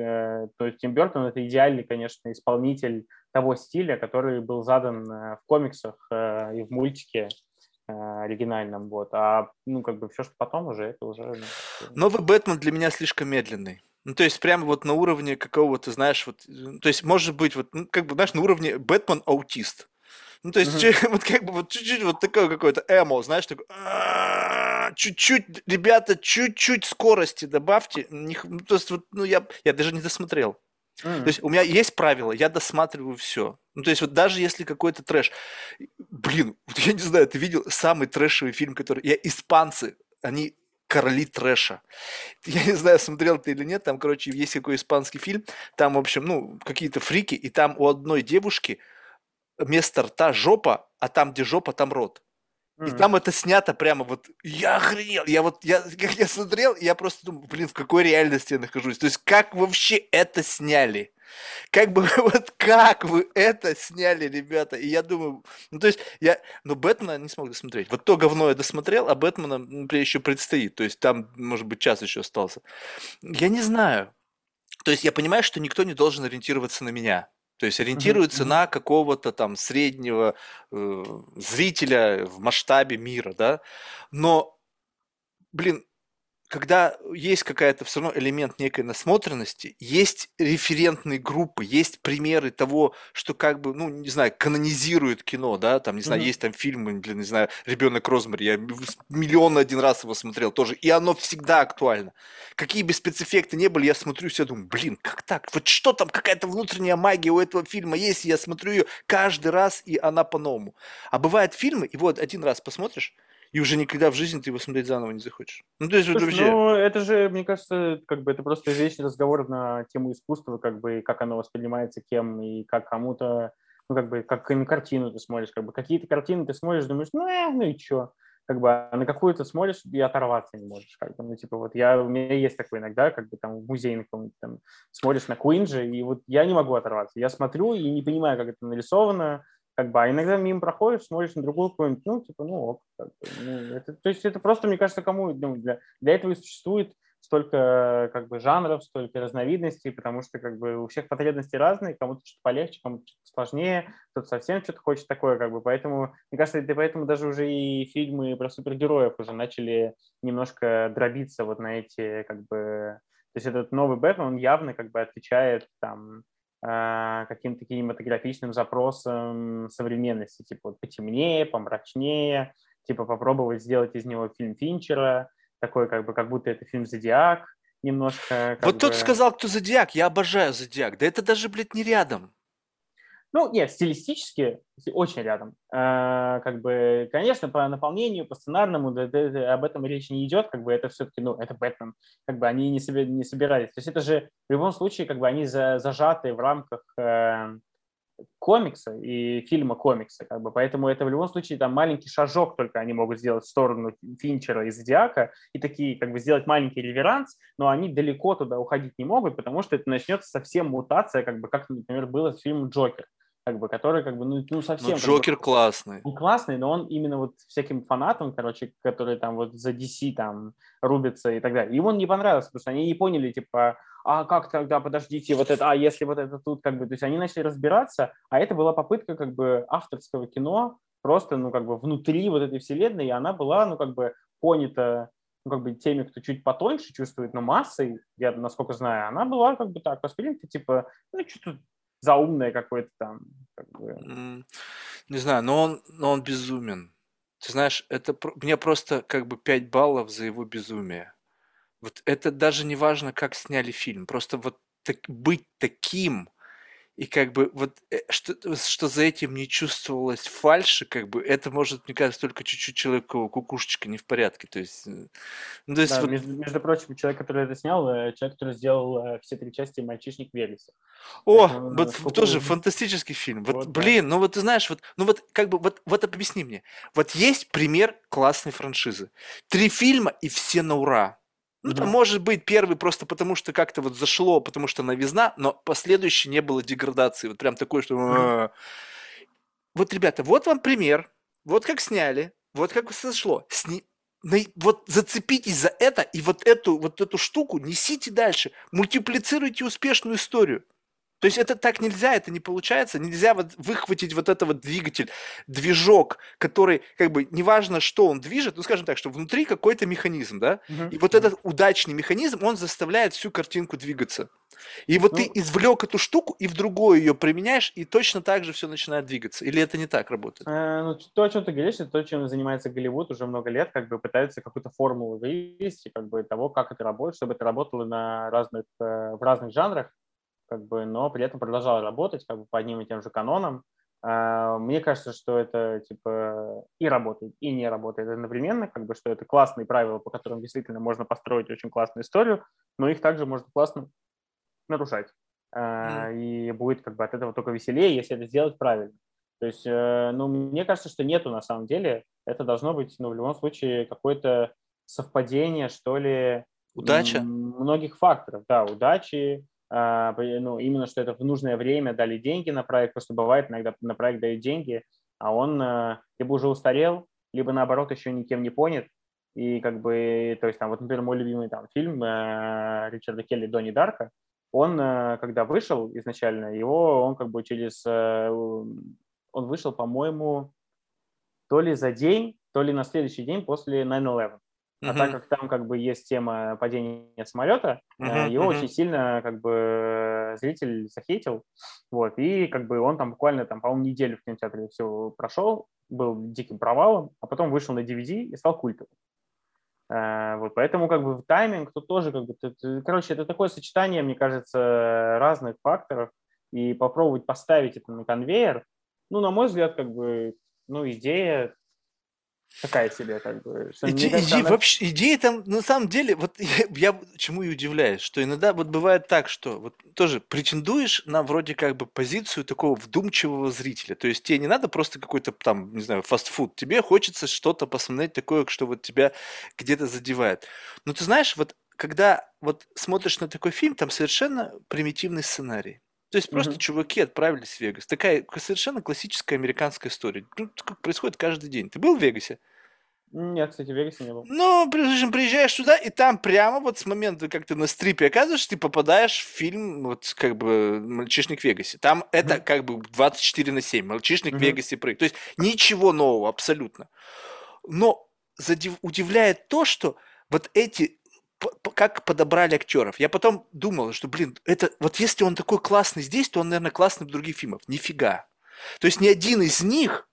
то есть Тим Бертон это идеальный, конечно, исполнитель того стиля, который был задан в комиксах и в мультике оригинальном, вот. А, ну, как бы, все, что потом уже, это уже, ну, как бы, Новый Бэтмен для меня слишком медленный. Ну, то есть, прямо вот на уровне какого-то, знаешь, вот, то есть, может быть, вот, ну, как бы, знаешь, на уровне Бэтмен-аутист. Ну, то есть, мгм. вот как бы вот чуть-чуть вот такое какое-то эмо, знаешь, такой, чуть-чуть, ребята, чуть-чуть скорости добавьте. Ну, то есть, вот, ну, я даже не досмотрел. То Мгм. есть, у меня есть правило, я досматриваю все. Ну, то есть, вот даже если какой-то трэш. Блин, вот я не знаю, ты видел самый трэшевый фильм, который... Испанцы, они короли трэша. Я не знаю, смотрел ты или нет, там, короче, есть какой испанский фильм, там, в общем, ну, какие-то фрики, и там у одной девушки вместо рта жопа, а там, где жопа, там рот. И Мгм. там это снято прямо вот, я охренел, как я смотрел, я просто думаю, блин, в какой реальности я нахожусь, то есть как вообще это сняли? Как бы, вот как вы это сняли, ребята? И я думаю, ну то есть но Бэтмена не смог досмотреть. Вот то говно я досмотрел, а Бэтмена еще предстоит, то есть там, может быть, час еще остался. Я не знаю, то есть я понимаю, что никто не должен ориентироваться на меня. То есть Мгм. ориентируется Мгм. на какого-то там среднего зрителя в масштабе мира, да. Но, блин, когда есть какая-то все равно элемент некой насмотренности, есть референтные группы, есть примеры того, что как бы, ну, не знаю, канонизирует кино, да, там, не знаю, Мгм. есть там фильмы, блин, не знаю, «Ребенок Розмари», я миллион один раз его смотрел тоже, и оно всегда актуально. Какие бы спецэффекты не были, я смотрю и думаю, блин, как так? Вот что там, какая-то внутренняя магия у этого фильма есть, и я смотрю ее каждый раз, и она по-новому. А бывают фильмы, и вот один раз посмотришь, и уже никогда в жизни ты его смотреть заново не захочешь. Ну, то есть, вот Слушай, вообще. ну это же, мне кажется, как бы это просто вечный разговор на тему искусства, как бы, и как оно воспринимается кем, и как кому-то, ну, как бы, как на картину ты смотришь, как бы, какие-то картины ты смотришь, думаешь, ну и чё, как бы, а на какую ты смотришь и оторваться не можешь, как бы, ну, типа, вот у меня есть такое иногда, как бы, там, в музее на каком-нибудь, там, смотришь на Куинджи, и вот я не могу оторваться, я смотрю и не понимаю, как это нарисовано, как бы, а иногда мимо проходишь, смотришь на другую какую-нибудь, ну, типа, ну, ок, как бы, ну, это, то есть это просто, мне кажется, кому, ну, для этого и существует столько как бы жанров, столько разновидностей, потому что как бы у всех потребности разные, кому-то что-то полегче, кому-то что-то сложнее, кто-то совсем что-то хочет такое, как бы, поэтому, мне кажется, это поэтому даже уже и фильмы про супергероев уже начали немножко дробиться вот на эти, как бы, то есть этот новый Бэтмен, он явно как бы отвечает там каким-то кинематографичным запросам современности, типа вот потемнее, помрачнее, типа попробовать сделать из него фильм Финчера, такой как бы, как будто это фильм «Зодиак», немножко как Вот тот бы. сказал, кто Зодиак, я обожаю Зодиак. Да это даже, блядь, не рядом. Ну, нет, стилистически очень рядом. Как бы, конечно, по наполнению, по сценарному об этом речи не идет, как бы это все-таки, ну, это Бэтмен, как бы они не собирались. То есть это же в любом случае, как бы они зажаты в рамках комикса и фильма комикса, как бы, поэтому это в любом случае там маленький шажок только они могут сделать в сторону Финчера и Зодиака и такие как бы сделать маленький реверанс, но они далеко туда уходить не могут, потому что это начнется совсем мутация, как бы как, например, было с фильмом «Джокер», как бы, который как бы ну Но совсем как бы Джокер классный. он классный, но он именно вот всяким фанатам, короче, которые там вот за DC там рубятся и так далее. Им он не понравился, потому что они не поняли, типа, а как тогда, подождите, вот это, а если вот это тут, как бы, то есть они начали разбираться, а это была попытка, как бы, авторского кино просто, ну, как бы, внутри вот этой вселенной, и она была, ну, как бы, понята, ну, как бы, теми, кто чуть потоньше чувствует, но массой, я, насколько знаю, она была, как бы, так воспринята, типа, ну, что-то заумное какое-то там, как бы. М, Не знаю, но он безумен. Ты знаешь, мне просто как бы 5 баллов за его безумие. Вот это даже не важно, как сняли фильм. Просто вот быть таким, и как бы вот что за этим не чувствовалось фальши, как бы это может, мне кажется, только чуть-чуть человеку кукушечка не в порядке. То есть, ну, то есть Да, вот, между прочим, человек, который это снял, человек, который сделал все три части «Мальчишник в Вегасе». о, Поэтому вот тоже фантастический фильм. Вот, вот, да. блин, ну вот ты знаешь, вот, ну вот как бы, вот объясни мне. Вот есть пример классной франшизы. 3 фильма и все на ура. Ну, там, Мгм. может быть, первый просто потому, что как-то вот зашло, потому что новизна, но последующий не было деградации. Вот прям такой, что... Мгм. Вот, ребята, вот вам пример. Вот как сняли, вот как сошло. Вот зацепитесь за это и вот эту штуку несите дальше. Мультиплицируйте успешную историю. То есть это так нельзя, это не получается. Нельзя вот выхватить вот это вот двигатель, движок, который как бы неважно, что он движет, ну скажем так, что внутри какой-то механизм, да, Мгм. и вот Мгм. этот удачный механизм, он заставляет всю картинку двигаться. И вот ты Ну, извлек эту штуку и в другую ее применяешь, и точно так же все начинает двигаться. Или это не так работает? ну, то, о чем ты говоришь, это то, чем занимается Голливуд уже много лет, как бы пытаются какую-то формулу вывести, как бы того, как это работает, чтобы это работало в разных жанрах, как бы, но при этом продолжало работать как бы по одним и тем же канонам. Мне кажется, что это типа и работает, и не работает одновременно, как бы, что это классные правила, по которым действительно можно построить очень классную историю, но их также можно классно нарушать. Мгм. И будет как бы от этого только веселее, если это сделать правильно. То есть, ну, мне кажется, что нету на самом деле. Это должно быть, ну, в любом случае, какое-то совпадение, что ли, Удача. многих факторов. Да, удачи, ну, именно что это в нужное время дали деньги на проект, потому что бывает иногда на проект дают деньги, а он либо уже устарел, либо наоборот еще никем не понят, и как бы, то есть там, вот, например, мой любимый там фильм Ричарда Келли «Донни Дарка», он, когда вышел изначально, он как бы он вышел, по-моему, то ли за день, то ли на следующий день после 9/11. А так Мгм. как там как бы есть тема падения самолета, Мгм. его очень Мгм. сильно как бы зритель захейтил. Вот, и как бы он там буквально, там, по-моему, неделю в кинотеатре все прошел, был диким провалом, а потом вышел на DVD и стал культовым. Вот, поэтому как бы в тайминг тут тоже как бы, короче, это такое сочетание, мне кажется, разных факторов, и попробовать поставить это на конвейер, ну, на мой взгляд, как бы, ну, идея такая себе, как бы, что мне кажется, она... Вообще, идеи там, на самом деле, вот я чему и удивляюсь, что иногда вот бывает так, что вот тоже претендуешь на вроде как бы позицию такого вдумчивого зрителя. То есть тебе не надо просто какой-то там, не знаю, фастфуд. Тебе хочется что-то посмотреть такое, что вот тебя где-то задевает. Но ты знаешь, вот когда вот смотришь на такой фильм, там совершенно примитивный сценарий. То есть просто Мгм. чуваки отправились в Вегас. Такая совершенно классическая американская история. Ну, как происходит каждый день. Ты был в Вегасе? Нет, кстати, в Вегасе не был. Ну, прежде чем приезжаешь туда, и там прямо вот с момента, как ты на стрипе оказываешься, ты попадаешь в фильм, вот как бы «Мальчишник в Вегасе». Там это Мгм. как бы 24/7. «Мальчишник в Мгм. Вегасе» прыгает. То есть ничего нового абсолютно. Но удивляет то, что вот эти как подобрали актеров. Я потом думал, что, блин, это вот если он такой классный здесь, то он, наверное, классный в других фильмах. Нифига. То есть ни один из них,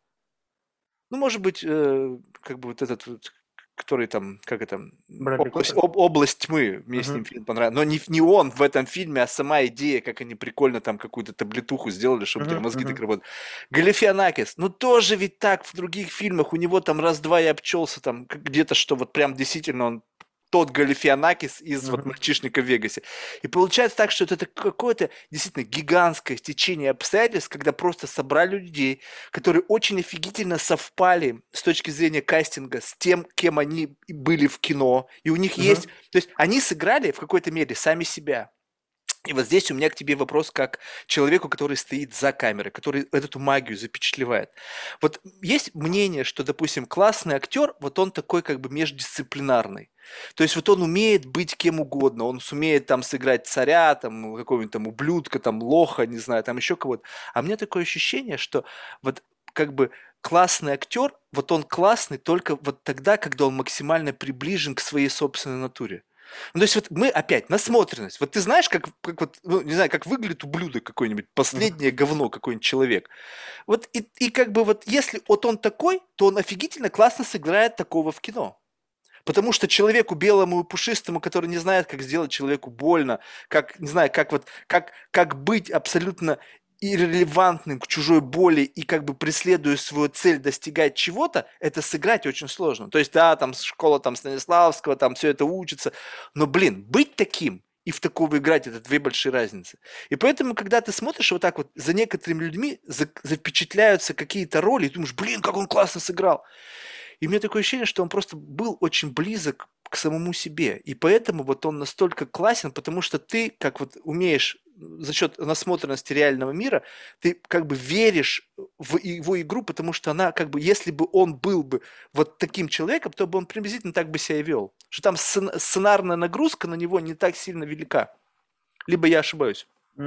ну, может быть, как бы вот этот вот, который там, как это, Брэдли Купер? область тьмы, мне с ним Мгм. фильм понравился. Но не он в этом фильме, а сама идея, как они прикольно там какую-то таблетуху сделали, чтобы у тебя Мгм. мозги так Мгм. работали. Галифианакис, ну тоже ведь так в других фильмах, у него там раз-два и обчелся там где-то, что вот прям действительно он тот Галифианакис из вот Мгм. «Мальчишника в Вегасе». И получается так, что это какое-то действительно гигантское стечение обстоятельств, когда просто собрали людей, которые очень офигительно совпали с точки зрения кастинга с тем, кем они были в кино. И у них есть... Мгм. То есть они сыграли в какой-то мере сами себя. И вот здесь у меня к тебе вопрос как человеку, который стоит за камерой, который эту магию запечатлевает. Вот есть мнение, что, допустим, классный актер, вот он такой как бы междисциплинарный. То есть вот он умеет быть кем угодно, он сумеет там сыграть царя, там какого-нибудь там ублюдка, там лоха, не знаю, там еще кого-то. А мне такое ощущение, что вот как бы классный актер, вот он классный только вот тогда, когда он максимально приближен к своей собственной натуре. Ну, то есть вот мы опять насмотренность. Вот ты знаешь, как вот, ну, не знаю, как выглядит ублюдок какой-нибудь, Мгм. последнее говно какой-нибудь человек. Вот и как бы вот если вот он такой, то он офигительно классно сыграет такого в кино. Потому что человеку белому и пушистому, который не знает, как сделать человеку больно, как, не знаю, как вот, как быть абсолютно иррелевантным к чужой боли и как бы преследуя свою цель достигать чего-то, это сыграть очень сложно. То есть, да, там школа там Станиславского, там все это учится, но, блин, быть таким и в такого играть – это две большие разницы. И поэтому, когда ты смотришь вот так вот, за некоторыми людьми запечатляются какие-то роли, и думаешь, блин, как он классно сыграл. И у меня такое ощущение, что он просто был очень близок к самому себе. И поэтому вот он настолько классен, потому что ты, как вот умеешь за счет насмотренности реального мира, ты как бы веришь в его игру, потому что она как бы, если бы он был бы вот таким человеком, то бы он приблизительно так бы себя и вел. Что там сценарная нагрузка на него не так сильно велика. Либо я ошибаюсь.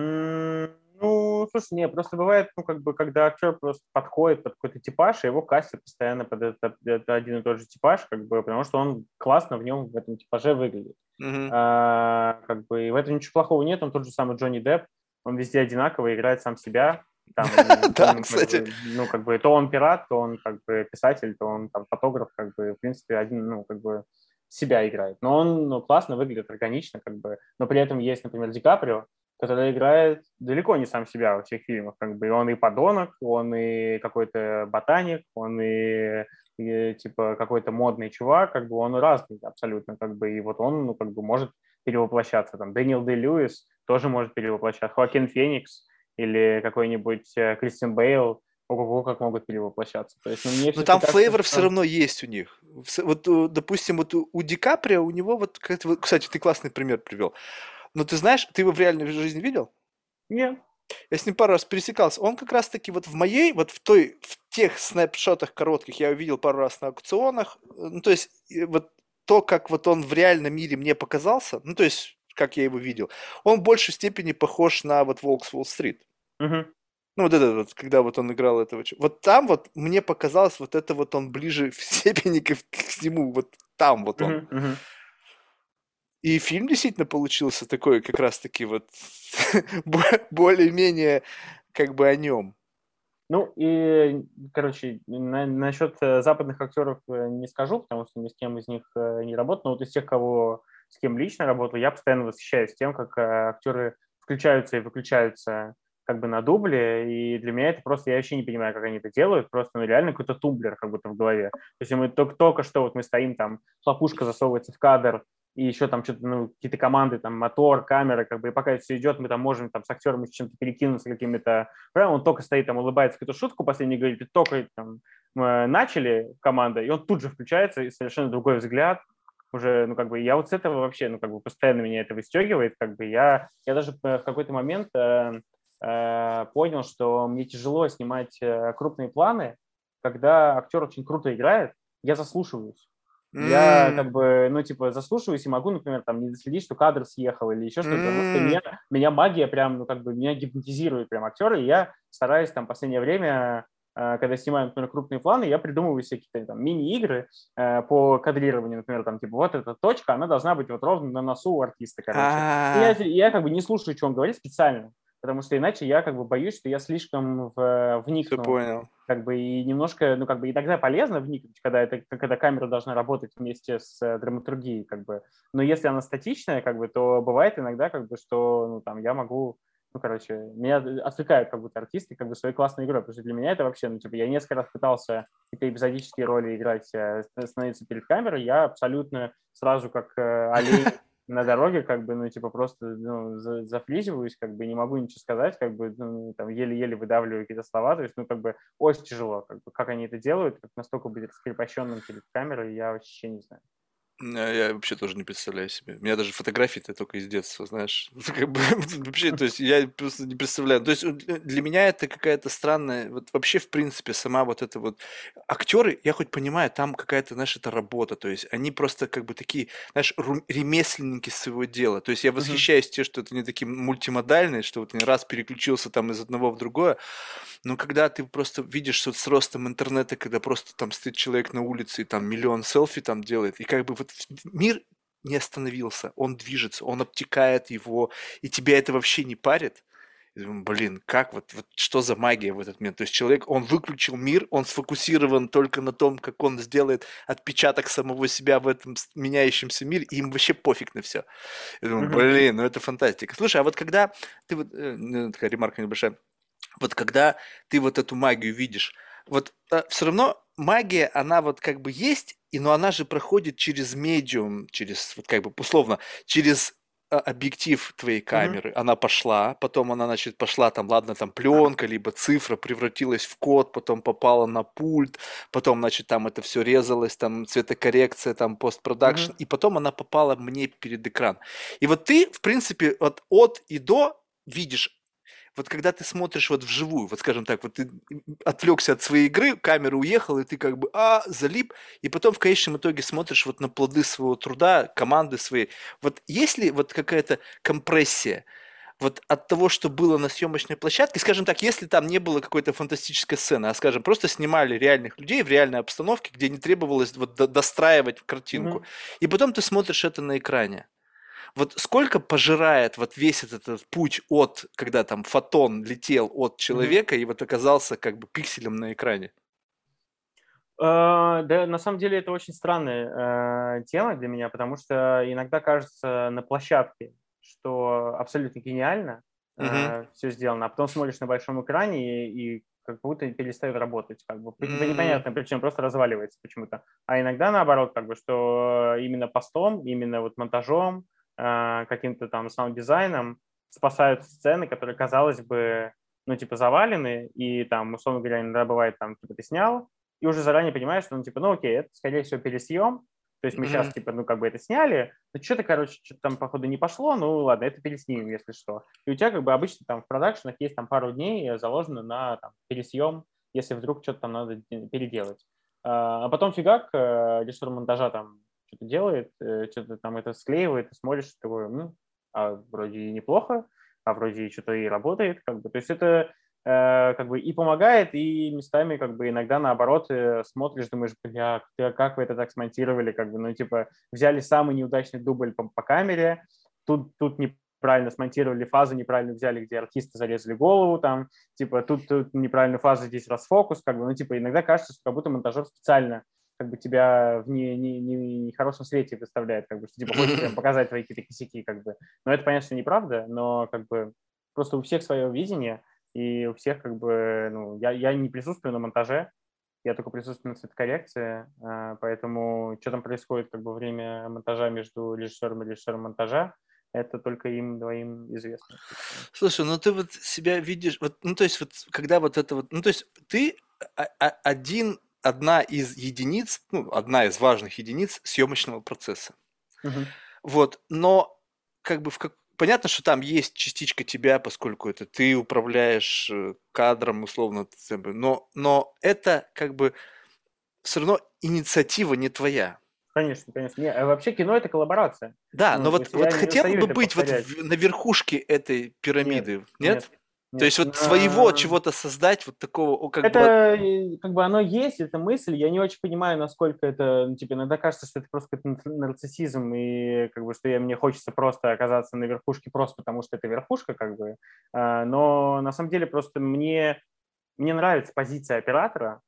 Ну, слушай, не, просто бывает, ну, как бы, когда актер просто подходит под какой-то типаж, и его кастят постоянно под это один и тот же типаж, как бы, потому что он классно в нем, в этом типаже выглядит. Мгм. Как бы, и в этом ничего плохого нет, он тот же самый Джонни Депп, он везде одинаково играет сам себя, там, Да, ну, как кстати. бы, ну, как бы, то он пират, то он, как бы, писатель, то он, там, фотограф, как бы, в принципе, один, ну, как бы, себя играет. Но он, ну, классно выглядит, органично, как бы, но при этом есть, например, Ди Каприо, который играет далеко не сам себя во всех фильмах. Как бы и он и подонок, он и какой-то ботаник, он и типа какой-то модный чувак, как бы он разный абсолютно, как бы, и вот он, ну, как бы может перевоплощаться. Там Дэниел Дэ-Льюис тоже может перевоплощаться, Хоакин Феникс или какой-нибудь Кристиан Бейл, ого, как могут перевоплощаться. То есть, ну, мне Но все-таки там кажется, флейвор все что... равно есть у них. Вот, допустим, вот у Ди Каприо, у него вот, кстати, ты классный пример привел. Но ты знаешь, ты его в реальной жизни видел? Нет. Я с ним пару раз пересекался. Он как раз-таки вот в тех снапшотах коротких я увидел пару раз на аукционах. Ну, то есть, вот то, как вот он в реальном мире мне показался, ну, то есть, как я его видел, он в большей степени похож на вот Волк с Уолл-стрит. Мгм. Ну, вот это вот, когда вот он играл этого. Вот там вот мне показалось, вот это вот он ближе в степени к нему, вот там вот он. Мгм. Мгм. И фильм действительно получился такой, как раз-таки вот более-менее как бы о нем. Ну и, короче, насчет западных актеров не скажу, потому что ни с кем из них не работал. Но вот из тех, с кем лично работал, я постоянно восхищаюсь тем, как актеры включаются и выключаются как бы на дубле. И для меня это просто, я вообще не понимаю, как они это делают. Просто, ну, реально какой-то тумблер как будто в голове. То есть мы только что вот мы стоим там, хлопушка засовывается в кадр, и еще там что-то, ну, какие-то команды, там, мотор, камера, как бы, и пока это все идет, мы там можем там с актером еще чем-то перекинуться, какими-то. Правильно, он только стоит там, улыбается, какую-то шутку последний говорит, и только там мы начали команда, и он тут же включается, и совершенно другой взгляд. Уже, ну, как бы, я вот с этого вообще, ну, как бы, постоянно меня это выстегивает, как бы, я даже в какой-то момент понял, что мне тяжело снимать крупные планы, когда актер очень круто играет, я заслушиваюсь. Я М, как бы, ну, типа, заслушиваюсь и могу, например, там, не доследить, что кадр съехал или еще что-то, потому что м. меня магия прям, ну, как бы, меня гипнотизирует прям актеры, и я стараюсь там в последнее время, когда снимаю, например, крупные планы, я придумываю всякие там мини-игры по кадрированию, например, там, типа, вот эта точка, она должна быть вот ровно на носу у артиста, короче. И А, я как бы не слушаю, что он говорит специально, потому что иначе я как бы боюсь, что я слишком все вникну понял. как бы и немножко, ну, как бы иногда полезно вникнуть, когда камера должна работать вместе с драматургией, как бы. Но если она статичная, как бы, то бывает иногда, как бы, что, ну, там, я могу, ну, короче, меня отвлекают как будто артисты, как бы, своей классной игрой, потому что для меня это вообще, ну, типа, я несколько раз пытался какие-то эпизодические роли играть, становиться перед камерой, я абсолютно сразу как олень на дороге, как бы, ну, типа, просто, ну, зафлизиваюсь, как бы, не могу ничего сказать, как бы, ну, там, еле-еле выдавливаю какие-то слова, то есть, ну, как бы, очень тяжело, как бы, как они это делают, как настолько быть раскрепощенным перед камерой, я вообще не знаю. Я вообще тоже не представляю себе. У меня даже фотографии-то только из детства, знаешь. Как бы вообще, то есть я просто не представляю. То есть для меня это какая-то странная, вот вообще в принципе сама вот эта вот актеры, я хоть понимаю, там какая-то, знаешь, это работа, то есть они просто как бы такие, знаешь, ремесленники своего дела. То есть я Мгм. восхищаюсь тем, что это не такие мультимодальные, что вот не раз переключился там из одного в другое, но когда ты просто видишь, что с ростом интернета, когда просто там стоит человек на улице и там миллион селфи там делает, и как бы вот мир не остановился, он движется, он обтекает его, и тебя это вообще не парит. Я думаю, блин, как вот что за магия в этот момент? То есть человек, он выключил мир, он сфокусирован только на том, как он сделает отпечаток самого себя в этом меняющемся мире, и им вообще пофиг на все. Я думаю, Мгм. блин, ну это фантастика. Слушай, а вот когда ты вот, такая ремарка небольшая, вот когда ты вот эту магию видишь, вот все равно магия, она вот как бы есть, но она же проходит через медиум, через вот как бы условно, через объектив твоей Мгм. камеры. Она пошла, потом она, значит, пошла там, ладно, там пленка, либо цифра превратилась в код, потом попала на пульт, потом, значит, там это все резалось, там цветокоррекция, там постпродакшн, Мгм. и потом она попала мне перед экран. И вот ты, в принципе, вот от и до видишь вот когда ты смотришь вот вживую, вот скажем так, вот ты отвлекся от своей игры, камера уехала, и ты как бы, залип, и потом в конечном итоге смотришь вот на плоды своего труда, команды своей. Вот есть ли вот какая-то компрессия вот от того, что было на съемочной площадке, скажем так, если там не было какой-то фантастической сцены, а, скажем, просто снимали реальных людей в реальной обстановке, где не требовалось вот достраивать картинку, Мгм. и потом ты смотришь это на экране. Вот сколько пожирает вот весь этот путь от, когда там фотон летел от Мгм. человека и вот оказался как бы пикселем на экране? Да, на самом деле это очень странная тема для меня, потому что иногда кажется на площадке, что абсолютно гениально, Мгм. все сделано, а потом смотришь на большом экране и как будто перестает работать, как бы по М, непонятным причинам, просто разваливается почему-то. А иногда наоборот, как бы, что именно постом, именно вот монтажом, каким-то там саунд-дизайном спасают сцены, которые, казалось бы, ну, типа, завалены, и там, условно говоря, иногда бывает, там, типа, ты снял, и уже заранее понимаешь, что, ну, типа, ну, окей, это, скорее всего, пересъем, то есть мы сейчас, мгм. типа, ну, как бы это сняли, но что-то, короче, что-то там, походу, не пошло, ну, ладно, это переснимем, если что. И у тебя, как бы, обычно там в продакшенах есть там пару дней заложено на там, пересъем, если вдруг что-то там надо переделать. А потом фигак, режиссер монтажа там что-то делает, что-то там это склеивает, и смотришь, такой, ну, а вроде и неплохо, а вроде что-то и работает, как бы. То есть это как бы и помогает, и местами как бы иногда наоборот смотришь, думаешь, бля, как вы это так смонтировали, как бы, ну, типа, взяли самый неудачный дубль по камере, тут неправильно смонтировали фазу, неправильно взяли, где артисты зарезали голову, там, типа, тут неправильную фазу, здесь расфокус, как бы, ну, типа, иногда кажется, что как будто монтажер специально как бы тебя в нехорошем свете выставляет, как бы, что, типа, хочет прям показать твои какие-то косяки, как бы. Но это, понятно, что неправда, но, как бы, просто у всех свое видение, и у всех, как бы, ну, я не присутствую на монтаже, я только присутствую на цветокоррекции, поэтому что там происходит как бы во время монтажа между режиссером и режиссером монтажа, это только им двоим известно. Слушай, ну ты вот себя видишь, вот, ну то есть вот когда вот это вот, ну то есть ты одна из единиц, ну одна из важных единиц съемочного процесса. Мгм. Вот, но как бы понятно, что там есть частичка тебя, поскольку это ты управляешь кадром, условно, но это как бы все равно инициатива не твоя. Конечно, конечно. Не, вообще кино — это коллаборация. Да, но Ну, то вот, есть вот я не хотел устаю бы это быть вот повторять. на верхушке этой Нет, пирамиды, нет, нет? То нет. есть вот своего чего-то создать, вот такого, как бы, Это как бы оно есть, это мысль. Я не очень понимаю, насколько это, ну, типа, иногда кажется, что это просто какой-то нарциссизм, и как бы, что мне хочется просто оказаться на верхушке просто потому, что это верхушка, как бы. Но на самом деле просто мне нравится позиция оператора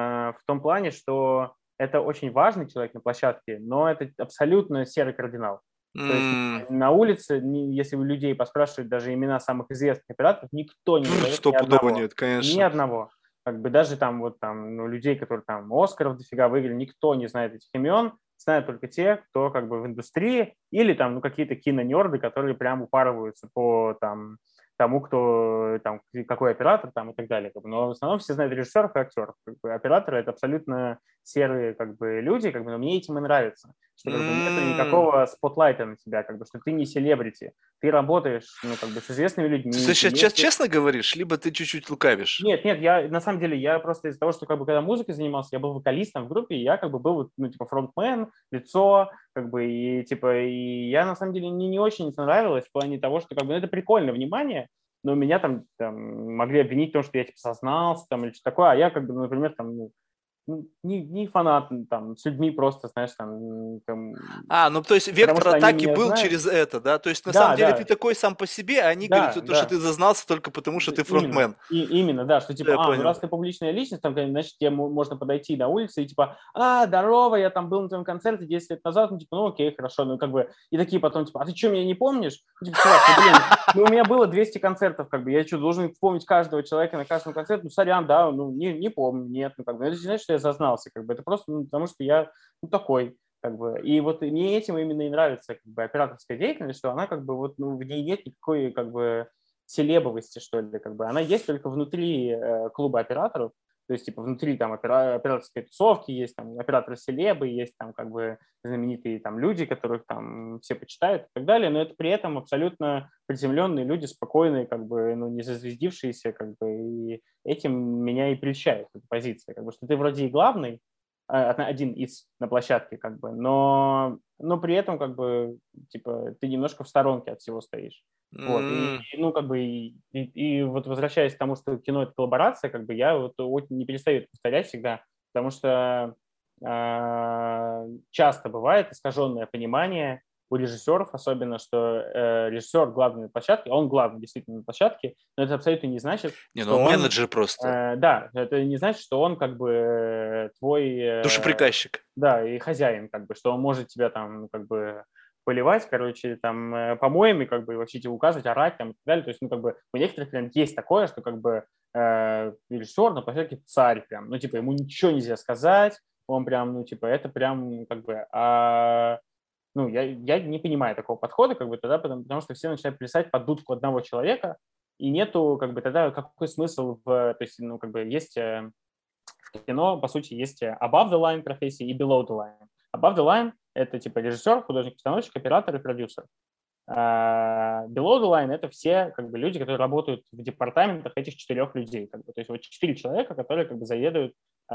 в том плане, что это очень важный человек на площадке, но это абсолютно серый кардинал. То есть на улице, если у людей поспрашивать даже имена самых известных операторов, никто не назовет ни стопудово одного. нет, Ни конечно. одного. Как бы даже там вот там ну, людей, которые там Оскаров дофига выиграли, никто не знает этих имен, знают только те, кто как бы в индустрии, или там ну, какие-то кинонерды, которые прям упарываются по там тому, кто там, какой оператор там и так далее. Как бы. Но в основном все знают режиссеров и актеров. Как бы, операторы — это абсолютно серые как бы, люди, как бы, но мне этим и нравится, что как бы, нету М. никакого спотлайта на тебя, как бы, что ты не селебрити, ты работаешь ну, как бы, с известными Ты людьми, сейчас честно говоришь, либо ты чуть-чуть лукавишь? нет, нет, я на самом деле, я просто из-за того, что как бы когда музыкой занимался, я был вокалистом в группе, и я как бы был, вот, ну, типа, фронтмен, лицо, как бы, и типа, и я на самом деле не очень это нравилось в плане того, что как бы ну, это прикольное внимание, но меня там могли обвинить в том, что я типа сознался там или что-то такое, а я как бы, например, там, ну, не фанат, там, с людьми просто, знаешь, там, Ну то есть потому вектор что они атаки меня был знают. через это, да? То есть на самом Да, деле ты да, такой сам по себе, а они говорят, да, то, что да. ты зазнался только потому, что ты Именно, фронтмен. именно, да, что Да, я типа, ну понял. раз ты публичная личность, там, значит, тебе можно подойти на улице и типа, здорово, я там был на твоем концерте 10 лет назад, ну типа, ну окей, хорошо, ну как бы, и такие потом типа, а ты что, меня не помнишь? Ну типа, чувак, ну блин, ну у меня было 200 концертов, как бы, я что, должен помнить каждого человека на каждом концерте? Ну сорян, да, ну не помню, нет, ну как бы, это не значит, что я зазнался, как бы, это просто ну, потому, что я, ну такой, как бы, и вот мне этим именно и нравится, как бы, операторская деятельность, что она как бы вот, ну в ней нет никакой, как бы, селебовости, что ли, как бы. Она есть только внутри клуба операторов, то есть, типа, внутри там операторской тусовки есть там операторы селебы, есть там как бы знаменитые там люди, которых там все почитают и так далее, но это при этом абсолютно приземленные люди, спокойные, как бы, ну, не зазвездившиеся, как бы, и этим меня и прельщает эта позиция, как бы, что ты вроде и главный, один из на площадке, как бы, но при этом, как бы, типа, ты немножко в сторонке от всего стоишь. Вот, М. ну, как бы, и вот возвращаясь к тому, что кино — это коллаборация, как бы, я вот очень не перестаю это повторять всегда, потому что часто бывает искаженное понимание у режиссеров, особенно, что режиссер главный на площадке, он главный действительно на площадке, но это абсолютно не значит, Не, ну что он он, менеджер просто. да, это не значит, что он как бы твой, Душеприказчик. да, и хозяин, как бы, что он может тебя там, ну, как бы, поливать, короче, там, помоями, как бы, вообще типа, указывать, орать, там, и так далее. То есть, ну, как бы, у некоторых прям есть такое, что, как бы, режиссер, на площадке царь прям, ну, типа, ему ничего нельзя сказать, он прям, ну, типа, это прям, как бы, ну, я не понимаю такого подхода, как бы, тогда, потому что все начинают плясать под дудку одного человека, и нету, как бы, тогда какой смысл то есть, ну, как бы, есть в кино, по сути, есть above the line профессии и below the line. Above the line – это, типа, режиссер, художник-постановщик, оператор и продюсер. Below the line – это все, как бы, люди, которые работают в департаментах этих 4 людей. Как бы. То есть вот 4 человека, которые, как бы, заведуют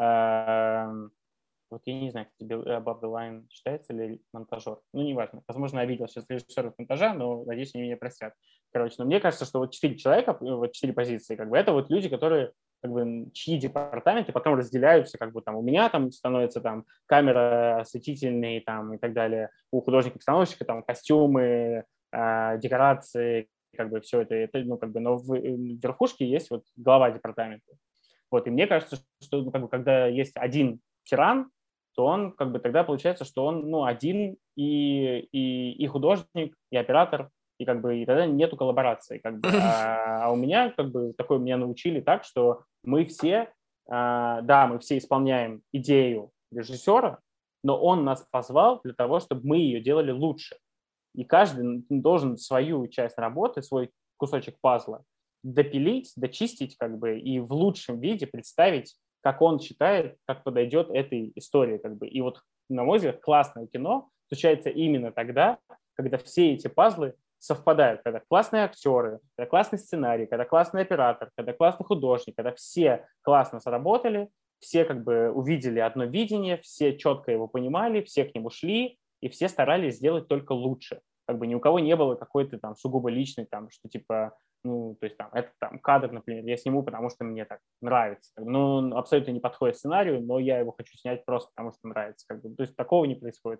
вот я не знаю, кстати, above the line считается ли монтажер. Ну, неважно. Возможно, я видел сейчас режиссеров монтажа, но, надеюсь, они меня простят. Короче, но мне кажется, что вот 4 человека, вот 4 позиции, как бы, это вот люди, которые, как бы, чьи департаменты потом разделяются, как бы, там, у меня там становится там камера, осветительный, там, и так далее. У художника-постановщика там костюмы, декорации, как бы, все это, ну, как бы, но в верхушке есть вот глава департамента. Вот, и мне кажется, что, ну, как бы, когда есть один тиран, то он, как бы, тогда получается, что он, ну, один и художник, и оператор, и, как бы, и тогда нету коллаборации, как бы. А у меня, как бы, такое меня научили так, что мы все, да, мы все исполняем идею режиссера, но он нас позвал для того, чтобы мы ее делали лучше. И каждый должен свою часть работы, свой кусочек пазла допилить, дочистить, как бы, и в лучшем виде представить, как он считает, как подойдет этой истории. Как бы. И вот, на мой взгляд, классное кино случается именно тогда, когда все эти пазлы совпадают, когда классные актеры, когда классный сценарий, когда классный оператор, когда классный художник, когда все классно сработали, все, как бы, увидели одно видение, все четко его понимали, все к нему шли, и все старались сделать только лучше. Как бы ни у кого не было какой-то там сугубо личной, там, что типа, ну, то есть там, это там кадр, например, я сниму, потому что мне так нравится. Ну, он абсолютно не подходит сценарию, но я его хочу снять просто потому, что нравится. Как бы. То есть такого не происходит.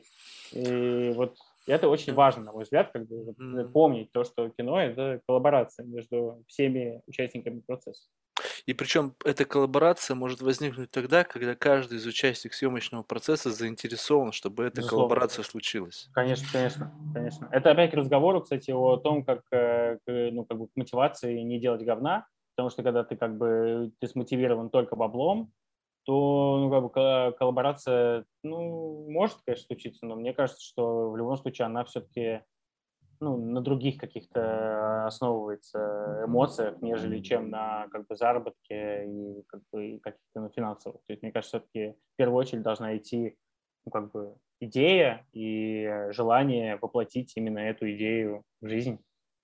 И вот это очень важно, на мой взгляд, как бы помнить то, что кино – это коллаборация между всеми участниками процесса. И причем эта коллаборация может возникнуть тогда, когда каждый из участников съемочного процесса заинтересован, чтобы эта Безусловно. коллаборация случилась. Конечно, конечно, конечно. Это опять к разговору, кстати, о том, как, ну, как бы, к мотивации не делать говна, потому что когда ты, как бы, ты смотивирован только баблом, то, ну, как бы, коллаборация, ну, может, конечно, случиться, но мне кажется, что в любом случае она все-таки, ну, на других каких-то основывается эмоциях, нежели чем на, как бы, заработке и, как бы, и каких-то, ну, финансовых. То есть, мне кажется, все-таки в первую очередь должна идти, ну, как бы, идея и желание воплотить именно эту идею в жизнь.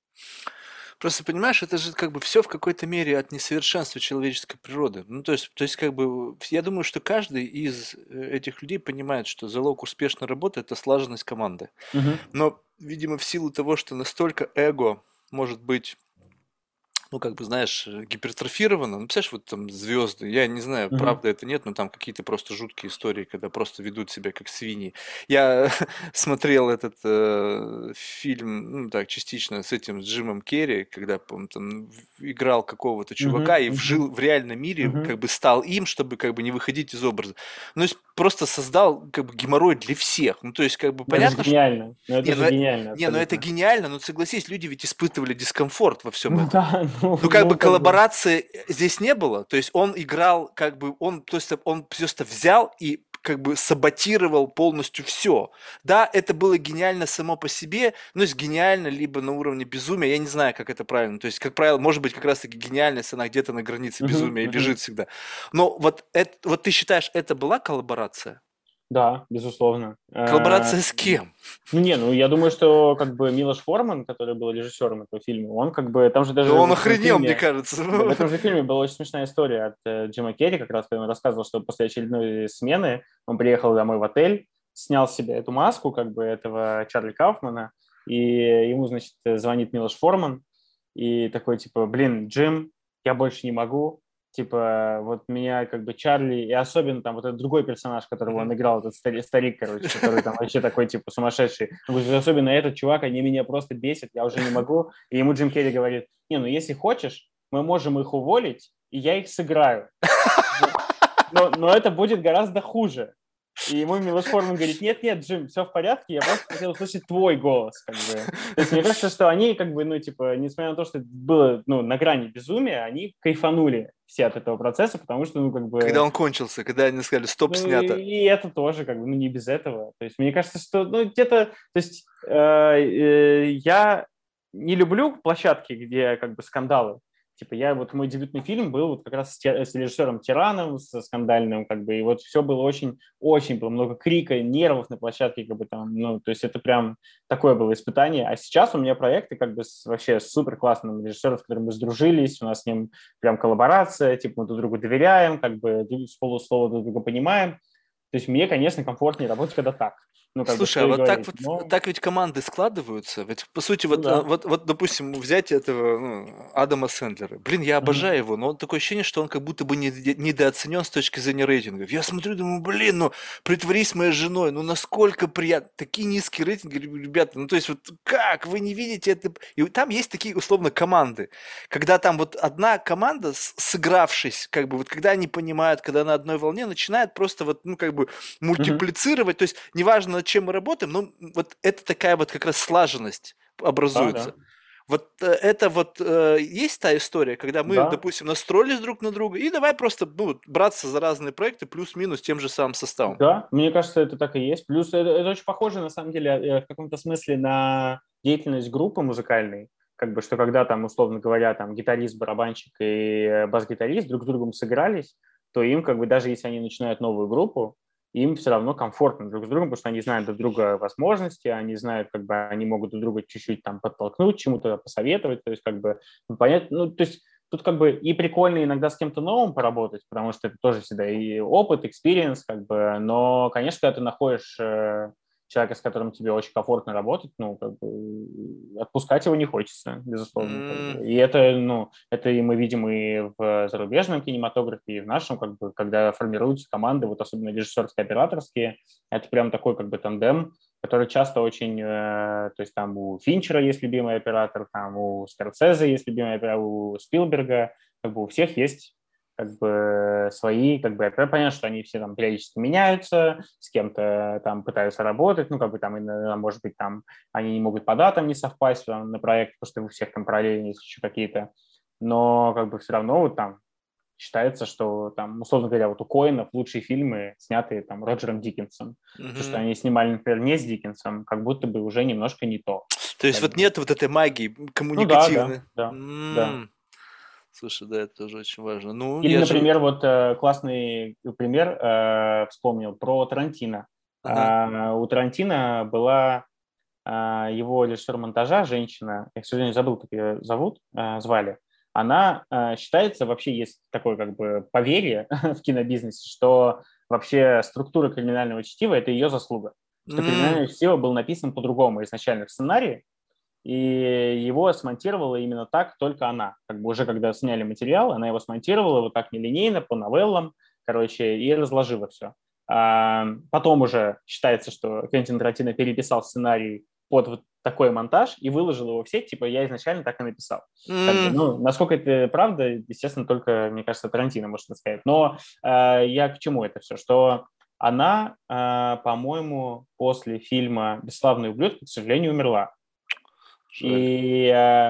Просто, понимаешь, это же как бы все в какой-то мере от несовершенства человеческой природы. Ну, то есть как бы, я думаю, что каждый из этих людей понимает, что залог успешной работы – это слаженность команды. Мгм. Но, видимо, в силу того, что настолько эго может быть, ну, как бы, знаешь, гипертрофировано. Ну, представляешь, вот там звезды, я не знаю, Мгм. правда это нет, но там какие-то просто жуткие истории, когда просто ведут себя как свиньи. Я смотрел этот фильм, ну, так, частично с этим с Джимом Керри, когда, по-моему, там играл какого-то чувака и Мгм. в реальном мире Мгм. как бы стал им, чтобы как бы не выходить из образа. Ну, то есть просто создал как бы геморрой для всех. Ну, то есть как бы Ну, это же понятно, что... гениально. Ну, это Не, же гениально не, ну это абсолютно. гениально, но согласись, люди ведь испытывали дискомфорт во всем Ну этом. да, ну, Ну, как бы ну как бы. коллаборации здесь не было. То есть он играл, как бы, то есть он просто взял и как бы саботировал полностью все. Да, это было гениально само по себе, но есть гениально либо на уровне безумия, я не знаю, как это правильно. То есть, как правило, может быть, как раз-таки гениальность, она где-то на границе Мгм. безумия Мгм. лежит всегда. Но вот ты считаешь, это была коллаборация? Да, безусловно. Коллаборация с кем? Ну не, ну я думаю, что, как бы, Милош Форман, который был режиссером этого фильма, он, как бы, там же Да даже он в этом охренел, мне фильме, кажется. да, в этом же фильме была очень смешная история от Джима Керри, как раз, когда он рассказывал, что после очередной смены он приехал домой в отель, снял себе эту маску, как бы, этого Чарли Кауфмана, и ему, значит, звонит Милош Форман, и такой, типа, блин, Джим, я больше не могу, типа, вот меня, как бы, Чарли, и особенно там вот этот другой персонаж, которого он Мгм. играл, этот старик, короче, который там вообще такой, типа, сумасшедший. Он говорит, особенно этот чувак, они меня просто бесят, я уже не могу. И ему Джим Керри говорит, не, ну если хочешь, мы можем их уволить, и я их сыграю. Но это будет гораздо хуже. И ему Милош Форман говорит: нет, Джим, все в порядке, я просто хотел услышать твой голос, как бы. То есть мне кажется, что они, как бы, ну, типа, несмотря на то, что это было, ну, на грани безумия, они кайфанули все от этого процесса, потому что, ну, как Когда бы, он кончился, когда они сказали: "Стоп, ну, снято". и это тоже, как бы, ну, не без этого. То есть мне кажется, что, ну, где-то, то есть я не люблю площадки, где, как бы, скандалы. Типа, я вот, мой дебютный фильм был вот как раз с режиссером Тираном, со скандальным, как бы, и вот все было очень было много крика, нервов на площадке, как бы там, ну, то есть это прям такое было испытание. А сейчас у меня проекты, как бы, вообще с супер классным режиссером, с которым мы сдружились, у нас с ним прям коллаборация, типа, мы друг другу доверяем, как бы, с полуслова друг друга понимаем. То есть мне, конечно, комфортнее работать, когда так. Ну, как бы, Слушай, а что и вот так говорить. вот, Но, так ведь команды складываются. Ведь, по сути, ну да. вот, допустим, взять этого, ну, Адама Сэндлера. Блин, я Мгм. обожаю его, но такое ощущение, что он как будто бы недооценен с точки зрения рейтингов. Я смотрю, думаю, блин, ну, притворись моей женой, ну, насколько приятно. Такие низкие рейтинги, ребята, ну, то есть, вот как, вы не видите это? И там есть такие, условно, команды. Когда там вот одна команда, сыгравшись, как бы, вот когда они понимают, когда на одной волне, начинает просто вот, ну, как бы, Мгм. мультиплицировать, то есть неважно, над чем мы работаем, но вот это такая вот как раз слаженность Да, образуется. да, Вот это вот есть та история, когда мы, да. допустим, настроились друг на друга, и давай просто ну, вот браться за разные проекты плюс-минус тем же самым составом. Да, мне кажется, это так и есть. Плюс это очень похоже, на самом деле, в каком-то смысле на деятельность группы музыкальной. Как бы, что когда там, условно говоря, там гитарист, барабанщик и бас-гитарист друг с другом сыгрались, то им, как бы, даже если они начинают новую группу, им все равно комфортно друг с другом, потому что они знают друг друга возможности, они знают, как бы, они могут друг друга чуть-чуть там подтолкнуть, чему-то посоветовать, то есть, как бы, ну, понятно, ну, то есть, тут как бы и прикольно иногда с кем-то новым поработать, потому что это тоже всегда и опыт, экспириенс, как бы, но, конечно, когда ты находишь человека, с которым тебе очень комфортно работать, ну, как бы, отпускать его не хочется, безусловно. Как М, бы. И это, ну, это и мы видим и в зарубежном кинематографе, и в нашем, как бы, когда формируются команды, вот особенно режиссерские, операторские, это прям такой, как бы, тандем, который часто очень, то есть там у Финчера есть любимый оператор, там у Скорсезе есть любимый оператор, у Спилберга, как бы у всех есть как бы свои, как бы, понятно, что они все там периодически меняются, с кем-то там пытаются работать, ну, как бы там, может быть, там они не могут по датам не совпасть там, на проект, потому что у всех там параллельно есть еще какие-то, но как бы все равно вот там считается, что там, условно говоря, вот у Коэнов лучшие фильмы, снятые там Роджером Диккенсом. То, что мгм. они снимали, например, не с Диккенсом, как будто бы уже немножко не то. То есть Как вот бы. нет вот этой магии Ну да, да, коммуникативной. да, да. Слушай, да, это тоже очень важно. Ну, Или, я же... например, вот классный пример вспомнил про Тарантино. Ага. У Тарантино была его режиссер монтажа, женщина, я, к сожалению, забыл, как ее зовут, звали. Она считается, вообще есть такое как бы поверье в кинобизнесе, что вообще структура криминального чтива – это ее заслуга. Что М, криминальное чтиво было написано по-другому изначально в сценарии, и его смонтировала именно так только она. Как бы уже когда сняли материал, она его смонтировала вот так нелинейно, по новеллам, короче, и разложила все. Потом уже считается, что Квентин Тарантино переписал сценарий под вот такой монтаж и выложил его в сеть, типа я изначально так и написал. Как бы, м. ну, насколько это правда, естественно, только, мне кажется, Тарантино может сказать. Но я к чему это все? Что она, по-моему, после фильма «Бесславные ублюдки», к сожалению, умерла. Жаль. И,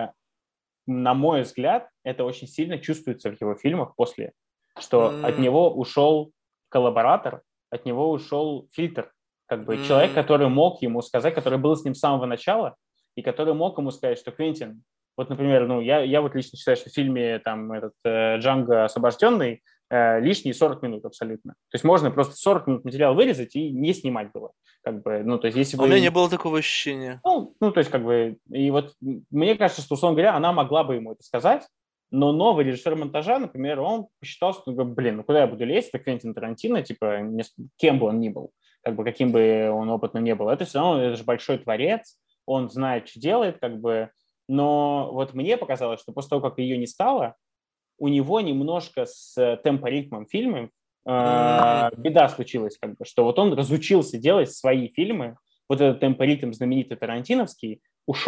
на мой взгляд, это очень сильно чувствуется в его фильмах после, что от М, него ушел коллаборатор, от него ушел фильтр, как бы человек, м. который мог ему сказать, который был с ним с самого начала, и который мог ему сказать, что Квентин, вот, например, ну, я вот лично считаю, что в фильме там этот Джанго освобожденный лишние 40 минут абсолютно. То есть можно просто 40 минут материал вырезать и не снимать было. Как бы, ну, то есть если А у меня не бы было такого ощущения. ну, то есть, как бы, и вот мне кажется, что, условно говоря, она могла бы ему это сказать, но новый режиссер монтажа, например, он посчитал, что, ну, блин, ну куда я буду лезть, это Квентин Тарантино, типа, кем бы он ни был, как бы, каким бы он опытным ни был, это все равно, это же большой творец, он знает, что делает, как бы, но вот мне показалось, что после того, как ее не стало, у него немножко с темпоритмом фильма М, беда случилась, как бы, что вот он разучился делать свои фильмы, вот этот темпоритм знаменитый тарантиновский ушел.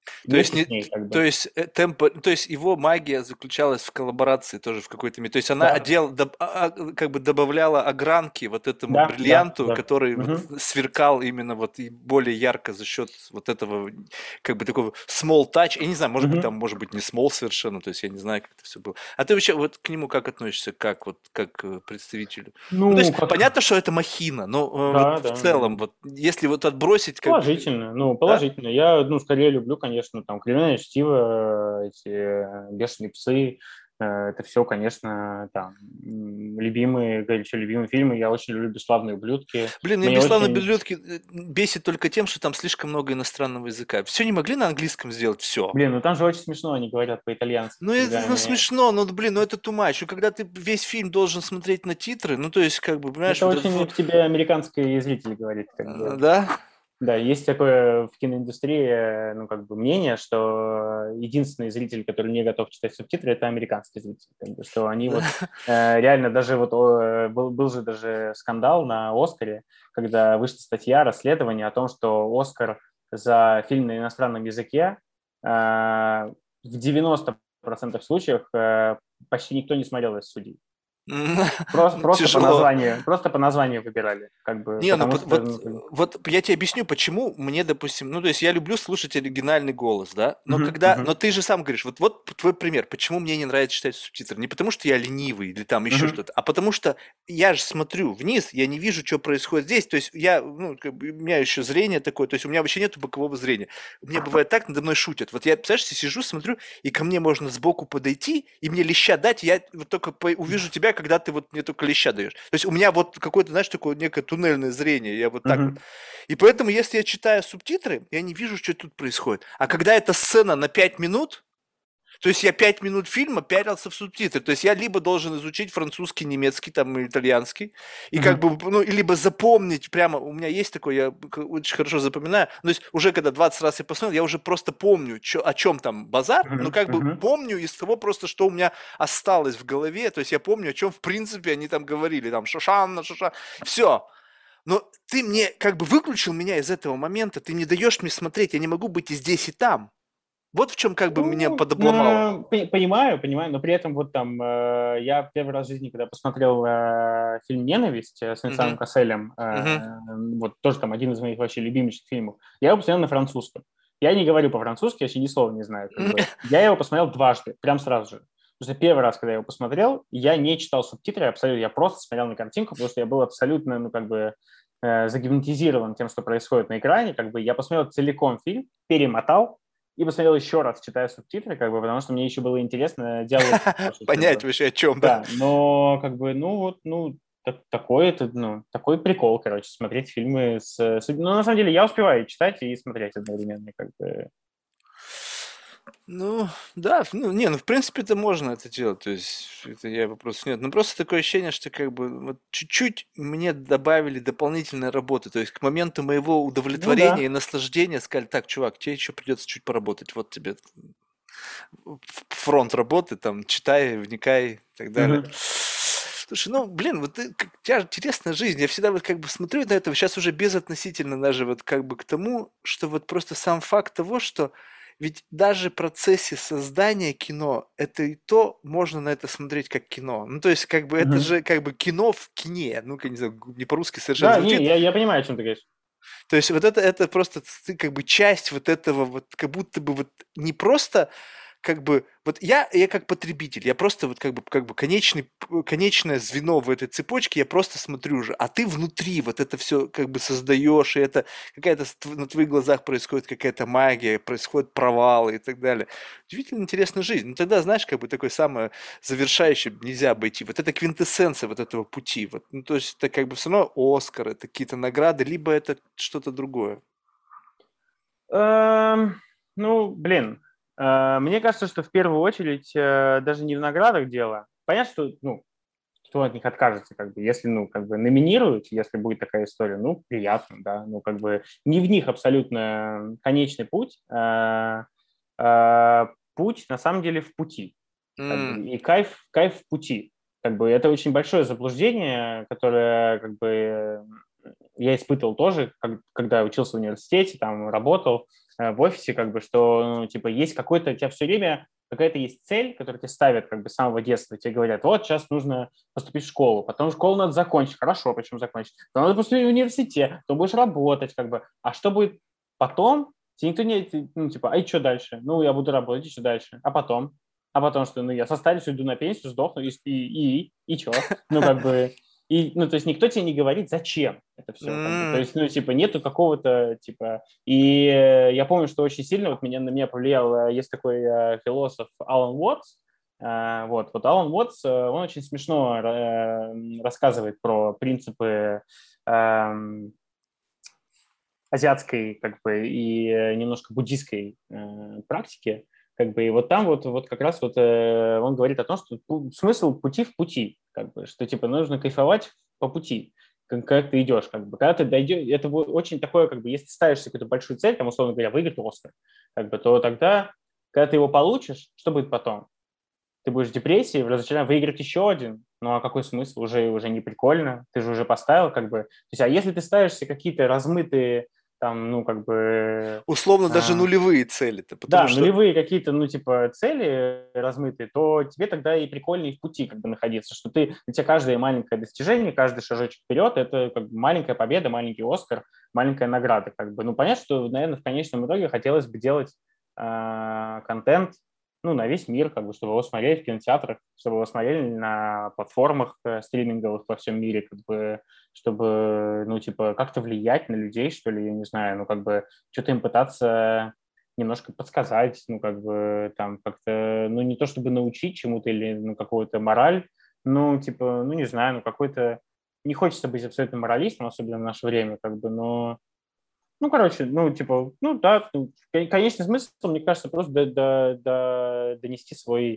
То есть, Вместе с ней, как то бы. есть темпо, то есть его магия заключалась в коллаборации тоже в какой-то мере. То есть она Да, как бы добавляла огранки вот этому да, да, бриллианту, да. который вот Мгм. сверкал именно вот и более ярко за счет вот этого как бы такого small touch. Я не знаю, может быть там, Мгм. может быть не small совершенно, то есть я не знаю, как это все было. А ты вообще вот к нему как относишься, как вот как представителю? Ну, то Ну, есть как... понятно, что это махина, но вот Да, в да, целом, вот если вот отбросить как бы, положительно, ну, да? положительно. Я, ну, скорее люблю, конечно, там, «Криминальное чтиво», эти «Бешеные псы», это все, конечно, там, любимые, горячо любимые фильмы. Я очень люблю «Бесславные ублюдки». Блин, мне Мне «Бесславные очень... ублюдки» бесит только тем, что там слишком много иностранного языка. Все не могли на английском сделать все. Блин, ну там же очень смешно они говорят по-итальянски, Ну, это когда ну, они... смешно, ну, блин, ну это too much. Ну, когда ты весь фильм должен смотреть на титры, ну, то есть, как бы, понимаешь, Это вот это... очень к тебе американский зритель говорит, как бы. Да? Да, есть такое в киноиндустрии, ну, как бы мнение, что единственный зритель, который не готов читать субтитры, это американский зритель. Как бы, что они Да. вот реально даже вот был же даже скандал на «Оскаре», когда вышла статья, расследование о том, что «Оскар» за фильм на иностранном языке в 90% случаев почти никто не смотрел из судей. Тяжело. Просто по названию выбирали, как бы, Не, ну потому что, ну, вот я тебе объясню, почему мне, допустим, ну, то есть я люблю слушать оригинальный голос, да, но мгм, когда, но мгм, ты же сам говоришь, вот твой пример, почему мне не нравится читать субтитры, не потому что я ленивый или там еще мгм, что-то, а потому что я же смотрю вниз, я не вижу, что происходит здесь, то есть я, ну, как бы, у меня еще зрение такое, то есть у меня вообще нету бокового зрения, у меня бывает так, надо мной шутят, вот я, представляешь, я сижу, смотрю, и ко мне можно сбоку подойти, и мне леща дать, и я вот только увижу тебя, когда ты вот мне только леща даешь, то есть у меня вот какое-то, знаешь, такое некое туннельное зрение, я вот так вот. мгм. И поэтому, если я читаю субтитры, я не вижу, что тут происходит. А когда эта сцена на 5 минут, то есть я 5 минут фильма пялился в субтитры. То есть я либо должен изучить французский, немецкий, там, и итальянский, и как Мгм. бы, ну, либо запомнить прямо, у меня есть такое, я очень хорошо запоминаю, то есть уже когда 20 раз я посмотрел, я уже просто помню, о чем там базар, но Мгм. как бы Мгм. помню из того просто, что у меня осталось в голове, то есть я помню, о чем в принципе они там говорили, там, Шошанна, Шоша, все, но ты мне как бы выключил меня из этого момента, ты не даешь мне смотреть, я не могу быть и здесь, и там. Вот в чем как бы меня Ну, подобломало. понимаю, понимаю, но при этом вот там я первый раз в жизни, когда посмотрел фильм «Ненависть» с Венсаном Мгм, Касселем, мгм. вот тоже там один из моих вообще любимейших фильмов, я его посмотрел на французском. Я не говорю по-французски, я вообще ни слова не знаю, как бы. Я его посмотрел дважды, прям сразу же. Потому что первый раз, когда я его посмотрел, я не читал субтитры абсолютно, я просто смотрел на картинку, потому что я был абсолютно, ну, как бы загипнотизирован тем, что происходит на экране, как бы я посмотрел целиком фильм, перемотал, и посмотрел еще раз, читая субтитры, как бы, потому что мне еще было интересно диалог послушать, как Понять бы. вообще о чем, да? Да, но как бы, ну вот, ну, такой это, ну, такой прикол, короче, смотреть фильмы Ну, на самом деле, я успеваю читать и смотреть одновременно, как бы. Ну, да, ну, не, ну, в принципе, это можно это делать, то есть, это я вопросов нет. Но просто такое ощущение, что как бы вот чуть-чуть мне добавили дополнительной работы, то есть к моменту моего Ну удовлетворения и да. наслаждения сказали, так, чувак, тебе еще придется чуть поработать, вот тебе фронт работы, там, читай, вникай и так далее. Мгм. Слушай, ну, блин, вот у тебя же интересная жизнь. Я всегда вот как бы смотрю на это, сейчас уже безотносительно даже вот как бы к тому, что вот просто сам факт того, что ведь даже в процессе создания кино, это и то можно на это смотреть как кино. Ну, то есть, как бы это Мгм. же как бы кино в кине. Ну, не знаю, не по-русски совершенно Да, не, звучит. я понимаю, о чем ты говоришь. То есть вот это просто ты как бы часть вот этого вот, как будто бы вот не просто как бы вот я как потребитель, я просто вот как бы конечное звено в этой цепочке, я просто смотрю уже, а ты внутри вот это все как бы создаешь, и это какая-то на твоих глазах происходит какая-то магия, происходят провалы и так далее. Удивительно интересная жизнь. Ну тогда, знаешь, как бы такое самое завершающее нельзя обойти. Вот это квинтэссенция вот этого пути. Вот, ну, то есть это как бы все равно Оскар, это какие-то награды, либо это что-то другое. Эм, ну, блин, мне кажется, что в первую очередь даже не в наградах дело. Понятно, что, ну, кто от них откажется, как бы, если, ну, как бы номинируют, если будет такая история, ну, приятно, да, ну, как бы не в них абсолютно конечный путь, путь на самом деле в пути, как бы, М, и кайф в пути, как бы, это очень большое заблуждение, которое, как бы, я испытывал тоже, когда учился в университете, там, работал в офисе, как бы, что, ну, типа, есть какой-то, у тебя все время какая-то есть цель, которую тебе ставят, как бы, с самого детства. Тебе говорят, вот, сейчас нужно поступить в школу, потом школу надо закончить, хорошо, почему закончить? Потом надо поступить в университет, потом будешь работать, как бы. А что будет потом? Тебе никто не, ну, типа, а и что дальше? Ну, я буду работать, и что дальше? А потом? А потом что? Ну, я состарюсь, уйду на пенсию, сдохну, и что? Ну, как бы, и, ну, то есть никто тебе не говорит, зачем это все, как бы. То есть, ну, типа, нету какого-то, типа... И я помню, что очень сильно вот на меня повлиял, есть такой философ Алан Уотс, вот Алан Уотс, он очень смешно рассказывает про принципы азиатской, как бы, и немножко буддийской практики, как бы, и вот там вот как раз вот он говорит о том, что смысл пути в пути, как бы, что типа нужно кайфовать по пути, как ты идешь, как бы, когда ты дойдешь, это очень такое, как бы, если ты ставишь себе какую-то большую цель, там, условно говоря, выиграть Оскар, как бы, то тогда, когда ты его получишь, что будет потом? Ты будешь в депрессии, разочарован выиграть еще один, ну а какой смысл? Уже не прикольно, ты же уже поставил, как бы, то есть, а если ты ставишь себе какие-то размытые там, ну, как бы, Условно даже нулевые цели-то, потому да, что нулевые какие-то, ну, типа, цели размытые, то тебе тогда и прикольнее в пути как бы находиться, что ты, для тебя каждое маленькое достижение, каждый шажочек вперед, это как бы маленькая победа, маленький Оскар, маленькая награда, как бы. Ну, понятно, что, наверное, в конечном итоге хотелось бы делать контент, ну, на весь мир, как бы, чтобы его смотрели в кинотеатрах, чтобы его смотрели на платформах стриминговых во всем мире, как бы, чтобы, ну, типа, как-то влиять на людей, что ли, я не знаю, ну, как бы, что-то им пытаться немножко подсказать, ну, как бы, там, как-то, ну, не то чтобы научить чему-то или, ну, какую-то мораль, ну, типа, ну, не знаю, ну, какой-то, не хочется быть абсолютно моралистом, особенно в наше время, как бы, но, ну, короче, ну, типа, ну, да, ну, конечный смысл, мне кажется, просто донести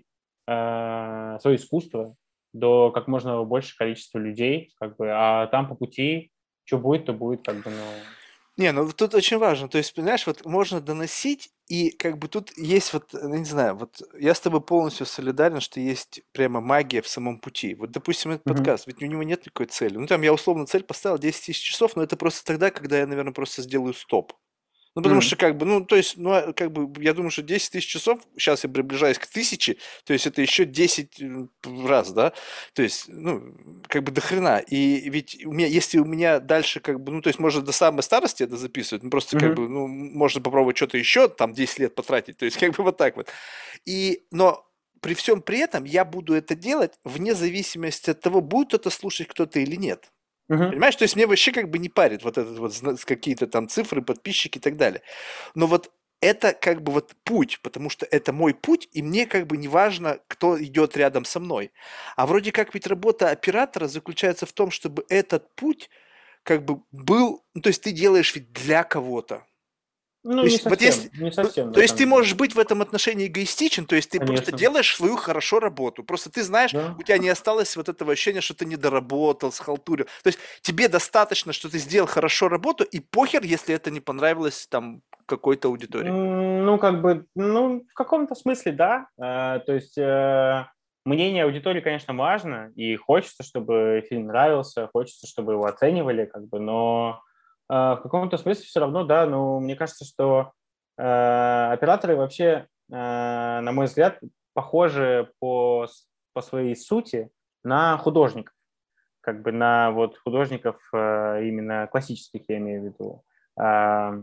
свое искусство до как можно больше количества людей, как бы, а там по пути, что будет, то будет, как бы, ну... Не, ну вот тут очень важно. То есть, понимаешь, вот можно доносить, и как бы тут есть вот, ну, не знаю, вот я с тобой полностью солидарен, что есть прямо магия в самом пути. Вот, допустим, этот Мгм. подкаст, ведь у него нет никакой цели. Ну, там я условно цель поставил 10 тысяч часов, но это просто тогда, когда я, наверное, просто сделаю стоп. Ну, потому что, Мгм. как бы, ну, то есть, ну, как бы, я думаю, что 10 тысяч часов, сейчас я приближаюсь к 1000, то есть это еще 10 раз, да, то есть, ну, как бы до хрена. И ведь у меня, если у меня дальше, как бы, ну, то есть, можно до самой старости это записывать, ну, просто, как Мгм. бы, ну, можно попробовать что-то еще, там, 10 лет потратить, то есть, как бы вот так вот. Но при всем при этом я буду это делать вне зависимости от того, будет это слушать кто-то или нет. Мгм. Понимаешь, то есть мне вообще как бы не парит вот этот вот какие-то там цифры, подписчики и так далее. Но вот это как бы вот путь, потому что это мой путь, и мне как бы не важно, кто идет рядом со мной. А вроде как ведь работа оператора заключается в том, чтобы этот путь как бы был, ну, то есть ты делаешь ведь для кого-то. Ну, То есть вот если, не ну, совсем, то на есть ты самом деле. можешь быть в этом отношении эгоистичен, то есть ты просто Конечно, делаешь свою хорошо работу. Просто ты знаешь, да. у тебя не осталось вот этого ощущения, что ты не доработал, схалтурил. То есть тебе достаточно, что ты сделал хорошо работу, и похер, если это не понравилось там какой-то аудитории. Ну, как бы, ну, в каком-то смысле, да. То есть мнение аудитории, конечно, важно, и хочется, чтобы фильм нравился, хочется, чтобы его оценивали, как бы, но в каком-то смысле все равно, да, ну, мне кажется, что операторы вообще, на мой взгляд, похожи по своей сути на художников, как бы на вот художников именно классических, я имею в виду. А,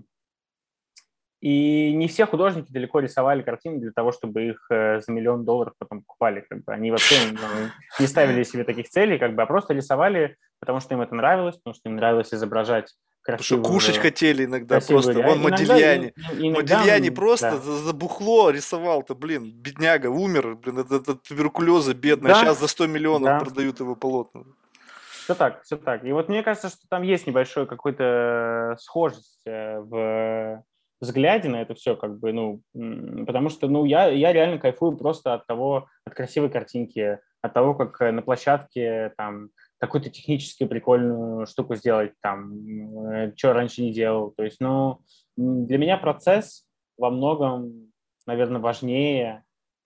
И не все художники далеко рисовали картины для того, чтобы их за $1 000 000 потом покупали. Как бы. Они вообще, ну, не ставили себе таких целей, как бы, а просто рисовали, потому что им это нравилось, потому что им нравилось изображать Потому что кушать красивую, хотели иногда красивую просто. Вон реальность. Иногда, иногда, Модильяни просто да. за бухло рисовал-то, блин, бедняга, умер, блин, от туберкулеза бедный, а сейчас Да, за 100 миллионов да, продают его полотна. все так, все так. И вот мне кажется, что там есть небольшой какой-то схожесть в взгляде на это все, как бы, ну, потому что, ну, я реально кайфую просто от того, от красивой картинки, от того, как на площадке там какую-то технически прикольную штуку сделать, там, что раньше не делал. То есть, ну, для меня процесс во многом, наверное, важнее,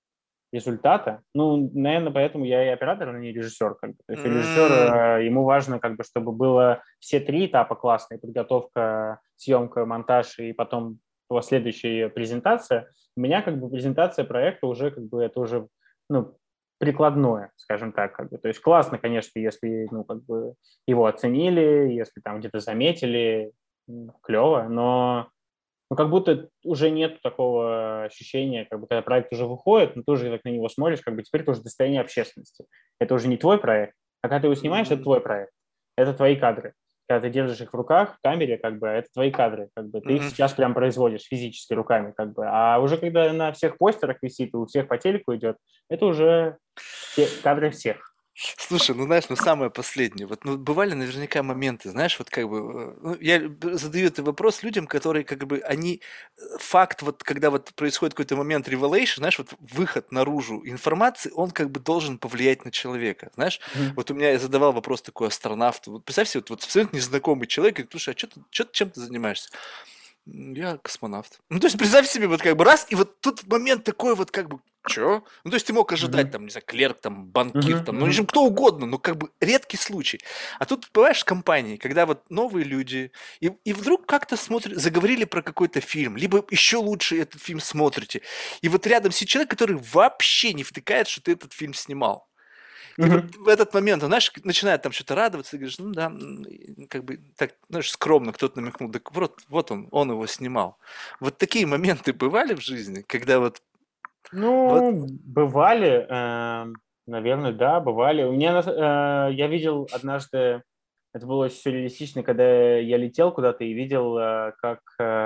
результата. Ну, наверное, поэтому я и оператор, а не режиссер. Как бы. То есть режиссер, М, ему важно, как бы, чтобы было все три этапа классные: подготовка, съемка, монтаж и потом последующая презентация. У меня как бы презентация проекта уже как бы это уже ну, прикладное, скажем так. Как бы. То есть классно, конечно, если ну, как бы его оценили, если там где-то заметили, клево, но ну, как будто уже нет такого ощущения, как бы, когда проект уже выходит, но ты уже так на него смотришь, как бы теперь это уже достояние общественности. Это уже не твой проект, а когда ты его снимаешь, это м, твой проект. Это твои кадры. Когда ты держишь их в руках, в камере, как бы, это твои кадры. Как бы, ты их м. сейчас прям производишь физически руками. Как бы. А уже когда на всех постерах висит и у всех по телеку идет, это уже кадры всех. Слушай, ну знаешь, ну самое последнее. Вот ну, бывали наверняка моменты, знаешь, вот как бы, ну, я задаю этот вопрос людям, которые как бы, они, факт, вот когда вот происходит какой-то момент revelation, знаешь, вот выход наружу информации, он как бы должен повлиять на человека, знаешь. Мгм. Вот у меня я задавал вопрос такой астронавту, вот представь себе, вот абсолютно незнакомый человек, говорит, слушай, а чем ты занимаешься? Я космонавт. Ну, то есть, представь себе, вот как бы раз, и вот тут момент такой вот как бы, чё? Ну, то есть, ты мог ожидать, Мгм. там, не знаю, клерк, там, банкир, Мгм. там, ну, не Мгм. знаю, кто угодно, но как бы редкий случай. А тут, бываешь, в компании, когда вот новые люди, и вдруг как-то смотрят, заговорили про какой-то фильм, либо еще лучше этот фильм смотрите, и вот рядом сидит человек, который вообще не втыкает, что ты этот фильм снимал. И вот Мгм. в этот момент, он, знаешь, начинает там что-то радоваться, ты говоришь, ну да, как бы так, знаешь, скромно кто-то намекнул, так вот он его снимал. Вот такие моменты бывали в жизни, когда вот, Ну, бывали, наверное, да, бывали. У меня, я видел однажды, это было очень сюрреалистично, когда я летел куда-то и видел, как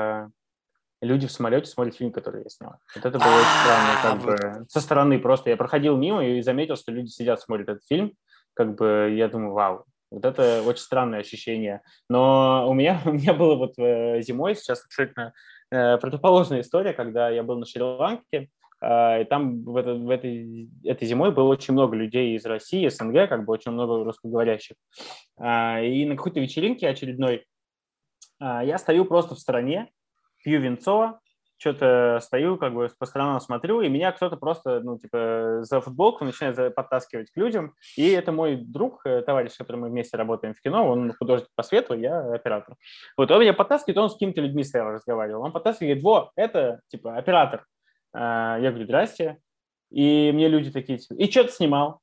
люди в самолете смотрят фильм, который я снял. Вот это было очень странно, как вот, бы со стороны просто. Я проходил мимо и заметил, что люди сидят, смотрят этот фильм, как бы я думаю, вау, вот это очень странное ощущение. Но у меня было вот зимой сейчас абсолютно противоположная история, когда я был на Шри-Ланке, и там этой зимой было очень много людей из России, СНГ, как бы очень много русскоговорящих. И на какой-то вечеринке очередной я стою просто в стороне, пью винцо, что-то стою, как бы по сторонам смотрю, и меня кто-то просто, ну, типа, за футболку начинает подтаскивать к людям. И это мой друг, товарищ, с которым мы вместе работаем в кино, он художник по свету, я оператор. Вот он меня подтаскивает, он с какими-то людьми стоял, разговаривал. Он подтаскивает, говорит, во, это, типа, оператор. Я говорю, здрасте. И мне люди такие, типа, и что ты снимал?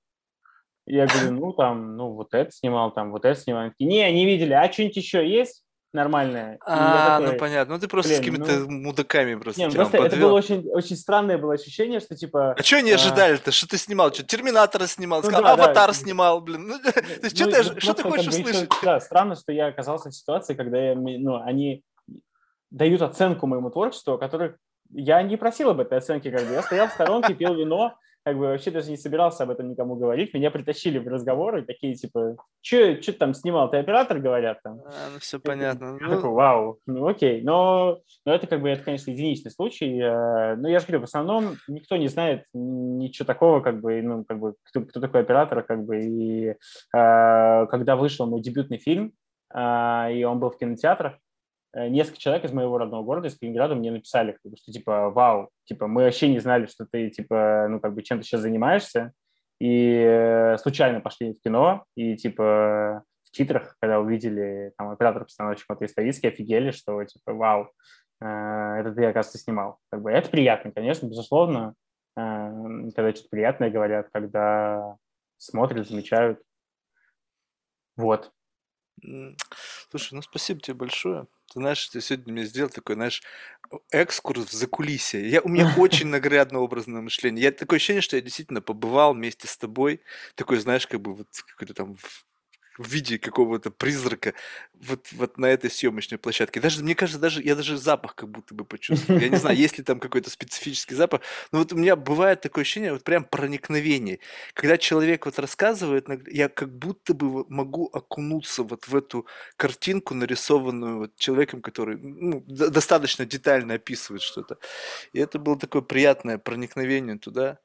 Я говорю, ну, там, ну, вот это снимал, там, вот это снимал. Они такие, не видели, а что-нибудь еще есть нормальное? И я ну такой, понятно, ну ты просто с блин, какими-то ну, мудаками не, просто ну тебя он просто это было подвел. очень, очень странное было ощущение, что типа, А что они ожидали-то? Что ты снимал? Что, Терминатора снимал? ну Сказал, да, да, Аватар снимал, блин. Ну, то есть, ну что ты просто хочешь как бы услышать? еще, да, странно, что я оказался в ситуации, когда ну, они дают оценку моему творчеству, которых я не просил об этой оценке, как бы я стоял в сторонке, пил вино, как бы вообще даже не собирался об этом никому говорить, меня притащили в разговоры, такие типа, что ты там снимал, ты оператор, говорят там. Ну все Я понятно. такой, Ну, вау, ну окей. Но это как бы, это, конечно, единичный случай. Но я же говорю, в основном никто не знает ничего такого, как бы, ну, как бы, кто такой оператор, как бы. И когда вышел мой дебютный фильм, и он был в кинотеатрах, несколько человек из моего родного города, из Калининграда, мне написали, как бы, что типа, вау, типа, мы вообще не знали, что ты, типа, ну, как бы, чем ты сейчас занимаешься, и случайно пошли в кино, и, типа, в титрах, когда увидели там оператор-постановщик Матвей Ставицкий, офигели, что, типа, вау, это ты, оказывается, снимал. Как бы, это приятно, конечно, безусловно, когда что-то приятное говорят, когда смотрят, замечают. Вот. м, слушай, ну спасибо тебе большое. Ты знаешь, ты сегодня мне сделал такой, знаешь, экскурс в закулисье. У меня очень наглядное образное мышление. Я такое ощущение, что я действительно побывал вместе с тобой. Такой, знаешь, как бы вот какой-то там в виде какого-то призрака вот на этой съемочной площадке. Даже, мне кажется, я даже запах как будто бы почувствовал. Я не знаю, есть ли там какой-то специфический запах, но вот у меня бывает такое ощущение, вот прям проникновение. Когда человек вот рассказывает, я как будто бы вот могу окунуться вот в эту картинку, нарисованную вот человеком, который ну, достаточно детально описывает что-то. И это было такое приятное проникновение туда.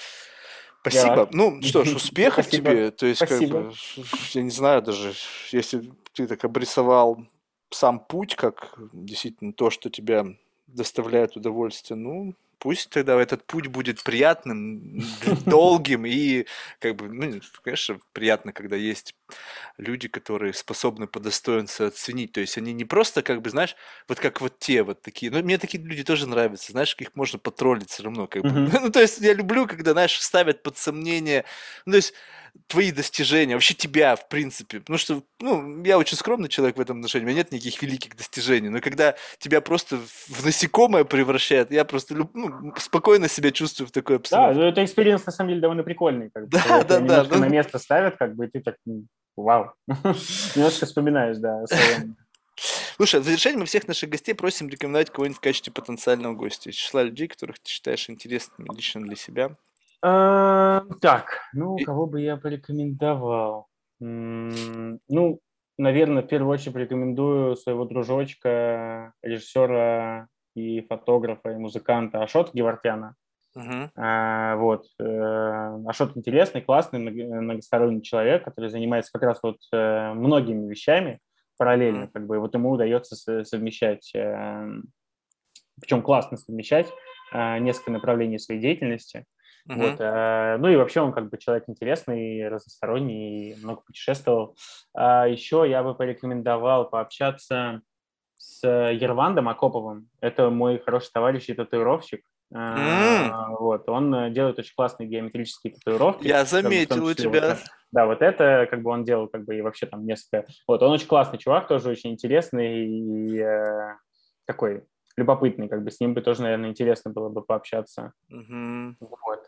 Я Спасибо. рад. Ну что ж, успехов Спасибо. тебе. То есть, как Спасибо. бы, я не знаю даже, если ты так обрисовал сам путь, как действительно то, что тебя доставляет удовольствие, ну, Пусть тогда этот путь будет приятным, долгим и, как бы, ну, конечно, приятно, когда есть люди, которые способны по достоинству оценить. То есть они не просто, как бы, знаешь, вот как вот те вот такие. Ну, мне такие люди тоже нравятся, знаешь, их можно потроллить все равно, как бы. Мгм. Ну, то есть я люблю, когда, знаешь, ставят под сомнение, ну, то есть твои достижения, вообще тебя, в принципе. Потому что, ну, я очень скромный человек в этом отношении, у меня нет никаких великих достижений. Но когда тебя просто в насекомое превращает, я просто ну, спокойно себя чувствую в такой Да, ну, обстановке. это экспириенс на самом деле довольно прикольный, как бы, когда Да, тебя да, да. немножко на Ну, место ставят, как бы, и ты так, вау, немножко вспоминаешь, да, о своем. слушай, в завершение мы всех наших гостей просим рекомендовать кого-нибудь в качестве потенциального гостя из числа людей, которых ты считаешь интересными лично для себя. Так, ну, И- кого бы я порекомендовал? Ну, наверное, в первую очередь порекомендую своего дружочка, режиссера и фотографа, и музыканта Ашота Гевартяна. Мгм, Вот. Ашот интересный, классный, многосторонний человек, который занимается как раз вот многими вещами параллельно, мгм, как бы, и вот ему удается совмещать, причем классно совмещать несколько направлений своей деятельности. Вот. мгм. Ну и вообще он как бы человек интересный, разносторонний, много путешествовал. Еще я бы порекомендовал пообщаться с Ервандом Акоповым. Это мой хороший товарищ и татуировщик. Вот. Он делает очень классные геометрические татуировки, Я как бы в том заметил у числе вот тебя. да, вот это как бы он делал как бы и вообще там несколько. Вот он очень классный чувак, тоже очень интересный и такой любопытный, как бы с ним бы тоже, наверное, интересно было бы пообщаться. Мгм. Вот.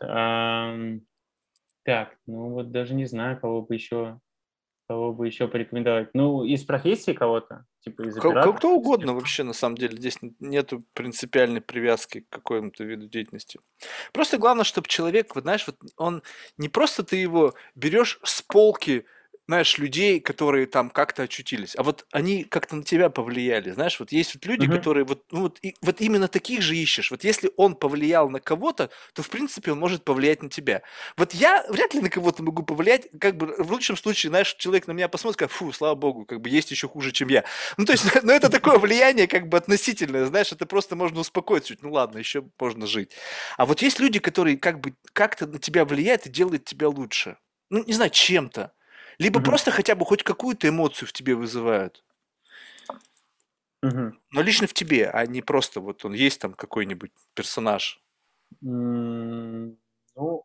Так, ну вот даже не знаю, кого бы еще порекомендовать. Ну, из профессии кого-то, типа из операторов. Кто угодно вообще, на самом деле. Здесь нету принципиальной привязки к какому-то виду деятельности. Просто главное, чтобы человек, вот знаешь, вот он не просто ты его берешь с полки, знаешь, людей, которые там как-то очутились, а вот они как-то на тебя повлияли, знаешь, вот есть вот люди, Мгм, которые вот, ну вот, вот именно таких же ищешь. Вот если он повлиял на кого-то, то в принципе он может повлиять на тебя. Вот я вряд ли на кого-то могу повлиять, как бы в лучшем случае, знаешь, человек на меня посмотрит, скажет, фу, слава богу, как бы есть еще хуже, чем я. Ну, то есть, ну, это такое влияние как бы относительное, знаешь, это просто можно успокоиться, чуть, ну ладно, еще можно жить. А вот есть люди, которые как бы как-то на тебя влияют и делают тебя лучше. Ну, не знаю, чем-то. Либо мгм, просто хотя бы хоть какую-то эмоцию в тебе вызывают. мгм. Но лично в тебе, а не просто вот он есть там какой-нибудь персонаж. Ну,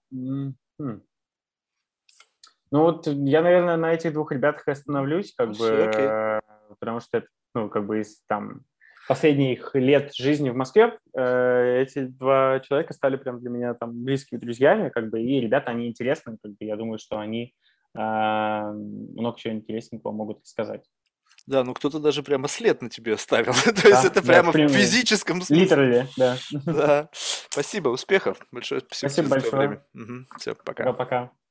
ну вот я, наверное, на этих двух ребятах и остановлюсь, Ну, как бы, все, окей. потому что это, ну, как бы из там последних лет жизни в Москве эти два человека стали прям для меня там близкими друзьями, как бы, и ребята, они интересные, как бы, я думаю, что они много чего интересненького могут рассказать. Да, ну кто-то даже прямо след на тебе оставил. То есть Да, это да, прямо в физическом смысле. literally, да. Да. Спасибо, успехов. Большое спасибо тебе Спасибо за твое время. большое. Все, пока. Пока-пока.